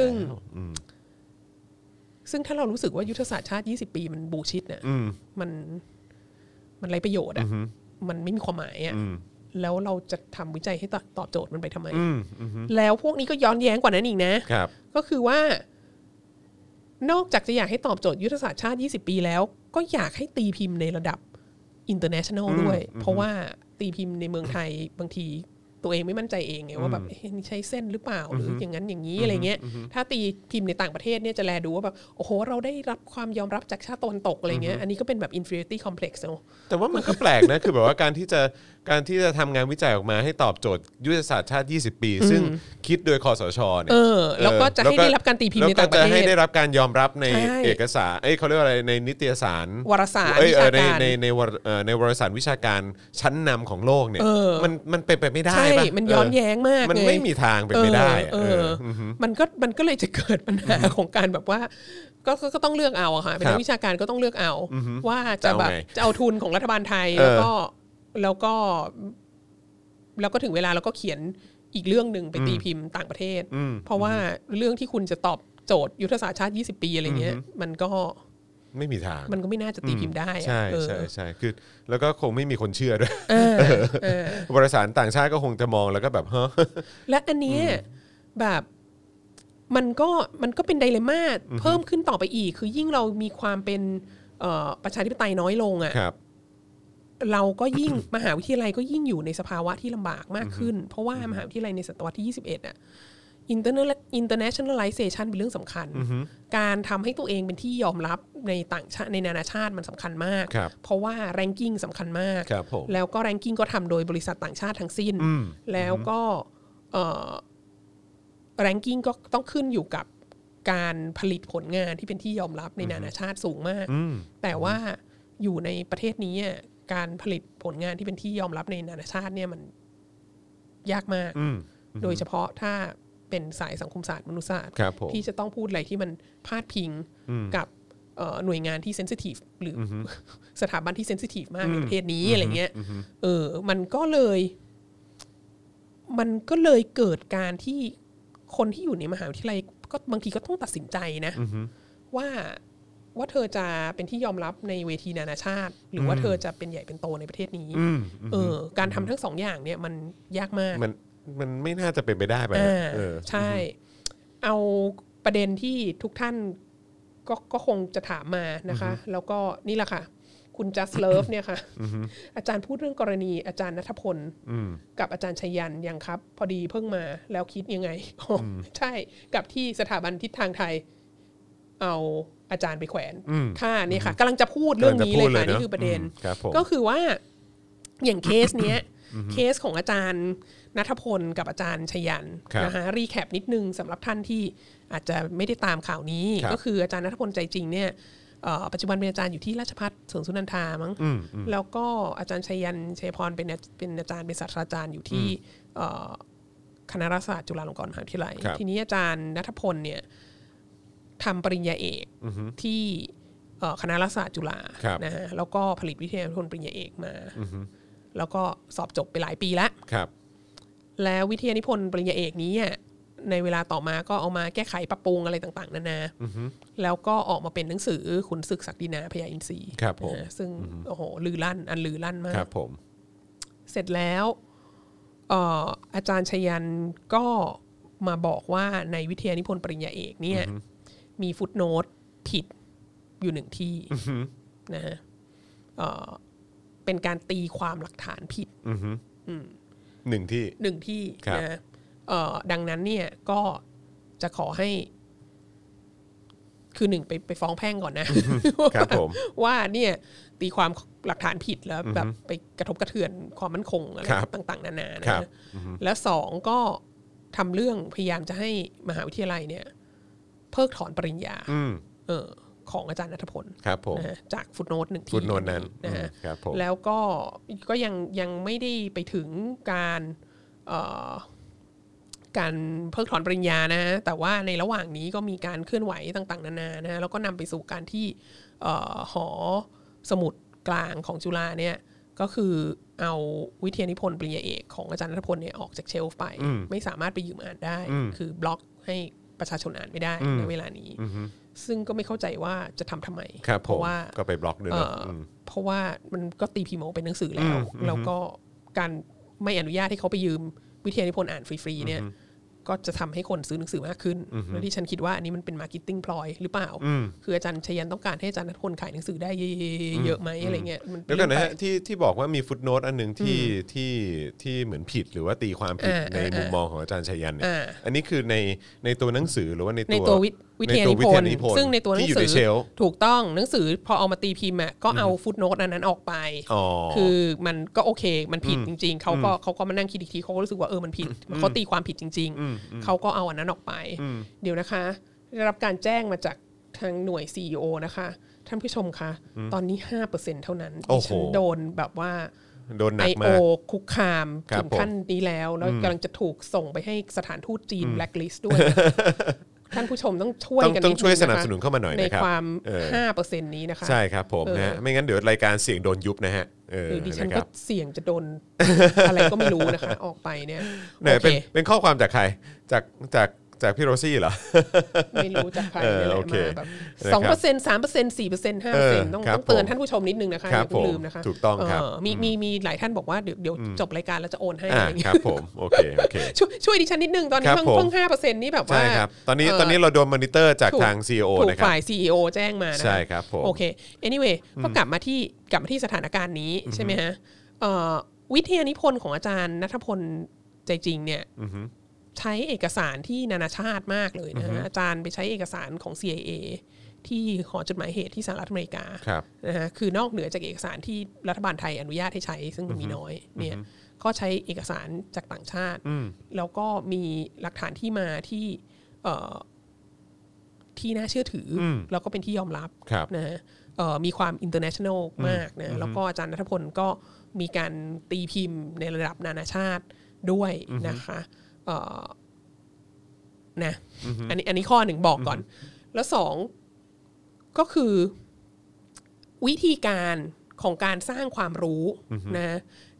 ซึ่งถ้าเรารู้สึกว่ายุทธศาสตร์ชาติ20 ปีมันบูชิตเนี่ยมันไร้ประโยชน์อ่ะมันไม่มีความหมายอ่ะแล้วเราจะทำวิจัยให้ตอบโจทย์มันไปทำไมแล้วพวกนี้ก็ย้อนแย้งกว่านั้นอีกนะก็คือว่านอกจากจะอยากให้ตอบโจทย์ยุทธศาสตร์ชาติ20 ปีแล้วก็อยากให้ตีพิมพ์ในระดับ international ด้วยเพราะว่าตีพิมพ์ในเมืองไทยบางทีตัวเองไม่มั่นใจเองไงว่าแบบใช้เส้นหรือเปล่าหรืออย่างนั้นอย่างนี้อะไรเงี้ยถ้าตีพิมพ์ในต่างประเทศเนี่ยจะแลดูว่าแบบโอ้โหเราได้รับความยอมรับจากชาติตะวันตกอะไรเงี้ยอันนี้ก็เป็นแบบ inferiority complex เนอะแต่ว่ามันก็แปลกนะคือแบบว่าการที่จะทำงานวิจัยออกมาให้ตอบโจทย์ยุทธศาสตร์ชาติ20ปีซึ่งคิดโดยคสชเนี่ยแล้วก็จะให้ได้รับการตีพิมพ์ในต่างประเทศแล้วก็จะให้ได้รับการยอมรับในเอกสารเขาเรียกว่าอะไรในนิตยสารวารสารวิชาการในวารสารวิชาการชั้นนำของโลกเนี่ยมันเป็นไปไม่ได้ป่ะมันย้อนแย้งมากมันไม่มีทางเป็นไปได้มันก็เลยจะเกิดปัญหาของการแบบว่าก็ต้องเลือกเอาอะค่ะเป็นนักวิชาการก็ต้องเลือกเอาว่าจะแบบจะเอาทุนของรัฐบาลไทยแล้วก็ถึงเวลาแล้วก็เขียนอีกเรื่องนึงไปตีพิมพ์ต่างประเทศเพราะว่าเรื่องที่คุณจะตอบโจทย์ยุทธศาสตร์ชาติ20ปีอะไรเงี้ยมันก็ไม่มีทางมันก็ไม่น่าจะตีพิมพ์ได้ใช่ใช่คือแล้วก็คงไม่มีคนเชื่อด้วยบริษัทต่างชาติก็คงจะมองแล้วก็แบบและอันนี้แบบมันก็เป็นไดเลม่าเพิ่มขึ้นต่อไปอีกคือยิ่งเรามีความเป็นประชาธิปไตยน้อยลงอ่ะเราก็ยิ่ง มหาวิทยาลัยก็ยิ่งอยู่ในสภาวะที่ลำบากมากขึ้นเพราะว่ามหาวิทยาลัยในศตวรรษที่21อ่ะinternationalization เป็นเรื่องสำคัญการทำให้ตัวเองเป็นที่ยอมรับในต่างชาติในนานาชาติมันสำคัญมากเพราะว่า ranking สำคัญมากแล้วก็ ranking ก็ทำโดยบริษัทต่างชาติทั้งสิ้นแล้วก็ranking ก็ต้องขึ้นอยู่กับการผลิตผลงานที่เป็นที่ยอมรับในนานาชาติสูงมากแต่ว่าอยู่ในประเทศนี้การผลิตผลงานที่เป็นที่ยอมรับในนานาชาติเนี่ยมันยากมากโดยเฉพาะถ้าเป็นสายสังคมศาสตร์มนุษยศาสตร์ที่จะต้องพูดอะไรที่มันพาดพิงกับหน่วยงานที่เซนซิทีฟหรือสถาบันที่เซนซิทีฟมากในประเทศนี้อะไรเงี้ยมันก็เลยเกิดการที่คนที่อยู่ในมหาวิทยาลัยก็บางทีก็ต้องตัดสินใจนะว่าเธอจะเป็นที่ยอมรับในเวทีนานาชาติหรือว่าเธอจะเป็นใหญ่เป็นโตในประเทศนี้การทำทั้งสองอย่างเนี่ยมันยากมากมันไม่น่าจะเป็นไปได้ไปใช่เอาประเด็นที่ทุกท่านก็คงจะถามมานะคะแล้วก็นี่แหละค่ะคุณ Just Love เนี่ยค่ะอาจารย์พูดเรื่องกรณีอาจารย์ณัฐพลกับอาจารย์ชัยยันยังครับพอดีเพิ่งมาแล้วคิดยังไงใช่กับที่สถาบันทิศทางไทยเอาอาจารย์ไปแขวนค่ะนี่ค่ะกำลังจะพูดเรื่องนี้เลยค่ะนี่คือประเด็นก็คือว่าอย่างเคสเนี้ยเคสของอาจารย์ณัฐพลกับอาจารย์ชัยยันนะคะรีแคปนิดนึงสำหรับท่านที่อาจจะไม่ได้ตามข่าวนี้ก็คืออาจารย์ณัฐพลใจจริงเนี่ยปัจจุบันเป็นอาจารย์อยู่ที่ราชภัฏสวนสุนันทามั้งแล้วก็อาจารย์ชัยยันชัยพรเป็นอาจารย์เป็นศาสตราจารย์อยู่ที่คณะรัฐศาสตร์จุฬาลงกรณ์มหาวิทยาลัยทีนี้อาจารย์ณัฐพลเนี่ยทำปริญญาเอกที่คณะรัฐศาสตร์จุฬานะฮะแล้วก็ผลิตวิทยานิพนธ์ปริญญาเอกมาแล้วก็สอบจบไปหลายปีแล้วแล้ววิทยานิพนธ์ปริญญาเอกนี้ในเวลาต่อมาก็เอามาแก้ไขปรับปรุงอะไรต่างๆนานาแล้วก็ออกมาเป็นหนังสือขุนศึกศักดินาพญาอินทรีซึ่งโอ้โหลือลั่นมากเสร็จแล้วอาจารย์ชยันก็มาบอกว่าในวิทยานิพนธ์ปริญญาเอกเนี่ยมีฟุตโนตผิดอยู่หนึ่งที่นะฮะเป็นการตีความหลักฐานผิดหนึ่งที่นะดังนั้นเนี่ยก็จะขอให้คือหนึ่งไปฟ้องแพ่งก่อนนะ ว่าเนี่ยตีความหลักฐานผิดแล้วแบบไปกระทบกระเทือนความมั่นคงอะไรต่างๆนานานะและสองก็ทำเรื่องพยายามจะให้มหาวิทยาลัยเนี่ยเพิกถอนปริญญาของอาจารย์ณัฐพลจากฟุตโนตหนึ่งที่นั้นนะฮะแล้วก็ยังไม่ได้ไปถึงการเพิกถอนปริญญานะแต่ว่าในระหว่างนี้ก็มีการเคลื่อนไหวต่างๆนานานะแล้วก็นำไปสู่การที่หอสมุดกลางของจุฬาเนี่ยก็คือเอาวิทยานิพนธ์ปริญญาเอกของอาจารย์ณัฐพลเนี่ยออกจากเชลฟ์ไปไม่สามารถไปยืมอ่านได้คือบล็อกให้ประชาชนอ่านไม่ได้ในเวลานี้ซึ่งก็ไม่เข้าใจว่าจะทำไมเพราะว่าก็ไปบล็อกด้วยเพราะว่ามันก็ตีพิมพ์ออกเป็นหนังสือแล้วก็การไม่อนุญาตให้เขาไปยืมวิทยานิพนธ์อ่านฟรีๆเนี่ยก็จะทำให้คนซื้อหนังสือมากขึ้นแล้วที่ฉันคิดว่าอันนี้มันเป็น marketing ploy หรือเปล่าคืออาจารย์ชยันต้องการให้อาจารย์ณัฐพลขายหนังสือได้เยอะไหมอะไรเงี้ยแล้วกันนะฮะที่บอกว่ามีฟุตโนตอันนึงที่เหมือนผิดหรือว่าตีความผิดในมุมมองของอาจารย์ชยันเนี่ยอันนี้คือในตัวหนังสือหรือว่าในตัววิทยานิพนธ์ซึ่งในตัวหนังสือถูกต้องหนังสือพอเอามาตีพิมพ์ก็เอาฟุตโนตอันนั้นออกไปคือมันก็โอเคมันผิดจริงๆเขาก็มานั่งคิดอีกทีเขาก็รู้สึกว่ามันผิดเขาตีความผิดจริงๆเขาก็เอาอันนั้นออกไปเดี๋ยวนะคะได้รับการแจ้งมาจากทางหน่วย CEO นะคะท่านผู้ชมคะตอนนี้ 5% เท่านั้นดิฉันโดนแบบว่าโดนหนักมาก IO คุกคามถึงขั้นนี้แล้วกำลังจะถูกส่งไปให้สถานทูตจีนแบล็คลิสต์ด้วยท่านผู้ชมต้องช่วยกันต้องช่วยสนับสนุนเข้ามาหน่อยนะครับในความ 5% นี้นะคะใช่ครับผมนะไม่งั้นเดี๋ยวรายการเสี่ยงโดนยุบนะฮะดิฉันก็เสี่ยงจะโดนอะไรก็ไม่รู้นะคะออกไปเนี่ยเป็นข้อความจากใครจากพี่โรซี่เหรอไม่รู้จากใครเลยมาแบบ 2% 3% 4% 5% ต้องเตือนท่านผู้ชมนิดนึงนะคะอย่าเพิ่งลืมนะคะถูกต้องครับมีหลายท่านบอกว่าเดี๋ยวจบรายการแล้วจะโอนให้ครับผมโอเคช่วยดิฉันนิดนึงตอนนี้เพิ่ง 5% นี่แบบว่าใช่ครับตอนนี้เราโดนมอนิเตอร์จากทาง CEO นะครับฝ่าย CEO แจ้งมานะใช่ครับผมโอเค anyway ก็กลับมาที่สถานการณ์นี้ใช่ไหมฮะวิทยานิพนธ์ของอาจารย์ณัฐพลใจจริงเนี่ยใช้เอกสารที่นานาชาติมากเลยนะฮะอาจารย์ไปใช้เอกสารของ CIA ที่หอจดหมายเหตุที่สหรัฐอเมริกานะฮะคือนอกเหนือจากเอกสารที่รัฐบาลไทยอนุญาตให้ใช้ซึ่งมันมีน้อยเนี่ยก็ใช้เอกสารจากต่างชาติแล้วก็มีหลักฐานที่มาที่น่าเชื่อถือแล้วก็เป็นที่ยอมรับนะฮะมีความ international มากนะแล้วก็อาจารย์ณัฐพลก็มีการตีพิมพ์ในระดับนานาชาติด้วยนะคะนะอันนี้ข้อหนึ่งบอกก่อนแล้วสองก็คือวิธีการของการสร้างความรู้นะ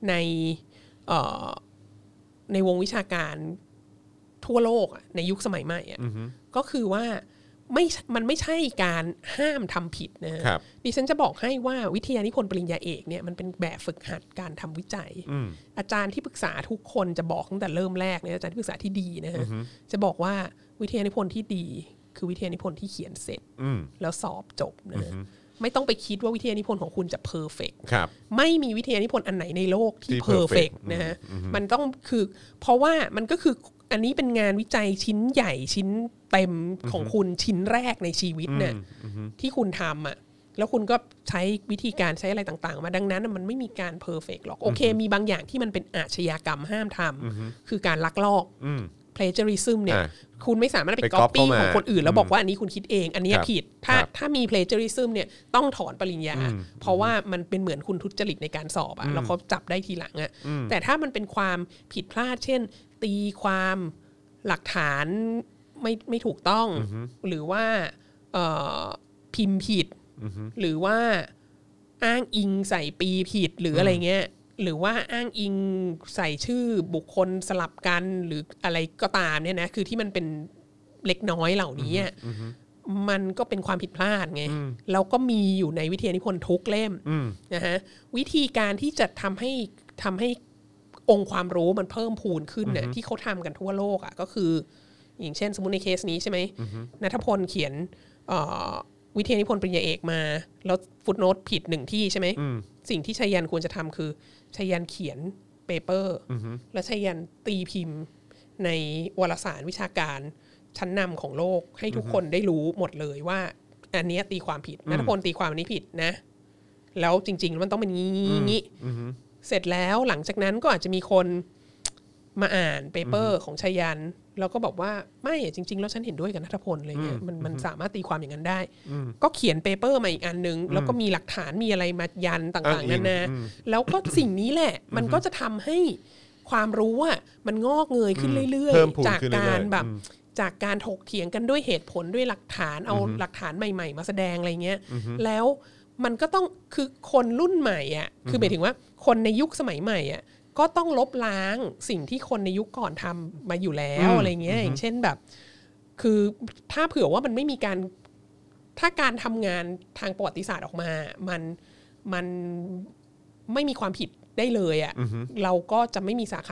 ในวงวิชาการทั่วโลกในยุคสมัยใหม่ก็คือว่ามันไม่ใช่การห้ามทำผิดนะดิฉันจะบอกให้ว่าวิทยานิพนธ์ปริญญาเอกเนี่ยมันเป็นแบบฝึกหัดการทำวิจัยอาจารย์ที่ปรึกษาทุกคนจะบอกตั้งแต่เริ่มแรกเนี่ยอาจารย์ที่ปรึกษาที่ดีนะฮะจะบอกว่าวิทยานิพนธ์ที่ดีคือวิทยานิพนธ์ที่เขียนเสร็จแล้วสอบจบนะไม่ต้องไปคิดว่าวิทยานิพนธ์ของคุณจะเพอร์เฟกต์ไม่มีวิทยานิพนธ์อันไหนในโลกที่เพอร์เฟกต์นะฮะมันต้องคือเพราะว่ามันก็คืออันนี้เป็นงานวิจัยชิ้นใหญ่ชิ้นเต็มของคุณชิ้นแรกในชีวิตเนี่ยที่คุณทำแล้วคุณก็ใช้วิธีการใช้อะไรต่างๆมาดังนั้นมันไม่มีการเพอร์เฟกต์หรอกโอเคมีบางอย่างที่มันเป็นอาชญากรรมห้ามทำคือการลักลอบplagiarism เนี่ยคุณไม่สามารถไป copy ของคนอื่นแล้วบอกว่าอันนี้คุณคิดเองอันนี้ผิดถ้ามี plagiarism เนี่ยต้องถอนปริญญาเพราะว่ามันเป็นเหมือนคุณทุจริตในการสอบแล้วเขาจับได้ทีหลังแต่ถ้ามันเป็นความผิดพลาดเช่นตีความหลักฐานไม่ถูกต้องหรือว่าพิมพ์ผิดหรือว่าอ้างอิงใส่ปีผิดหรืออะไรเงี้ยหรือว่าอ้างอิงใส่ชื่อบุคคลสลับกันหรืออะไรก็ตามเนี่ยนะคือที่มันเป็นเล็กน้อยเหล่านี้มันก็เป็นความผิดพลาดไงแล้วก็มีอยู่ในวิทยานิพนธ์ทุกเล่มนะฮะวิธีการที่จะทำให้องค์ความรู้มันเพิ่มพูนขึ้นเนี่ยที่เขาทำกันทั่วโลกก็คืออย่างเช่นสมมุติในเคสนี้ใช่ไหมณัฐพลเขียนวิทยานิพนธ์ปริญญาเอกมาแล้วฟุตโนตผิด1ที่ใช่ไหมสิ่งที่ชัยยันควรจะทำคือชัยยันเขียนเปเปอร์และชัยยันตีพิมพ์ในวารสารวิชาการชั้นนำของโลกให้ทุกคนได้รู้หมดเลยว่าอันนี้ตีความผิดณัฐพลตีความอันนี้ผิดนะแล้วจริงๆมันต้องเป็นงี้เสร็จแล้วหลังจากนั้นก็อาจจะมีคนมาอ่านเปเปอร์ของชัยยันแล้วก็บอกว่าไม่จริงๆแล้วฉันเห็นด้วยกับณัฐพลอะไรเงี้ยมันสามารถตีความอย่างนั้นได้ก็เขียนเปเปอร์มาอีกอันนึงแล้วก็มีหลักฐานมีอะไรมายันต่างๆนานาแล้วก็สิ่งนี้แหละมันก็จะทำให้ความรู้มันงอกเงยขึ้นเรื่อยๆจากการถกเถียงกันด้วยเหตุผลด้วยหลักฐานเอาหลักฐานใหม่ๆมาแสดงอะไรเงี้ยแล้วมันก็ต้องคือคนรุ่นใหม่คือหมายถึงว่าคนในยุคสมัยใหม่ก็ต้องลบล้างสิ่งที่คนในยุคก่อนทำมาอยู่แล้วอะไรเงี้ยอย่างเช่นแบบคือถ้าเผื่อว่ามันไม่มีการถ้าการทำงานทางประวัติศาสตร์ออกมามันไม่มีความผิดได้เลยเราก็จะไม่มีสาขา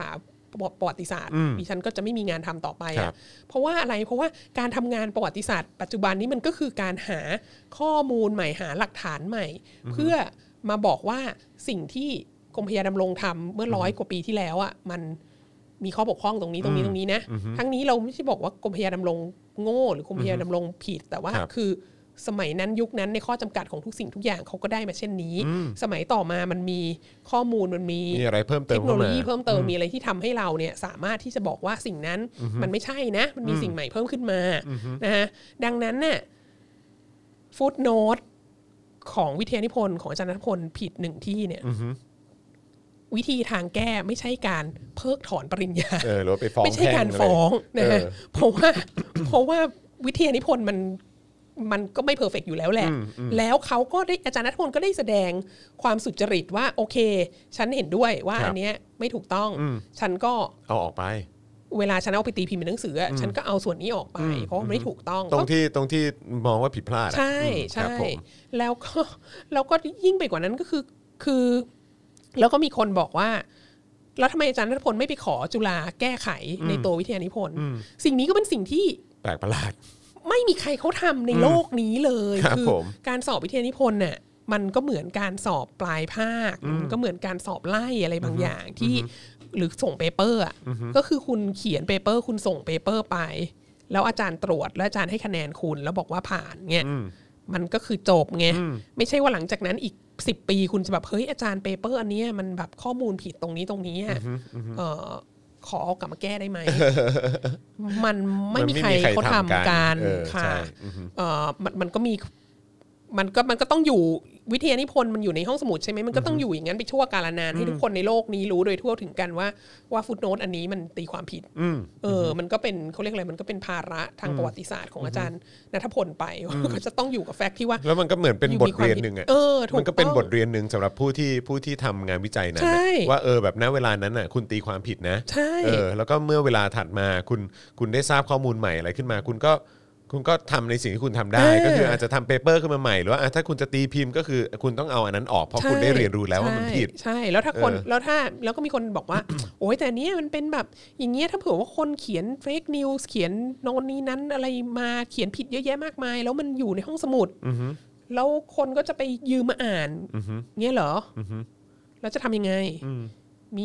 ประวัติศาสตร์ดิฉันก็จะไม่มีงานทำต่อไปเพราะว่าอะไรเพราะว่าการทำงานประวัติศาสตร์ปัจจุบันนี้มันก็คือการหาข้อมูลใหม่หาหลักฐานใหม่เพื่อมาบอกว่าสิ่งที่กรมพระยาดำรงทำเมื่อ100 กว่าปีที่แล้วอ่ะมันมีข้อบกพร่องตรงนี้นะทั้งนี้เราไม่ใช่บอกว่ากรมพระยาดำรงโง่หรือกรมพระยาดำรงผิดแต่ว่าคือสมัยนั้นยุคนั้นในข้อจำกัดของทุกสิ่งทุกอย่างเขาก็ได้มาเช่นนี้สมัยต่อมามันมีข้อมูลมันมีอะไรเพิ่มเติมเทคโนโลยีเพิ่มเติมมีอะไรที่ทำให้เราเนี่ยสามารถที่จะบอกว่าสิ่งนั้นมันไม่ใช่นะมันมีสิ่งใหม่เพิ่มขึ้นมานะฮะดังนั้นเนี่ยฟุตโนตของวิทยานิพนธ์ของอาจารย์ณัฐพลผิดหนึ่งที่เนี่ยวิธีทางแก้ไม่ใช่การเพิกถอนปริญญาไม่ใช่การฟ้องนะฮะเพราะว่าวิทยานิพนธ์มันก็ไม่เพอร์เฟกต์อยู่แล้วแหละแล้วเขาก็ได้อาจารย์ณัฐพลก็ได้แสดงความสุจริตว่าโอเคฉันเห็นด้วยว่าอันเนี้ยไม่ถูกต้องฉันก็เอาออกไปเวลาฉันเอาไปตีพิมพ์เป็นหนังสือฉันก็เอาส่วนนี้ออกไปเพราะมันไม่ถูกต้องตรงที่มองว่าผิดพลาดใช่ใช่แล้วก็ยิ่งไปกว่านั้นก็คือแล้วก็มีคนบอกว่าแล้วทำไมอาจารย์ณัฐพลไม่ไปขอจุฬาแก้ไขในตัววิทยานิพนธ์สิ่งนี้ก็เป็นสิ่งที่แปลกประหลาดไม่มีใครเขาทำในโลกนี้เลยคือการสอบวิทยานิพนธ์เนี่ยมันก็เหมือนการสอบปลายภาคมันก็เหมือนการสอบไล่อะไรบางอย่างที่หรือส่งเปเปอร์อ่ะก็คือคุณเขียนเปเปอร์คุณส่งเปเปอร์ไปแล้วอาจารย์ตรวจแล้วอาจารย์ให้คะแนนคุณแล้วบอกว่าผ่านเนี่ยมันก็คือจบไงไม่ใช่ว่าหลังจากนั้นอีก10 ปีคุณจะแบบเฮ้ยอาจารย์เปเปอร์อันนี้มันแบบข้อมูลผิดตรงนี้ขอเอากลับมาแก้ได้ไหม มันไม่มีใครเขาทำกันค่ะมันก็ต้องอยู่วิทยานิพนธ์มันอยู่ในห้องสมุดใช่ไหมมันก็ต้องอยู่อย่างนั้นไปชั่วกาลนานให้ทุกคนในโลกนี้รู้โดยทั่วถึงกันว่าฟุตโนตอันนี้มันตีความผิดมันก็เป็นเขาเรียกอะไรมันก็เป็นภาระทางประวัติศาสตร์ของอาจารย์ณัฐพลไปก็จะต้องอยู่กับแฟกต์ที่ว่าแล้วมันก็เหมือนเป็นบทเรียนนึงอ่ะมันก็เป็นบทเรียนนึงสำหรับผู้ที่ทำงานวิจัยนั้นว่าแบบณเวลานั้นน่ะคุณตีความผิดนะแล้วก็เมื่อเวลาถัดมาคุณได้ทราบข้อมูลใหม่อะไรขึ้นมาคุณก็ทำในสิ่งที่คุณทำได้ก็คืออาจจะทำเปเปอร์ขึ้นมาใหม่หรือว่าถ้าคุณจะตีพิมพ์ก็คือคุณต้องเอาอันนั้นออกเพราะคุณได้เรียนรู้แล้วว่ามันผิดใช่แล้วถ้าคนแล้วก็มีคนบอกว่าโอ๊ยแต่เนี้ยมันเป็นแบบอย่างเงี้ยถ้าเผื่อว่าคนเขียนเฟกนิวส์เขียนโน่นนี้นั้นอะไรมาเขียนผิดเยอะแยะมากมายแล้วมันอยู่ในห้องสมุดแล้วคนก็จะไปยืมมาอ่านเงี้ยเหรอแล้วจะทำยังไงมี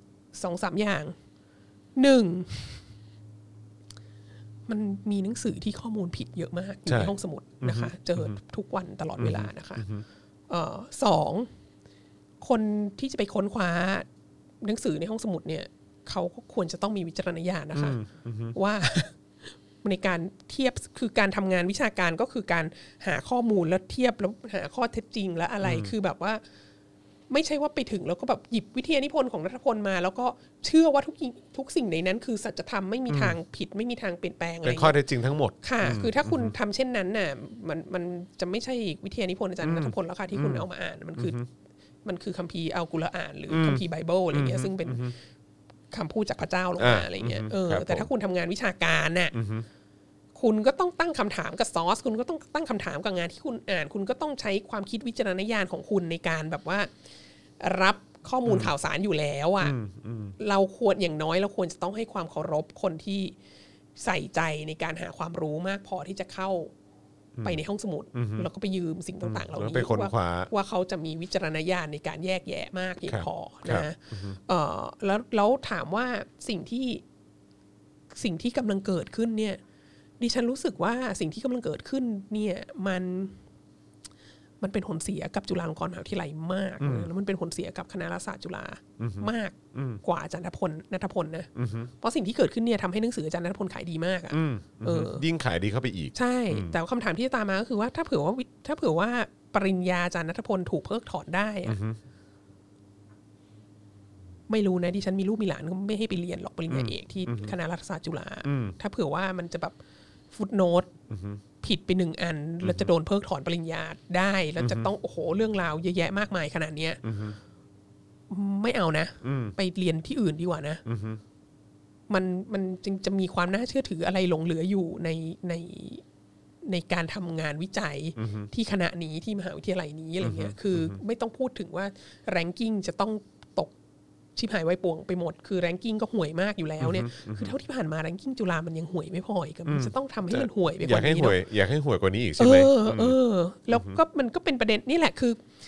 2-3 อย่าง 1มันมีหนังสือที่ข้อมูลผิดเยอะมากอยู่ในห้องสมุดนะคะเจอทุกวันตลอดเวลานะคะ2คนที่จะไปค้นคว้าหนังสือในห้องสมุดเนี่ยเขาก็ควรจะต้องมีวิจารณญาณนะคะว่าในการเทียบคือการทำงานวิชาการก็คือการหาข้อมูลแล้วเทียบแล้วหาข้อเท็จจริงและอะไรคือแบบว่าไม่ใช่ว่าไปถึงแล้วก็แบบหยิบวิทยานิพนธ์ของณัฐพลมาแล้วก็เชื่อว่าทุกสิ่งในนั้นคือสัจธรรมไม่มีทางผิดไม่มีทางเปลี่ยนแปลงอะไรเป็นข้อเท็จจริงทั้งหมดค่ะคือถ้าคุณทำเช่นนั้นน่ะมันจะไม่ใช่วิทยานิพนธ์อาจารย์ณัฐพลแล้วค่ะที่คุณเอามาอ่านมันคือคัมภีร์อัลกุรอานหรือคัมภีร์ไบเบิลอะไรเงี้ยซึ่งเป็นคำพูดจากพระเจ้าลงมาอะไรเงี้ยแต่ถ้าคุณทำงานวิชาการน่ะคุณก็ต้องตั้งคำถามกับซอสคุณก็ต้องตั้งคำถามกับงานที่คุณอ่านคุณก็ต้องใช้ความคิดวิจารณญาณของคุณในการแบบว่ารับข้อมูลข่าวสารอยู่แล้วอ่ะเราควรอย่างน้อยเราควรจะต้องให้ความเคารพคนที่ใส่ใจในการหาความรู้มากพอที่จะเข้าไปในห้องสมุดแล้วก็ไปยืมสิ่งต่างๆเหล่านี้ว่าเขาจะมีวิจารณญาณในการแยกแยะมากเพียงพอนะแล้วถามว่าสิ่งที่กำลังเกิดขึ้นเนี่ยดิฉันรู้สึกว่าสิ่งที่กำลังเกิดขึ้นเนี่ยมันเป็นผลเสียกับจุฬาลงกรณ์มหาวิทยาลัยมากแล้วมันเป็นผลเสียกับคณะรัฐศาสตร์จุฬามากกว่าอาจารย์ณัฐพลนะเพราะสิ่งที่เกิดขึ้นเนี่ยทำให้หนังสืออาจารย์ณัฐพลขายดีมากอ่ะยิ่งขายดีเข้าไปอีกใช่แต่คำถามที่จะตามมาก็คือว่าถ้าเผื่อว่าปริญญาอาจารย์ณัฐพลถูกเพิกถอนได้อ่ะไม่รู้นะดิฉันมีลูกมีหลานก็ไม่ให้ไปเรียนหรอกปริญญาเอกที่คณะรัฐศาสตร์จุฬาถ้าเผื่อว่ามันจะแบบฟุตโนตผิดไป1 อันแล้วจะโดนเพิกถอนปริญญาได้แล้วจะต้องโอ้โหเรื่องราวเยอะแยะมากมายขนาดนี้ไม่เอานะไปเรียนที่อื่นดีกว่านะมันจึงจะมีความน่าเชื่อถืออะไรหลงเหลืออยู่ในการทำงานวิจัยที่คณะนี้ที่มหาวิทยาลัยนี้อะไรเงี้ยคือไม่ต้องพูดถึงว่าแรงกิ้งจะต้องตกชิบหายไว้ป่วงไปหมดคือแรงกิ้งก็ห่วยมากอยู่แล้วเนี่ยคือเท่าที่ผ่านมาแรงกิ้งจุฬามันยังห่วยไม่พออีกมันจะต้องทำให้มันห่วยไปกว่านี้อยากให้ห่วยกว่านี้อีกใช่ไหมแล้วก็มันก็เป็นประเด็นนี่แหละ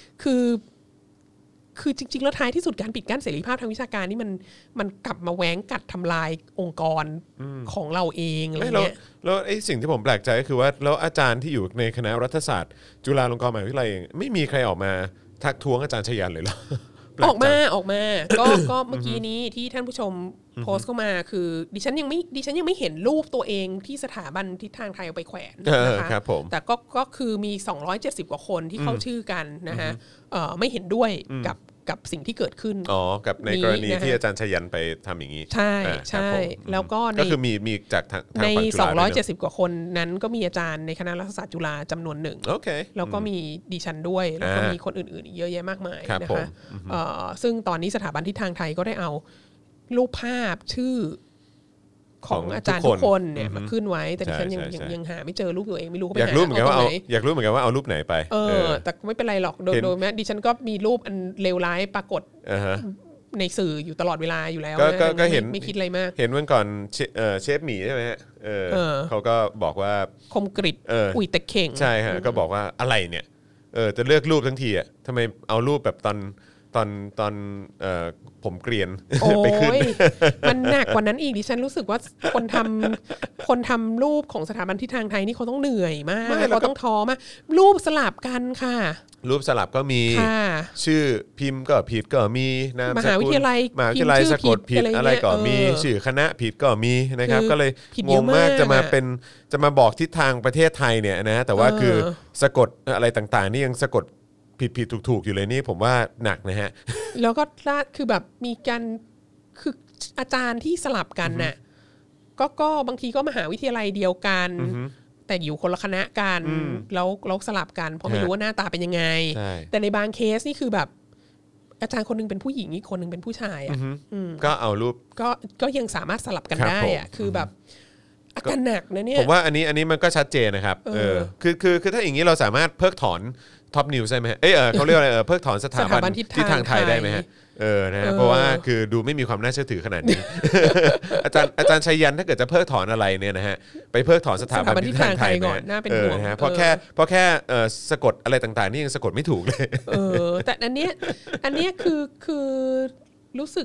คือจริงๆแล้วท้ายที่สุดการปิดกั้นเสรีภาพทางวิชาการนี่มันกลับมาแหวงกัดทำลายองค์กรของเราเองอะไรเงี้ยแล้วไอ้สิ่งที่ผมแปลกใจก็คือว่าแล้วอาจารย์ที่อยู่ในคณะรัฐศาสตร์จุฬาลงกรณ์มหาวิทยาลัยเองไม่มีใครออกมาทักท้วงอาจารย์ชยันเลยเหรอออกมาก็เมื่อกี้นี้ที่ท่านผู้ชมโพสต์เข้ามาคือดิฉันยังไม่เห็นรูปตัวเองที่สถาบันทิศทางไทยเอาไปแขวนนะคะแต่ก็คือมี270กว่าคนที่เข้าชื่อกันนะคะไม่เห็นด้วยกับสิ่งที่เกิดขึ้นกับในกรณีที่อาจารย์ชยันไปทำอย่างนี้ใช่แล้วก็ก็คือมีจากทางใน270กว่าคนนั้นก็มีอาจารย์ในคณะรัฐศาสตร์จุฬาจำนวนหนึ่งแล้วก็มีดิฉันด้วยแล้วก็มีคนอื่นๆอีกเยอะแยะมากมายนะคะซึ่งตอนนี้สถาบันทิศทางไทยก็ได้เอารูปภาพชื่อของอาจารย์ทุกคนเนี่ยมาขึ้นไว้แต่ดิฉันยังหาไม่เจอรูปตัวเองไม่รู้เขาไปหาเอาตรงไหนอยากรู้เหมือนกันว่าเอารูปไหนไปแต่ไม่เป็นไรหรอกโดยแม้ดิฉันก็มีรูปอันเลวร้ายปรากฏในสื่ออยู่ตลอดเวลาอยู่แล้วก็เห็นไม่คิดอะไรมากเห็นเมื่อก่อนเชฟหมีใช่ไหมฮะเขาก็บอกว่าคมกริบอุ่ยตะเข่งใช่ฮะก็บอกว่าอะไรเนี่ยจะเลือกรูปทั้งทีอ่ะทำไมเอารูปแบบตอนผมเกรียนไปขึ้นมันหนักกว่านั้นอีกดิฉันรู้สึกว่าคนทำรูปของสถาบันทิศทางไทยนี่เขาต้องเหนื่อยมากเขาต้องท้อมากรูปสลับกันค่ะรูปสลับก็มีชื่อพิมพ์ก็ผิดก็มีนามสกุลมหาวิทยาลัยสะกดผิดอะไรก็มีชื่อคณะผิดก็มีนะครับก็เลยงงมากจะมาบอกทิศทางประเทศไทยเนี่ยนะแต่ว่าคือสะกดอะไรต่างๆนี่ยังสะกดผิดถูกอยู่เลยนี่ผมว่าหนักนะฮะแล้วก็คือแบบมีการคืออาจารย์ที่สลับกันน่ะก็บางทีก็มหาวิทยาลัยเดียวกันแต่อยู่คนละคณะกันแล้วสลับกันเพราะไม่รู้ว่าหน้าตาเป็นยังไงแต่ในบางเคสนี่คือแบบอาจารย์คนนึงเป็นผู้หญิงอีกคนนึงเป็นผู้ชายอ่ะก็เอารูปก็ยังสามารถสลับกันได้อ่ะคือแบบอาการหนักนะเนี่ยผมว่าอันนี้มันก็ชัดเจนนะครับคือถ้าอย่างนี้เราสามารถเพิกถอนท็อปนิวส์ใช่ไหมเขาเรียกอะไรเพิกถอนสถาบันที่ทางไทยได้ไหมฮะนะเพราะว่าคือดูไม่มีความน่าเชื่อถือขนาดนี้ อาจารย์ชัยยันถ้าเกิดจะเพิกถอนอะไรเนี่ยนะฮะไปเพิกถอนสถาบันที่ทางไทยก่อนน่าเป็นห่วงเพราะแค่สะกดอะไรต่างๆนี่ยังสะกดไม่ถูกเลยแต่อันเนี้ยคือรู้สึก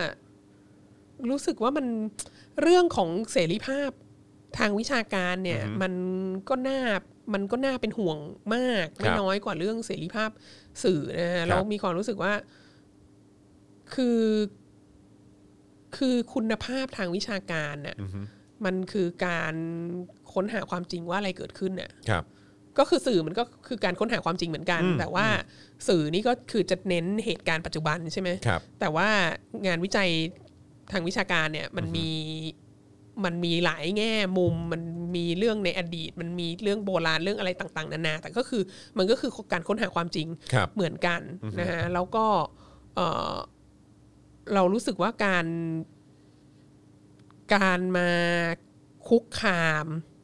ว่ามันเรื่องของเสรีภาพทางวิชาการเนี่ยมันก็น่าเป็นห่วงมากไม่น้อยกว่าเรื่องเสรีภาพสื่อนะฮะแล้วมีความรู้สึกว่าคือคุณภาพทางวิชาการน่ะมันคือการค้นหาความจริงว่าอะไรเกิดขึ้นเนี่ยก็คือสื่อมันก็คือการค้นหาความจริงเหมือนกันแต่ว่าสื่อนี่ก็คือจะเน้นเหตุการณ์ปัจจุบันใช่ไหมแต่ว่างานวิจัยทางวิชาการเนี่ยมันมีหลายแง่มุมมันมีเรื่องในอดีตมันมีเรื่องโบราณเรื่องอะไรต่างๆนานาแต่ก็คือมันก็คือการค้นหาความจริงเหมือนกันนะฮะแล้วก็เรารู้สึกว่าการมาคุกคาม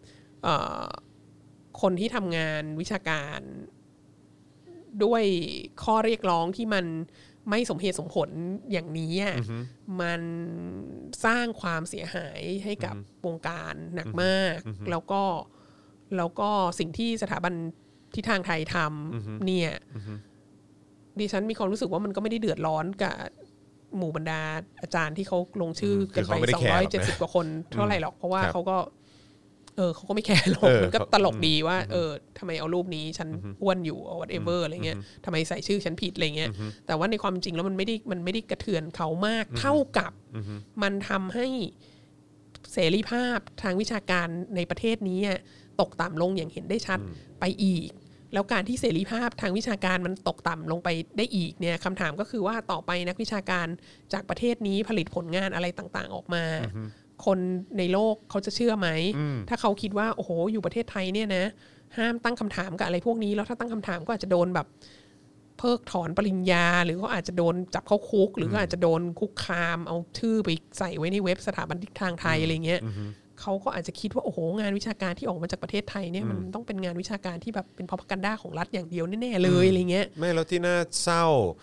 คนที่ทำงานวิชาการด้วยข้อเรียกร้องที่มันไม่สมเหตุสมผลอย่างนี้มันสร้างความเสียหายให้กับวงการหนักมากแล้วก็สิ่งที่สถาบันที่ทางไทยทำเนี่ยดิฉันมีความรู้สึกว่ามันก็ไม่ได้เดือดร้อนกับหมู่บรรดาอาจารย์ที่เขาลงชื่อกันไป270กว่าคนเท่าไหร่หรอกเพราะว่าเขาก็ไม่แคร์หรอกมันก็ตลกดีว่าทำไมเอารูปนี้ฉันอ้วนอยู่ whatever อะไรเงี้ยทำไมใส่ชื่อฉันผิดอะไรเงี้ยแต่ว่าในความจริงแล้วมันไม่ได้กระเทือนเขามากเท่ากับมันทำให้เสรีภาพทางวิชาการในประเทศนี้ตกต่ำลงอย่างเห็นได้ชัดไปอีกแล้วการที่เสรีภาพทางวิชาการมันตกต่ำลงไปได้อีกเนี่ยคำถามก็คือว่าต่อไปนักวิชาการจากประเทศนี้ผลิตผลงานอะไรต่างๆออกมาคนในโลกเขาจะเชื่อไหมถ้าเขาคิดว่าโอ้โหอยู่ประเทศไทยเนี่ยนะห้ามตั้งคำถามกับอะไรพวกนี้แล้วถ้าตั้งคำถามก็อาจจะโดนแบบเพิกถอนปริญญาหรือก็อาจจะโดนจับเข้าคุกหรือก็อาจจะโดนคุกคามเอาชื่อไปใส่ไว้ในเว็บสถาบันทิศทางไทยอะไรเงี้ยเขาก็อาจจะคิดว่าโอ้โหงานวิชาการที่ออกมาจากประเทศไทยเนี่ยมันต้องเป็นงานวิชาการที่แบบเป็น propaganda ของรัฐอย่างเดียวแน่ๆเลยอะไรเงี้ยไม่แล้วที่น่าเศร้า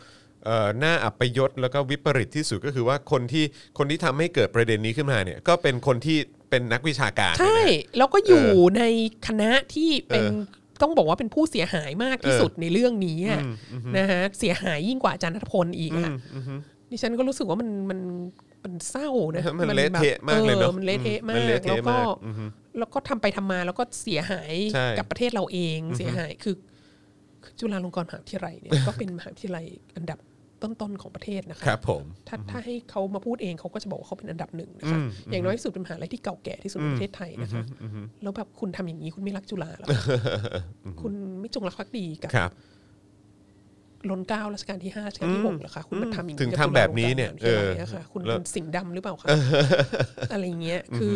น่าอับยศแล้วก็วิปริตที่สุดก็คือว่าคนที่ทำให้เกิดประเด็นนี้ขึ้นมาเนี่ยก็เป็นคนที่เป็นนักวิชาการใช่แล้วก็อยู่ในคณะที่เป็นต้องบอกว่าเป็นผู้เสียหายมากที่สุดในเรื่องนี้นะฮะเสียหายยิ่งกว่าอาจารย์ณัฐพลอีกอ่ะดิฉันก็รู้สึกว่ามันเศร้านะมันเละเทะมากเลยเนาะมันเละเทะมากแล้วก็ทำไปทำมาแล้วก็เสียหายกับประเทศเราเองเสียหายคือจุฬาลงกรณ์มหาวิทยาลัยเนี่ยก็เป็นมหาวิทยาลัยอันดับต้นๆของประเทศนะคะครับผมถ้าให้เขามาพูดเองเขาก็จะบอกว่าเขาเป็นอันดับหนึ่งนะคะอย่างน้อยที่สุดเป็นมหาวิทยาลัยที่เก่าแก่ที่สุดในประเทศไทยนะคะแล้วแบบคุณทำอย่างนี้คุณไม่รักจุฬาหรอคุณไม่จงรักภักดีกับล้นเกล้ารัชกาลที่5รัชกาลที่6เหรอคะคุณมาทำอย่างนี้ถึงทำแบบนี้เนี่ยค่ะคุณเป็นสิงห์ดำหรือเปล่าคะอะไรเงี้ยคือ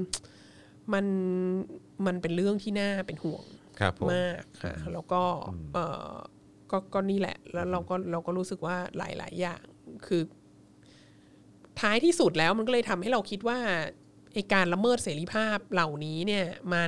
มันเป็นเรื่องที่น่าเป็นห่วงมากค่ะแล้วก็นี่แหละแล้วเราก็รู้สึกว่าหลายอย่างคือท้ายที่สุดแล้วมันก็เลยทำให้เราคิดว่าไอ้การละเมิดเสรีภาพเหล่านี้เนี่ย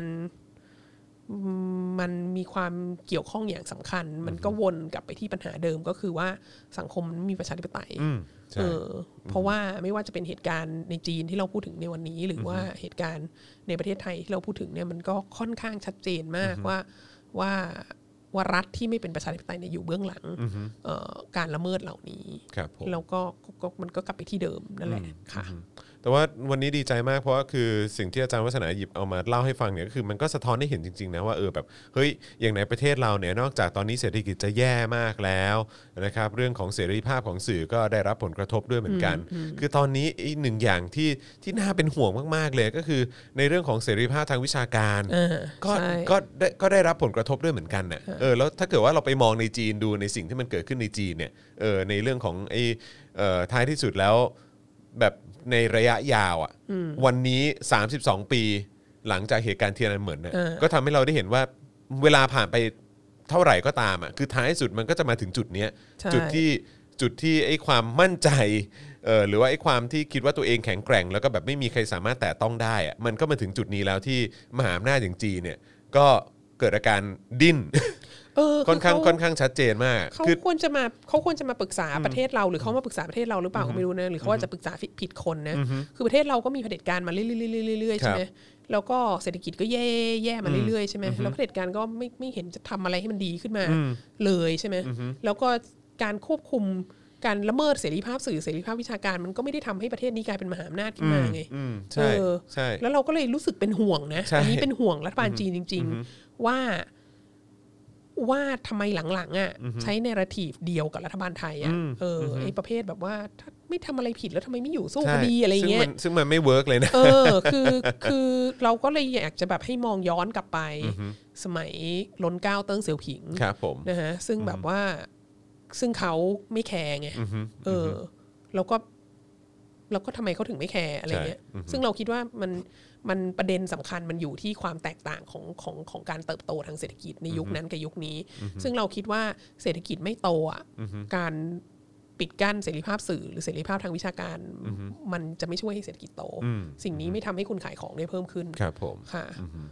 มันมีความเกี่ยวข้องอย่างสำคัญมันก็วนกลับไปที่ปัญหาเดิมก็คือว่าสังคมมันมีประชาธิปไตยเพราะว่าไม่ว่าจะเป็นเหตุการณ์ในจีนที่เราพูดถึงในวันนี้หรือว่าเหตุการณ์ในประเทศไทยที่เราพูดถึงเนี่ยมันก็ค่อนข้างชัดเจนมากว่ารัฐที่ไม่เป็นประชาธิปไตยเนี่ยอยู่เบื้องหลังการละเมิดเหล่านี้แล้วก็มันก็กลับไปที่เดิมนั่นแหละค่ะแต่ว่าวันนี้ดีใจมากเพราะว่าคือสิ่งที่อาจารย์วัฒนาหยิบเอามาเล่าให้ฟังเนี่ยก็คือมันก็สะท้อนให้เห็นจริงๆนะว่าแบบเฮ้ยอย่างในประเทศเราเนี่ยนอกจากตอนนี้เศรษฐกิจจะแย่มากแล้วนะครับเรื่องของเสรีภาพของสื่อก็ได้รับผลกระทบด้วยเหมือนกันคือตอนนี้อีกหนึ่งอย่างที่น่าเป็นห่วงมากๆเลยก็คือในเรื่องของเสรีภาพทางวิชาการก็ได้รับผลกระทบด้วยเหมือนกันน่ะแล้วถ้าเกิดว่าเราไปมองในจีนดูในสิ่งที่มันเกิดขึ้นในจีนเนี่ยในเรื่องของท้ายที่สุดแล้วแบบในระยะยาววันนี้32ปีหลังจากเหตุการณ์เทียนอันเหมินก็ทำให้เราได้เห็นว่าเวลาผ่านไปเท่าไหร่ก็ตามคือท้ายสุดมันก็จะมาถึงจุดนี้จุดที่ไอ้ความมั่นใจหรือว่าไอ้ความที่คิดว่าตัวเองแข็งแกร่งแล้วก็แบบไม่มีใครสามารถแตะต้องได้มันก็มาถึงจุดนี้แล้วที่มหาอำนาจอย่างจีนเนี่ยก็เกิดอาการดิ้นค่อนข้างชัดเจนมากเขาควรจะมาปรึกษาประเทศเราหรือเขามาปรึกษาประเทศเราหรือเปล่าก็ไม่รู้นะหรือเขาอาจจะปรึกษาผิดคนนะคือประเทศเราก็มีเผด็จการมาเรื่อยๆใช่ไหมแล้วก็เศรษฐกิจก็แย่มาเรื่อยๆใช่ไหมแล้วเผด็จการก็ไม่เห็นจะทำอะไรให้มันดีขึ้นมาเลยใช่ไหมแล้วก็การควบคุมการละเมิดเสรีภาพสื่อเสรีภาพวิชาการมันก็ไม่ได้ทำให้ประเทศนี้กลายเป็นมหาอำนาจขึ้นมาไงใช่แล้วเราก็เลยรู้สึกเป็นห่วงนะอันนี้เป็นห่วงรัฐบาลจีนจริงๆว่าทำไมหลังๆใช้เนเรทีฟเดียวกับรัฐบาลไทยไอ้ประเภทแบบว่าถ้าไม่ทำอะไรผิดแล้วทำไมไม่อยู่สู้คดีอะไรเงี้ยซึ่งมันไม่เวิร์กเลยนะคือเราก็เลยอยากจะแบบให้มองย้อนกลับไปสมัยล้นเกล้าเติ้งเสี่ยวผิงนะฮะซึ่งแบบว่าซึ่งเขาไม่แคร์ไงแล้วก็ทำไมเขาถึงไม่แคร์อะไรเงี้ยซึ่งเราคิดว่ามันประเด็นสำคัญมันอยู่ที่ความแตกต่างของการเติบโตทางเศรษฐกิจในยุคนั้นกับยุคนี้ซึ่งเราคิดว่าเศรษฐกิจไม่โตการปิดกั้นเสรีภาพสื่อหรือเสรีภาพทางวิชาการมันจะไม่ช่วยให้เศรษฐกิจโตสิ่งนี้ไม่ทำให้คุณขายของได้เพิ่มขึ้นครับผมค่ะ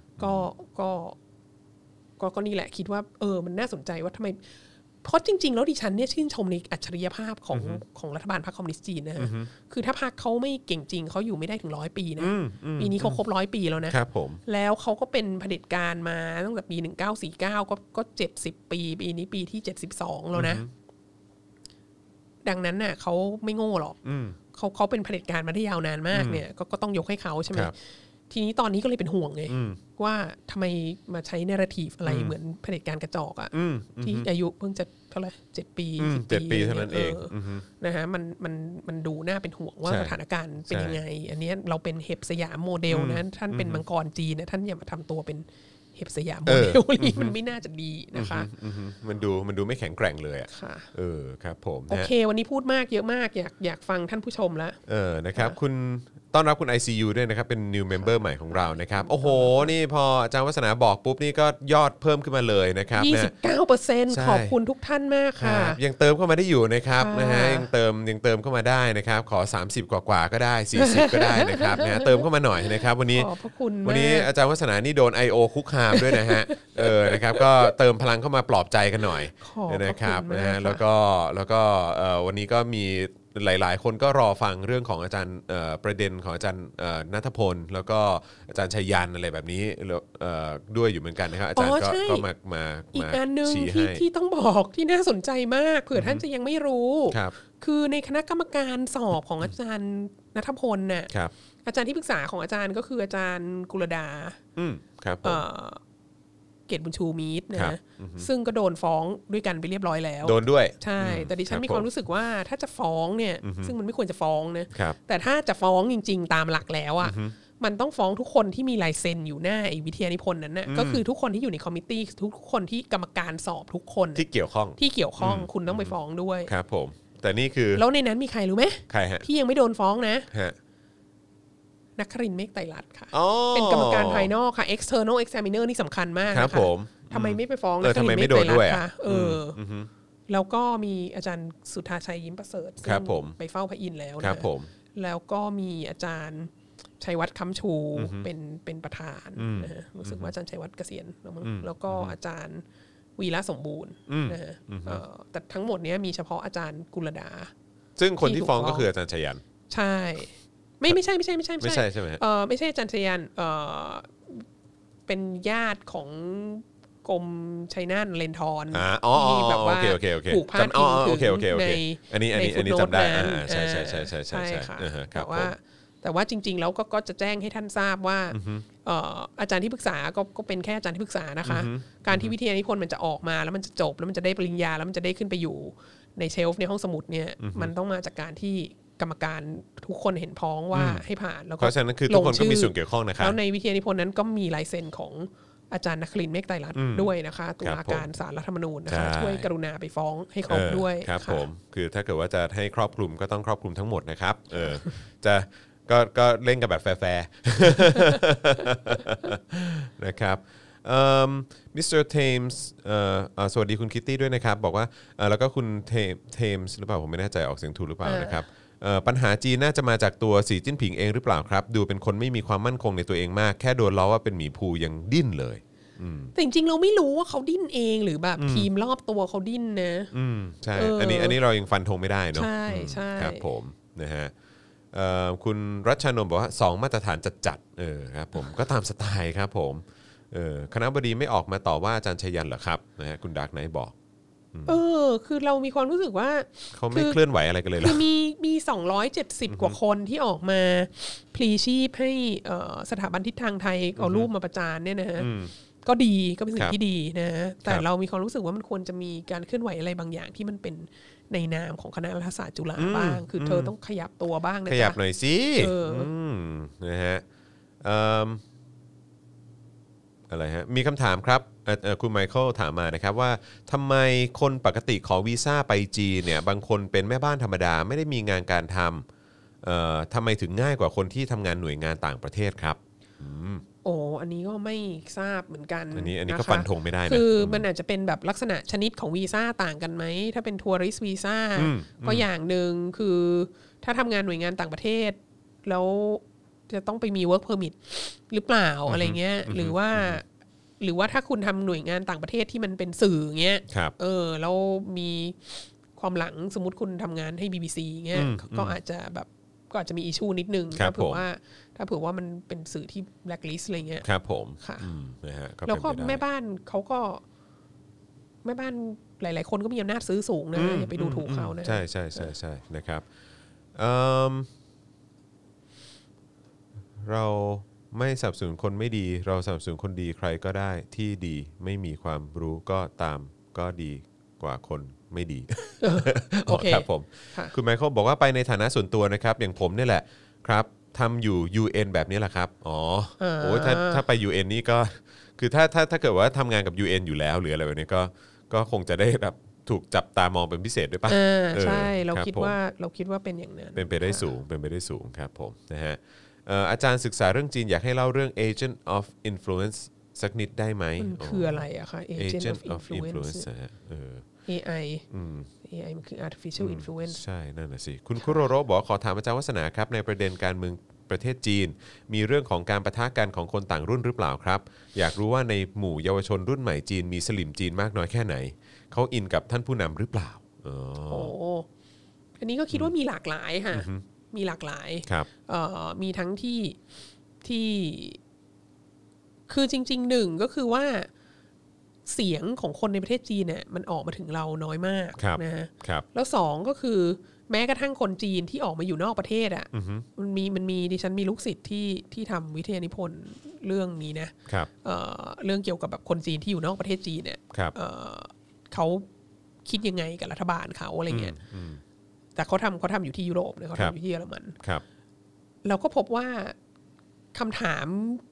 ก็นี่แหละคิดว่ามันน่าสนใจว่าทำไมเพราะจริงๆแล้วดิฉันเนี่ยชื่นชมในอัจฉริยภาพของรัฐบาลพรรคคอมมิวนิสต์จีนนะคือถ้าพรรคเขาไม่เก่งจริงเขาอยู่ไม่ได้ถึง100 ปีนะปีนี้เขาครบ100 ปีแล้วนะครับผมแล้วเขาก็เป็นเผด็จการมาตั้งแต่ปี1949ก็70 ปีปีนี้ปีที่72แล้วนะดังนั้นน่ะเขาไม่โง่หรอกเขาเป็นเผด็จการมาได้ยาวนานมากเนี่ยก็ต้องยกให้เขาใช่ไหมทีนี้ตอนนี้ก็เลยเป็นห่วงไงว่าทำไมมาใช้เนเรทีฟอะไรเหมือนเผด็จการกระจอกที่อายุเพิ่งจะเท่าไหร่7 ปี 10 ปีเท่านั้นเองนะฮะมันดูน่าเป็นห่วงว่าสถานการณ์เป็นยังไงอันนี้เราเป็นเห็บสยามโมเดลนะท่านเป็นมังกรจีนนะท่านอย่ามาทำตัวเป็นเห็บสยามโมเดลนี่มันไม่น่าจะดีนะคะมันดูไม่แข็งแกร่งเลยครับผมโอเควันนี้พูดมากเยอะมากอยากฟังท่านผู้ชมแล้วนะครับคุณต้อนรับคุณ ICU ด้วยนะครับเป็น new member ใหม่ของเรานะครับโอ้โหนี่พออาจารย์วัฒนาบอกปุ๊บนี่ก็ยอดเพิ่มขึ้นมาเลยนะครับ 29% ขอบคุณทุกท่านมากค่ะยังเติมเข้ามาได้อยู่นะครับนะฮะยังเติมเข้ามาได้นะครับขอ30กว่าก็ได้40ก็ได้นะครับนะเติมเข้ามาหน่อยนะครับวันนี้อาจารย์วัฒนานี่โดน IO คุกคาามด้วยนะฮะนะครับก็เติมพลังเข้ามาปลอบใจกันหน่อยนะครับนะฮะแล้วก็วันนี้ก็มีหลายๆคนก็รอฟังเรื่องของอาจารย์ประเด็นของอาจารย์ณัฐพลแล้วก็อาจารย์ชัยยันอะไรแบบนี้ด้วยอยู่เหมือนกันนะครับอาจารย์ก็มาอีกอันนึงที่ต้องบอกที่น่าสนใจมากเผื่อท่านจะยังไม่รู้คือในคณะกรรมการสอบของอาจารย์ณัฐพลเนี่ยอาจารย์ที่ปรึกษาของอาจารย์ก็คืออาจารย์กุลดาครับเกตบุญชูมีตนะซึ่งก็โดนฟ้องด้วยกันไปเรียบร้อยแล้วโดนด้วยใช่แต่ดิฉันมีความรู้สึกว่าถ้าจะฟ้องเนี่ยซึ่งมันไม่ควรจะฟ้องนะแต่ถ้าจะฟ้องจริงๆตามหลักแล้วอ่ะมันต้องฟ้องทุกคนที่มีลายเซ็นอยู่หน้าวิทยานิพนธ์นั้นนะก็คือทุกคนที่อยู่ในคอมมิตี้ทุกคนที่กรรมการสอบทุกคนที่เกี่ยวข้องคุณต้องไปฟ้องด้วยครับผมแต่นี่คือแล้วในนั้นมีใครรู้ไหมใครฮะที่ยังไม่โดนฟ้องนะนครินทร์เมฆไตรรัตน์ค่ะเป็นกรรมการภายนอกค่ะ external examiner นี่สำคัญมากนะคะทำไมไม่ไปฟ้องนครินทร์เมฆไตรรัตน์ค่ะแล้วก็มีอาจารย์สุธาชัยยิ้มประเสริฐซึ่งไปเฝ้าพระอินทร์แล้วนะแล้วก็มีอาจารย์ชัยวัฒน์คำชูเป็นประธานนะรู้สึกว่าอาจารย์ชัยวัฒน์เกษียณแล้วก็อาจารย์วีระสมบูรณ์นะแต่ทั้งหมดนี้มีเฉพาะอาจารย์กุลดาซึ่งคนที่ฟ้องก็คืออาจารย์ชัยยันใช่ไม่ใช่ไม่ใช่ใช่ไหมไม่ใช่อาจารย์ชัยยันเป็นญาติของกรมชัยนาทเรนทรที่แบบว่าผูกพาดพิงถึงในอันนี้จำได้ใช่ใช่ค่ะแต่ว่าจริงๆแล้วก็จะแจ้งให้ท่านทราบว่าอาจารย์ที่ปรึกษาก็เป็นแค่อาจารย์ที่ปรึกษานะคะการที่วิทยานิพนธ์มันจะออกมาแล้วมันจะจบแล้วมันจะได้ปริญญาแล้วมันจะได้ขึ้นไปอยู่ในเชลฟ์ในห้องสมุดเนี่ยมันต้องมาจากการที่กรรมการทุกคนเห็นพ้องว่าให้ผ่านแล้วก็เพราะฉะนั้นคือทุกคนก็มีส่วนเกี่ยวข้องนะครับแล้วในวิทยานิพนธ์นั้นก็มีลายเซ็นของอาจารย์นครินทร์เมฆไตรรัตน์ด้วยนะคะตุลาการศาลรัฐธรรมนูญนะคะช่วยกรุณาไปฟ้องให้ครบด้วยครับผมคือถ้าเกิดว่าจะให้ครอบคลุมก็ต้องครอบคลุมทั้งหมดนะครับจะก็เล่นกันแบบแฟร์นะครับมิสเตอร์เทมส์สวัสดีคุณคิตตี้ด้วยนะครับบอกว่าแล้วก็คุณเทมส์หรือเปล่าผมไม่แน่ใจออกเสียงถูกหรือเปล่านะครับปัญหาจีนน่าจะมาจากตัวสีจิ้นผิงเองหรือเปล่าครับดูเป็นคนไม่มีความมั่นคงในตัวเองมากแค่โดนล้อว่าเป็นหมีภูยังดิ้นเลยแต่จริงๆเราไม่รู้ว่าเขาดิ้นเองหรือแบบทีมรอบตัวเขาดิ้นนะใช่อันนี้เรายังฟันธงไม่ได้เนาะใช่ครับผมนะฮะคุณรัชชานนท์บอกว่า2มาตรฐานจัดครับผมก็ตามสไตล์ครับผมคณะบดีไม่ออกมาต่อว่าอาจารย์ชัยยันเหรอครับนะฮะคุณดาร์กไนท์บอกคือเรามีความรู้สึกว่าเขาไม่เคลื่อนไหวอะไรกันเลยหรอคือมี270กว่าคนที่ออกมาพลีชีพให้สถาบันทิศทางไทยเอารูปมาประจานเนี่ยนะฮะก็ดีก็เป็นสิ่งที่ดีนะแต่เรามีความรู้สึกว่ามันควรจะมีการเคลื่อนไหวอะไรบางอย่างที่มันเป็นในนามของคณะรัฐศาสตร์จุฬาบ้างคือเธอต้องขยับตัวบ้างนะขยับหน่อยสินะฮะอะไรฮะมีคำถามครับคุณไมเคิลถามมานะครับว่าทำไมคนปกติขอวีซ่าไปจีนเนี่ยบางคนเป็นแม่บ้านธรรมดาไม่ได้มีงานการทำทำไมถึงง่ายกว่าคนที่ทำงานหน่วยงานต่างประเทศครับอันนี้ก็ไม่ทราบเหมือนกันอันนี้ก็ฟันธงไม่ได้นะคือมันอาจจะเป็นแบบลักษณะชนิดของวีซ่าต่างกันไหมถ้าเป็นทัวริสต์วีซ่าก็อย่างนึงคือถ้าทำงานหน่วยงานต่างประเทศแล้วจะต้องไปมี work permit หรือเปล่าอะไรเงี้ยหรือว่าถ้าคุณทำหน่วยงานต่างประเทศที่มันเป็นสื่อเงี้ยแล้วมีความหลังสมมุติคุณทำงานให้ BBC เงี้ยก็อาจจะมีอิชชูนิดนึงถ้าเผื่อว่ามันเป็นสื่อที่ blacklist อะไรเงี้ยครับผมค่ะแล้วก็แม่บ้านเขาก็แม่บ้านหลายๆคนก็มีอำนาจซื้อสูงนะอย่าไปดูถูกเขานะใช่นะครับเราไม่สนับสนุนคนไม่ดีเราสนับสนุนคนดีใครก็ได้ที่ดีไม่มีความรู้ก็ตามก็ดีกว่าคนไม่ดีโอเคครับผมคุณไมเคิลบอกว่าไปในฐานะส่วนตัวนะครับอย่างผมนี่แหละครับทำอยู่ UN แบบนี้แหละครับโอ้ถ้าไป UN นี่ก็คือถ้าเกิดว่าทำงานกับ UN อยู่แล้วหรืออะไรแบบนี้ก็คงจะได้แบบถูกจับตามองเป็นพิเศษด้วยป่ะใช่เราคิดว่าเป็นอย่างนั้นเป็นไปได้สูงครับผมนะฮะอาจารย์ศึกษาเรื่องจีนอยากให้เล่าเรื่อง Agent of Influence สักนิดได้ไหมคืออะไรอะคะ Agent of Influence AI มันคือ artificial influence ใช่นั่นน่ะสิคุณคุโรโรบอกขอถามอาจารย์วัฒนาครับในประเด็นการเมืองประเทศจีนมีเรื่องของการปะทะกันของคนต่างรุ่นหรือเปล่าครับอยากรู้ว่าในหมู่เยาวชนรุ่นใหม่จีนมีสลิมจีนมากน้อยแค่ไหนเขาอินกับท่านผู้นำหรือเปล่าโอ้อันนี้ก็คิดว่ามีหลากหลายค่ะมีหลากหลายมีทั้งที่คือจริงๆหนึ่งก็คือว่าเสียงของคนในประเทศจีนเนี่ยมันออกมาถึงเราน้อยมากนะฮะแล้วสองก็คือแม้กระทั่งคนจีนที่ออกมาอยู่นอกประเทศอ่ะมันมีดิฉันมีลูกศิษย์ที่ทำวิทยานิพนธ์เรื่องนี้นะเรื่องเกี่ยวกับแบบคนจีนที่อยู่นอกประเทศจีนเนี่ยเขาคิดยังไงกับรัฐบาลเขาอะไรเงี้ยแต่เขาทำอยู่ที่ยุโรปเนี่ยเขาทำอยู่ที่เยอรมันเราก็พบว่าคำถาม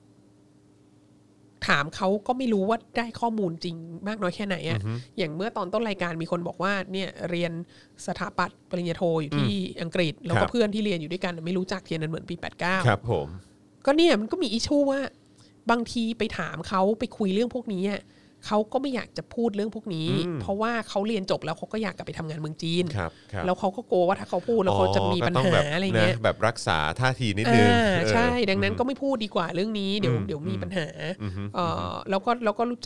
เขาก็ไม่รู้ว่าได้ข้อมูลจริงมากน้อยแค่ไหนอ่ะอย่างเมื่อตอนต้นรายการมีคนบอกว่าเนี่ยเรียนสถาปัตย์ปริญญาโทอยู่ที่อังกฤษแล้วก็เพื่อนที่เรียนอยู่ด้วยกันไม่รู้จักเทียนนันเหมือนปี89 ครับผมก็เนี่ยมันก็มีอิชชูว่าบางทีไปถามเขาไปคุยเรื่องพวกนี้เขาก็ไม่อยากจะพูดเรื่องพวกนี้เพราะว่าเขาเรียนจบแล้วเขาก็อยากกลับไปทำงานเมืองจีนแล้วเขาก็กลัวว่าถ้าเขาพูดแล้วเขาจะมีปัญหาอะไรเงี้ยแบบรักษาท่าทีนิดนึงใช่ดังนั้นก็ไม่พูดดีกว่าเรื่องนี้เดี๋ยวมีปัญหาแล้วก็รู้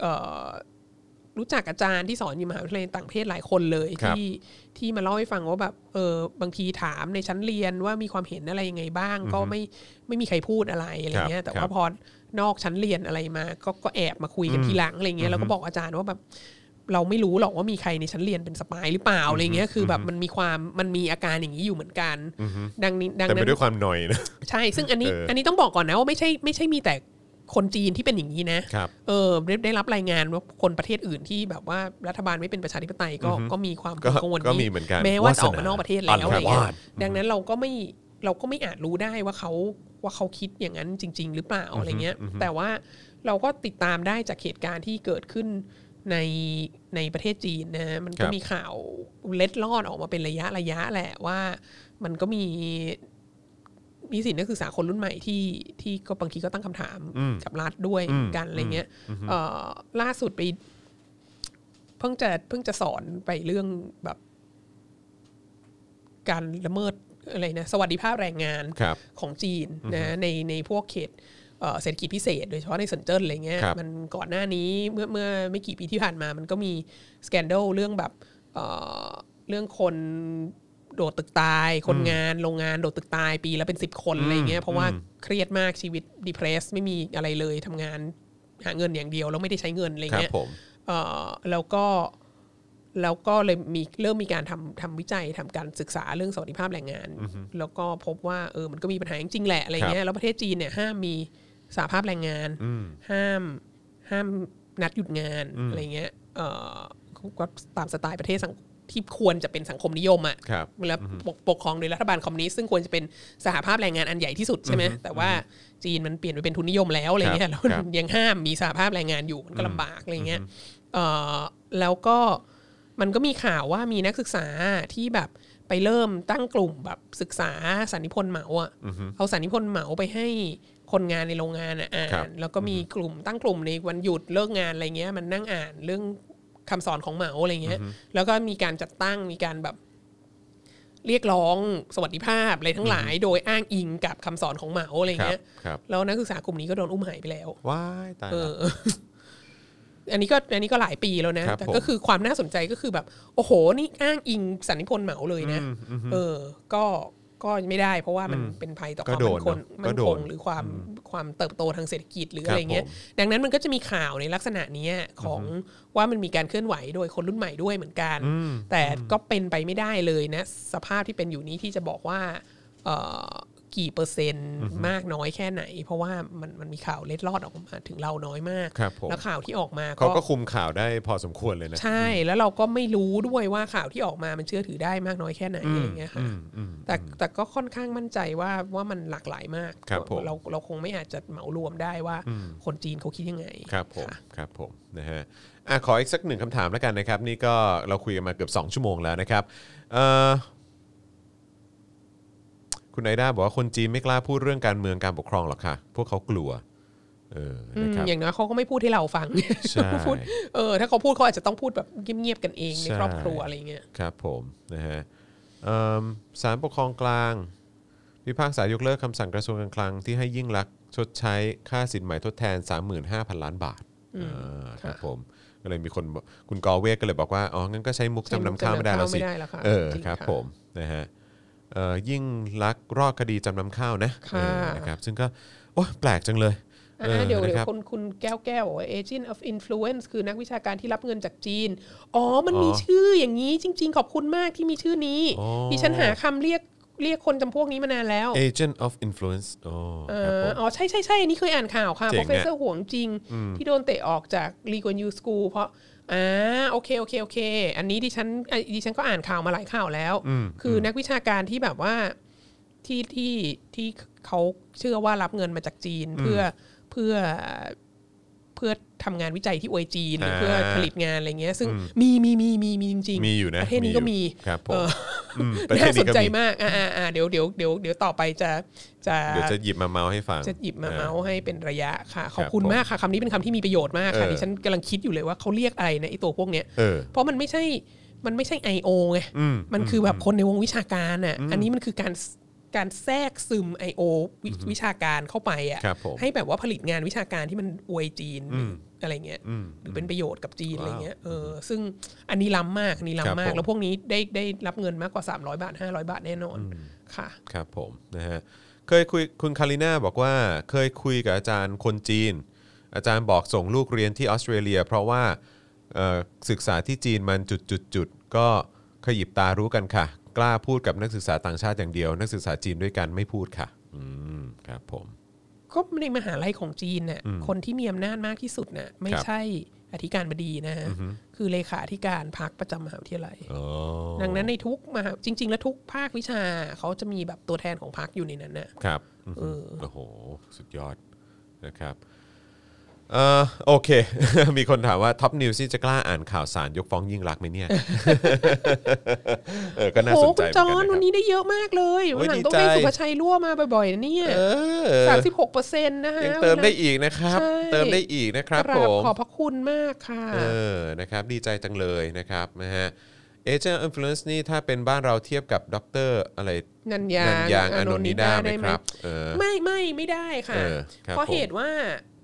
จักอาจารย์ที่สอนอยู่มหาวิทยาลัยต่างประเทศหลายคนเลยที่มาเล่าให้ฟังว่าแบบบางทีถามในชั้นเรียนว่ามีความเห็นอะไรยังไงบ้างก็ไม่มีใครพูดอะไรเงี้ยแต่ว่าพอนอกชั้นเรียนอะไรมาก็แอบมาคุยกันทีหลังอะไรเงี้ยแล้วก็บอกอาจารย์ว่าแบบเราไม่รู้หรอกว่ามีใครในชั้นเรียนเป็นสปายหรือเปล่าอะไรเงี้ยคือแบบมันมีอาการอย่างนี้อยู่เหมือนกันดังนั้นแต่ไม่ด้วยความหน่อยนะใช่ซึ่งอันนี้ต้องบอกก่อนนะว่าไม่ใช่มีแต่คนจีนที่เป็นอย่างนี้นะได้รับรายงานว่าคนประเทศอื่นที่แบบว่ารัฐบาลไม่เป็นประชาธิปไตยก็มีความกังวลนี้แม้ว่าจะออกมานอกประเทศแล้วอะไรเงี้ยดังนั้นเราก็ไม่อาจรู้ได้ว่าเขาคิดอย่างนั้นจริงๆหรือเปล่าอะไรเงี้ยแต่ว่าเราก็ติดตามได้จากเหตุการณ์ที่เกิดขึ้นในประเทศจีนนะมันก็มีข่าวเล็ดลอดออกมาเป็นระยะแหละว่ามันก็มีนิสิตนักศึกษาคนรุ่นใหม่ที่ก็บางทีก็ตั้งคำถามกับรัฐด้วยกันอะไรเงี้ยล่าสุดไปเพิ่งจะสอนไปเรื่องแบบการละเมิดอะไรนะสวัสดิภาพแรงงานของจีนนะในพวกเขตเศรษฐกิจพิเศษโดยเฉพาะในเซินเจิ้นอะไรเงี้ยมันก่อนหน้านี้เมื่อไม่กี่ปีที่ผ่านมามันก็มีสแกนโดลเรื่องแบบเรื่องคนโดดตึกตายคนงานโรงงานโดดตึกตายปีแล้วเป็น10คนอะไรเงี้ยเพราะว่าเครียดมากชีวิตดิเพรสไม่มีอะไรเลยทำงานหาเงินอย่างเดียวแล้วไม่ได้ใช้เงินอะไรเงี้ยแล้วก็เลยเริ่มมีการทำวิจัยทำการศึกษาเรื่องสวัสดิภาพแรงงานแล้วก็พบว่ามันก็มีปัญหาจริงๆแหละอะไรเงี้ยแล้วประเทศจีนเนี่ยห้ามมีสหภาพแรงงานห้ามนัดหยุดงานอะไรเงี้ยก็ตามสไตล์ประเทศที่ควรจะเป็นสังคมนิยมอ่ะแล้วปกครองโดยรัฐบาลคอมมิวนิสต์ซึ่งควรจะเป็นสหภาพแรงงานอันใหญ่ที่สุดใช่ไหมแต่ว่าจีนมันเปลี่ยนไปเป็นทุนนิยมแล้วอะไรเงี้ยแล้วยังห้ามมีสหภาพแรงงานอยู่มันก็ลำบากอะไรเงี้ยแล้วก็มันก็มีข่าวว่ามีนักศึกษาที่แบบไปเริ่มตั้งกลุ่มแบบศึกษาสันนิพนธ์เหมาอ่ะเอาสันนิพนธ์เหมาไปให้คนงานในโรงงานอ่านแล้วก็มีกลุ่มตั้งกลุ่มในวันหยุดเลิกงานอะไรเงี้ยมันนั่งอ่านเรื่องคำสอนของเหมาอะไรเงี้ยแล้วก็มีการจัดตั้งมีการแบบเรียกร้องสวัสดิภาพอะไรทั้งหลายโดยอ้างอิงกับคำสอนของเหมาอะไรเงี้ยแล้วนักศึกษากลุ่มนี้ก็โดนอุ้มหายไปแล้วว้ายตายอันนี้ก็หลายปีแล้วนะแต่ก็คือความน่าสนใจก็คือแบบโอ้โหนี่อ้างอิงสันนิพนธ์เหมาเลยนะก็ไม่ได้เพราะว่ามันเป็นภัยต่อความมั่นคงหรือความเติบโตทางเศรษฐกิจหรืออะไรเงี้ยดังนั้นมันก็จะมีข่าวในลักษณะนี้ของว่ามันมีการเคลื่อนไหวโดยคนรุ่นใหม่ด้วยเหมือนกันแต่ก็เป็นไปไม่ได้เลยนะสภาพที่เป็นอยู่นี้ที่จะบอกว่ากี่เปอร์เซ็นต์มากน้อยแค่ไหนเพราะว่ามันมีข่าวเล็ดลอดออกมาถึงเราน้อยมากแล้วข่าวที่ออกมาเขาก็คุมข่าวได้พอสมควรเลยนะใช่แล้วเราก็ไม่รู้ด้วยว่าข่าวที่ออกมามันเชื่อถือได้มากน้อยแค่ไหนอะไรเงี้ยค่ะแต่ก็ค่อนข้างมั่นใจว่ามันหลากหลายมากเราคงไม่อาจจะเหมารวมได้ว่าคนจีนเขาคิดยังไงครับผมนะฮะขออีกสักหนึ่งคำถามแล้วกันนะครับนี่ก็เราคุยกันมาเกือบ2ชั่วโมงแล้วนะครับคุณไอด้าบอกว่าคนจีนไม่กล้าพูดเรื่องการเมืองการปกครองหรอกค่ะพวกเขากลัวอย่างน้อยเขาก็ไม่พูดให้เราฟังใช่ถ้าเขาพูดเขาอาจจะต้องพูดแบบเงียบๆกันเองในครอบครัวอะไรเงี้ยครับผมนะฮะศาลปกครองกลางพิพากษายกเลิกคำสั่งกระทรวงการคลังที่ให้ยิ่งลักษณ์ชดใช้ค่าสินไหมทดแทน 35,000 ล้านบาทครับผมก็เลยมีคนคุณกอเวกก็เลยบอกว่าอ๋องั้นก็ใช้มุกจำนำข้าวไม่ได้แล้วสิครับผมนะฮะยิ่งลักษณ์รอดคดีจำนำข้าวนะครับซึ่งก็โอ้แปลกจังเลยเดี๋ยวคุณแก้วบอกว่า Agent of Influence คือนักวิชาการที่รับเงินจากจีนอ๋อมันมีชื่ออย่างนี้จริงๆขอบคุณมากที่มีชื่อนี้ดิฉันหาคำเรียกคนจำพวกนี้มานานแล้ว Agent of Influence ใช่อันนี้เคยอ่านข่าวค่ะ Professor หวงจิงที่โดนเตะออกจากลีกวนยูสกูลเพราะโอเคอันนี้ดิฉันก็อ่านข่าวมาหลายข่าวแล้วคือนักวิชาการที่แบบว่าที่เขาเชื่อว่ารับเงินมาจากจีนเพื่อทำงานวิจัยที่อวยจีนหรือเพื่อผลิตงานอะไรเงี้ยซึ่งมีจริงๆมีอยู่นะประเทศนี้ก็มีครับผมน่าสนใจมากเดี๋ยวต่อไปจะหยิบมาเมาให้ฟังจะหยิบมาเมาให้เป็นระยะค่ะขอบคุณมากค่ะคำนี้เป็นคำที่มีประโยชน์มากค่ะดิฉันกำลังคิดอยู่เลยว่าเขาเรียกอะไรนะไอ้ตัวพวกเนี้ยเพราะมันไม่ใช่ I.O. ไงมันคือแบบคนในวงวิชาการอ่ะอันนี้มันคือการแทรกซึม I.O. วิชาการเข้าไปอ่ะให้แบบว่าผลิตงานวิชาการที่มันอวยจีนอะไรเงี้ยหรือเป็นประโยชน์กับจีนอะไรเงี้ยซึ่งอันนี้ล้ำมากแล้วพวกนี้ได้รับเงินมากกว่า300 บาท500 บาทแน่นอนค่ะครับผมนะฮะเคยคุยคุณคาริน่าบอกว่าเคยคุยกับอาจารย์คนจีนอาจารย์บอกส่งลูกเรียนที่ออสเตรเลียเพราะว่าศึกษาที่จีนมันจุดก็ขยิบตารู้กันค่ะกล้าพูดกับนักศึกษาต่างชาติอย่างเดียวนักศึกษาจีนด้วยกันไม่พูดค่ะครับผมก็ในมหาลัยของจีนน่ะคนที่มีอำนาจมากที่สุดน่ะไม่ใช่อธิการบดีนะฮะคือเลขาธิการพรรคประจำมหาวิทยาลัยดังนั้นในทุกจริงๆแล้วทุกภาควิชาเขาจะมีแบบตัวแทนของพรรคอยู่ในนั้นนะครับโอ้โหสุดยอดนะครับโอเค มีคนถามว่าท็อปนิวส์ที่จะกล้าอ่านข่าวสารยกฟ้องยิ่งลักษณ์ไหมเนี่ยก็น่าสนใจเหมือนกันวันนี้ได้เยอะมากเลยวันหลังต้องให้สุภชัยรั่วมาบ่อยๆนะเนี่ย36%นะคะยังเติมได้อีกนะครับเติมได้อีกนะครับผมขอบพระคุณมากค่ะนะครับดีใจจังเลยนะครับนะฮะAgent of Influence นี่ถ้าเป็นบ้านเราเทียบกับดร.อะไรนันยางอานนท์นิดาไหมครับไม่ได้ค่ะเพราะเหตุว่า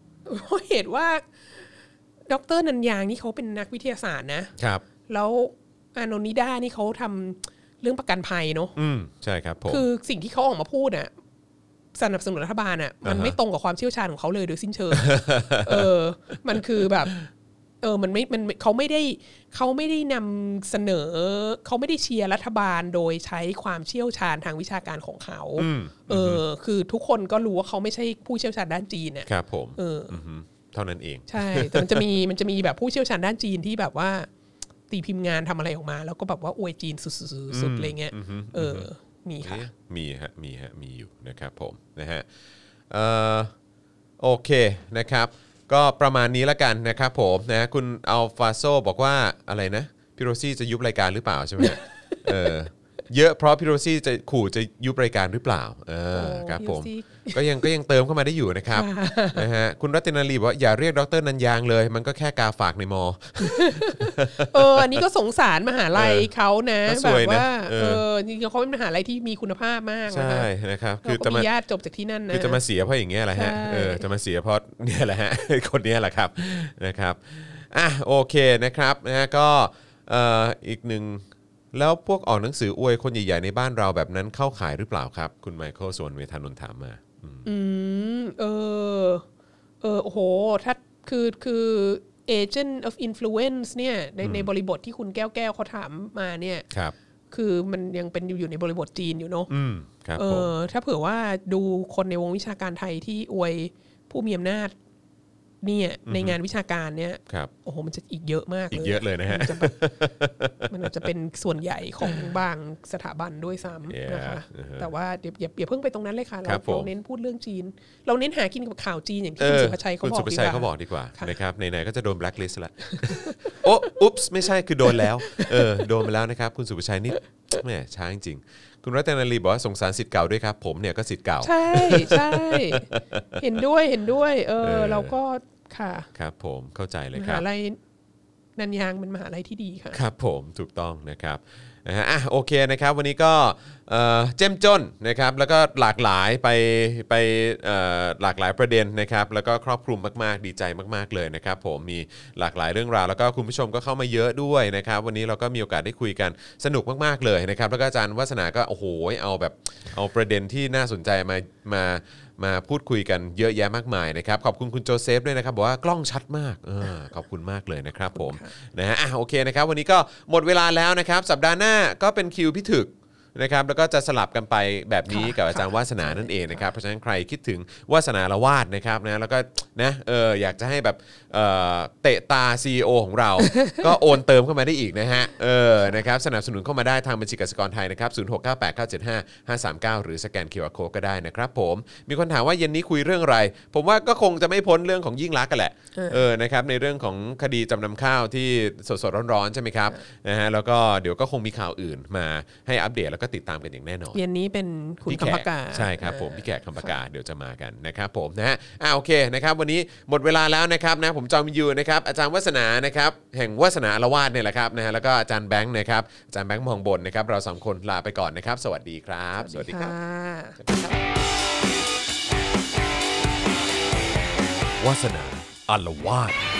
ดร.นันยางนี่เขาเป็นนักวิทยาศาสตร์นะครับแล้วอานนท์นิดานี่เขาทำเรื่องประกันภัยเนาะใช่ครับผมคือสิ่งที่เขาออกมาพูดอ่ะสนับสนุนรัฐบาลอ่ะมันไม่ตรงกับความเชี่ยวชาญของเขาเลยโดยสิ้นเชิงมันคือแบบมันเขาไม่ได้นำเสนอเขาไม่ได้เชียร์รัฐบาลโดยใช้ความเชี่ยวชาญทางวิชาการของเขาคือทุกคนก็รู้ว่าเขาไม่ใช่ผู้เชี่ยวชาญด้านจีนเนี่ยครับผมเท่านั้นเองใช่แต่มันจะมีแบบผู้เชี่ยวชาญด้านจีนที่แบบว่าตีพิมพ์งานทำอะไรออกมาแล้วก็แบบว่าอวยจีนสุดๆอะไรเงี้ยมีค่ะมีอยู่นะครับผมนะฮะโอเคนะครับก็ประมาณนี้ละกันนะครับผมนะคุณอัลฟาโซบอกว่าอะไรนะพี่โรซี่จะยุบรายการหรือเปล่าใช่ไหมเยอะเพราะพี่โรซี่จะขู่จะยุบรายการหรือเปล่าครับผมก็ยังเติมเข้ามาได้อยู่นะครับนะฮะคุณรัตนาลีบอกว่าอย่าเรียกดร.นันยางเลยมันก็แค่กาฝากในมอันนี้ก็สงสารมหาลัยเขานะแบบว่าจริงๆเขาเป็นมหาลัยที่มีคุณภาพมากใช่นะครับคือจะมาญาติจบจากที่นั่นนะคือจะมาเสียเพราะอย่างเงี้ยแหละฮะจะมาเสียเพราะเนี่ยแหละฮะคนนี้แหละครับนะครับโอเคนะครับนะฮะก็อีกหนึ่งแล้วพวกออกหนังสืออวยคนใหญ่ๆในบ้านเราแบบนั้นเข้าขายหรือเปล่าครับคุณไมเคิลส่วนเวทานนท์ถามมาโอ้โหถ้าคือ agent of influence เนี่ยในบริบทที่คุณแก้วเขาถามมาเนี่ยคือมันยังเป็นอยู่ในบริบทจีนอยู่เนาะถ้าเผื่อว่าดูคนในวงวิชาการไทยที่อวยผู้มีอำนาจเนี่ยในงานวิชาการเนี่ยโอ้โหมันจะอีกเยอะมากเลยอีกเยอะเลยนะฮะมันอาจจะเป็นส่วนใหญ่ของบางสถาบันด้วยซ้ำนะคะแต่ว่าอย่าเพิ่งไปตรงนั้นเลยค่ะเราเน้นพูดเรื่องจีนเราเน้นหากินกับข่าวจีนอย่างที่คุณสุภชัยเขาบอกดีกว่านะครับไหนๆก็จะโดนแบล็คลิสต์แล้วโอ้อุ๊ปส์ไม่ใช่คือโดนแล้วโดนไปแล้วนะครับคุณสุภชัยนี่แหมช้าจริงคุณรัตนาลีบอกว่าสงสารศิษย์เก่าด้วยครับผมเนี่ยก็ศิษย์เก่าใช่เห็นด้วยเราก็ค่ะครับผมเข้าใจเลยครับมหาลัยนันยางเป็นมหาลัยที่ดีค่ะครับผมถูกต้องนะครับนะฮะโอเคนะครับวันนี้ก็เจ้มจนนะครับแล้วก็หลากหลายไปหลากหลายประเด็นนะครับแล้วก็ครอบคลุมมากๆดีใจมากๆเลยนะครับผมมีหลากหลายเรื่องราวแล้วก็คุณผู้ชมก็เข้ามาเยอะด้วยนะครับวันนี้เราก็มีโอกาสได้คุยกันสนุกมากๆเลยนะครับแล้วก็อาจารย์วาสนาก็โอ้โหเอาประเด็นที่น่าสนใจมาพูดคุยกันเยอะแยะมากมายนะครับขอบคุณคุณโจเซฟด้วยนะครับบอกว่ากล้องชัดมากขอบคุณมากเลยนะครับผมนะฮะโอเคนะครับวันนี้ก็หมดเวลาแล้วนะครับสัปดาห์หน้าก็เป็นคิวพี่ถึกนะครับแล้วก็จะสลับกันไปแบบนี้กับอาจารย์วาสนานั่นเองนะครับเพราะฉะนั้นใครคิดถึงวาสนาละวาดนะครับนะแล้วก็นะอยากจะให้แบบเตะตา CEO ของเรา ก็โอนเติมเข้ามาได้อีกนะฮะนะครับสนับสนุนเข้ามาได้ทางบัญชีกสิกรไทยนะครับ0698975539หรือสแกน QR Code ก็ได้นะครับผมมีคนถามว่าเย็นนี้คุยเรื่องอะไรผมว่าก็คงจะไม่พ้นเรื่องของยิ่งลักษณ์กันแหละนะครับในเรื่องของคดีจำนำข้าวที่สดๆร้อนๆใช่ไหมครับนะฮะแล้วก็เดี๋ยวก็คงมีข่าวอื่นมาให้อัปเดตแล้วก็ติดตามกันอย่างแน่นอนเย็นนี้เป็นคุณคำปากาใช่ครับผมพี่แขกคำปากาเดี๋ยวจะมากันนะครับผมนะฮะโอเคนะครับวันนี้หมดเวลาแล้วนะครับนะผมจอมยูนะครับอาจารย์วาสนานะครับแห่งวาสนาละวาดเนี่ยแหละครับนะฮะแล้วก็อาจารย์แบงค์นะครับอาจารย์แบงค์มองบนนะครับเรา3คนลาไปก่อนนะครับสวัสดีครับสวัสดีครับวาสนาละวาด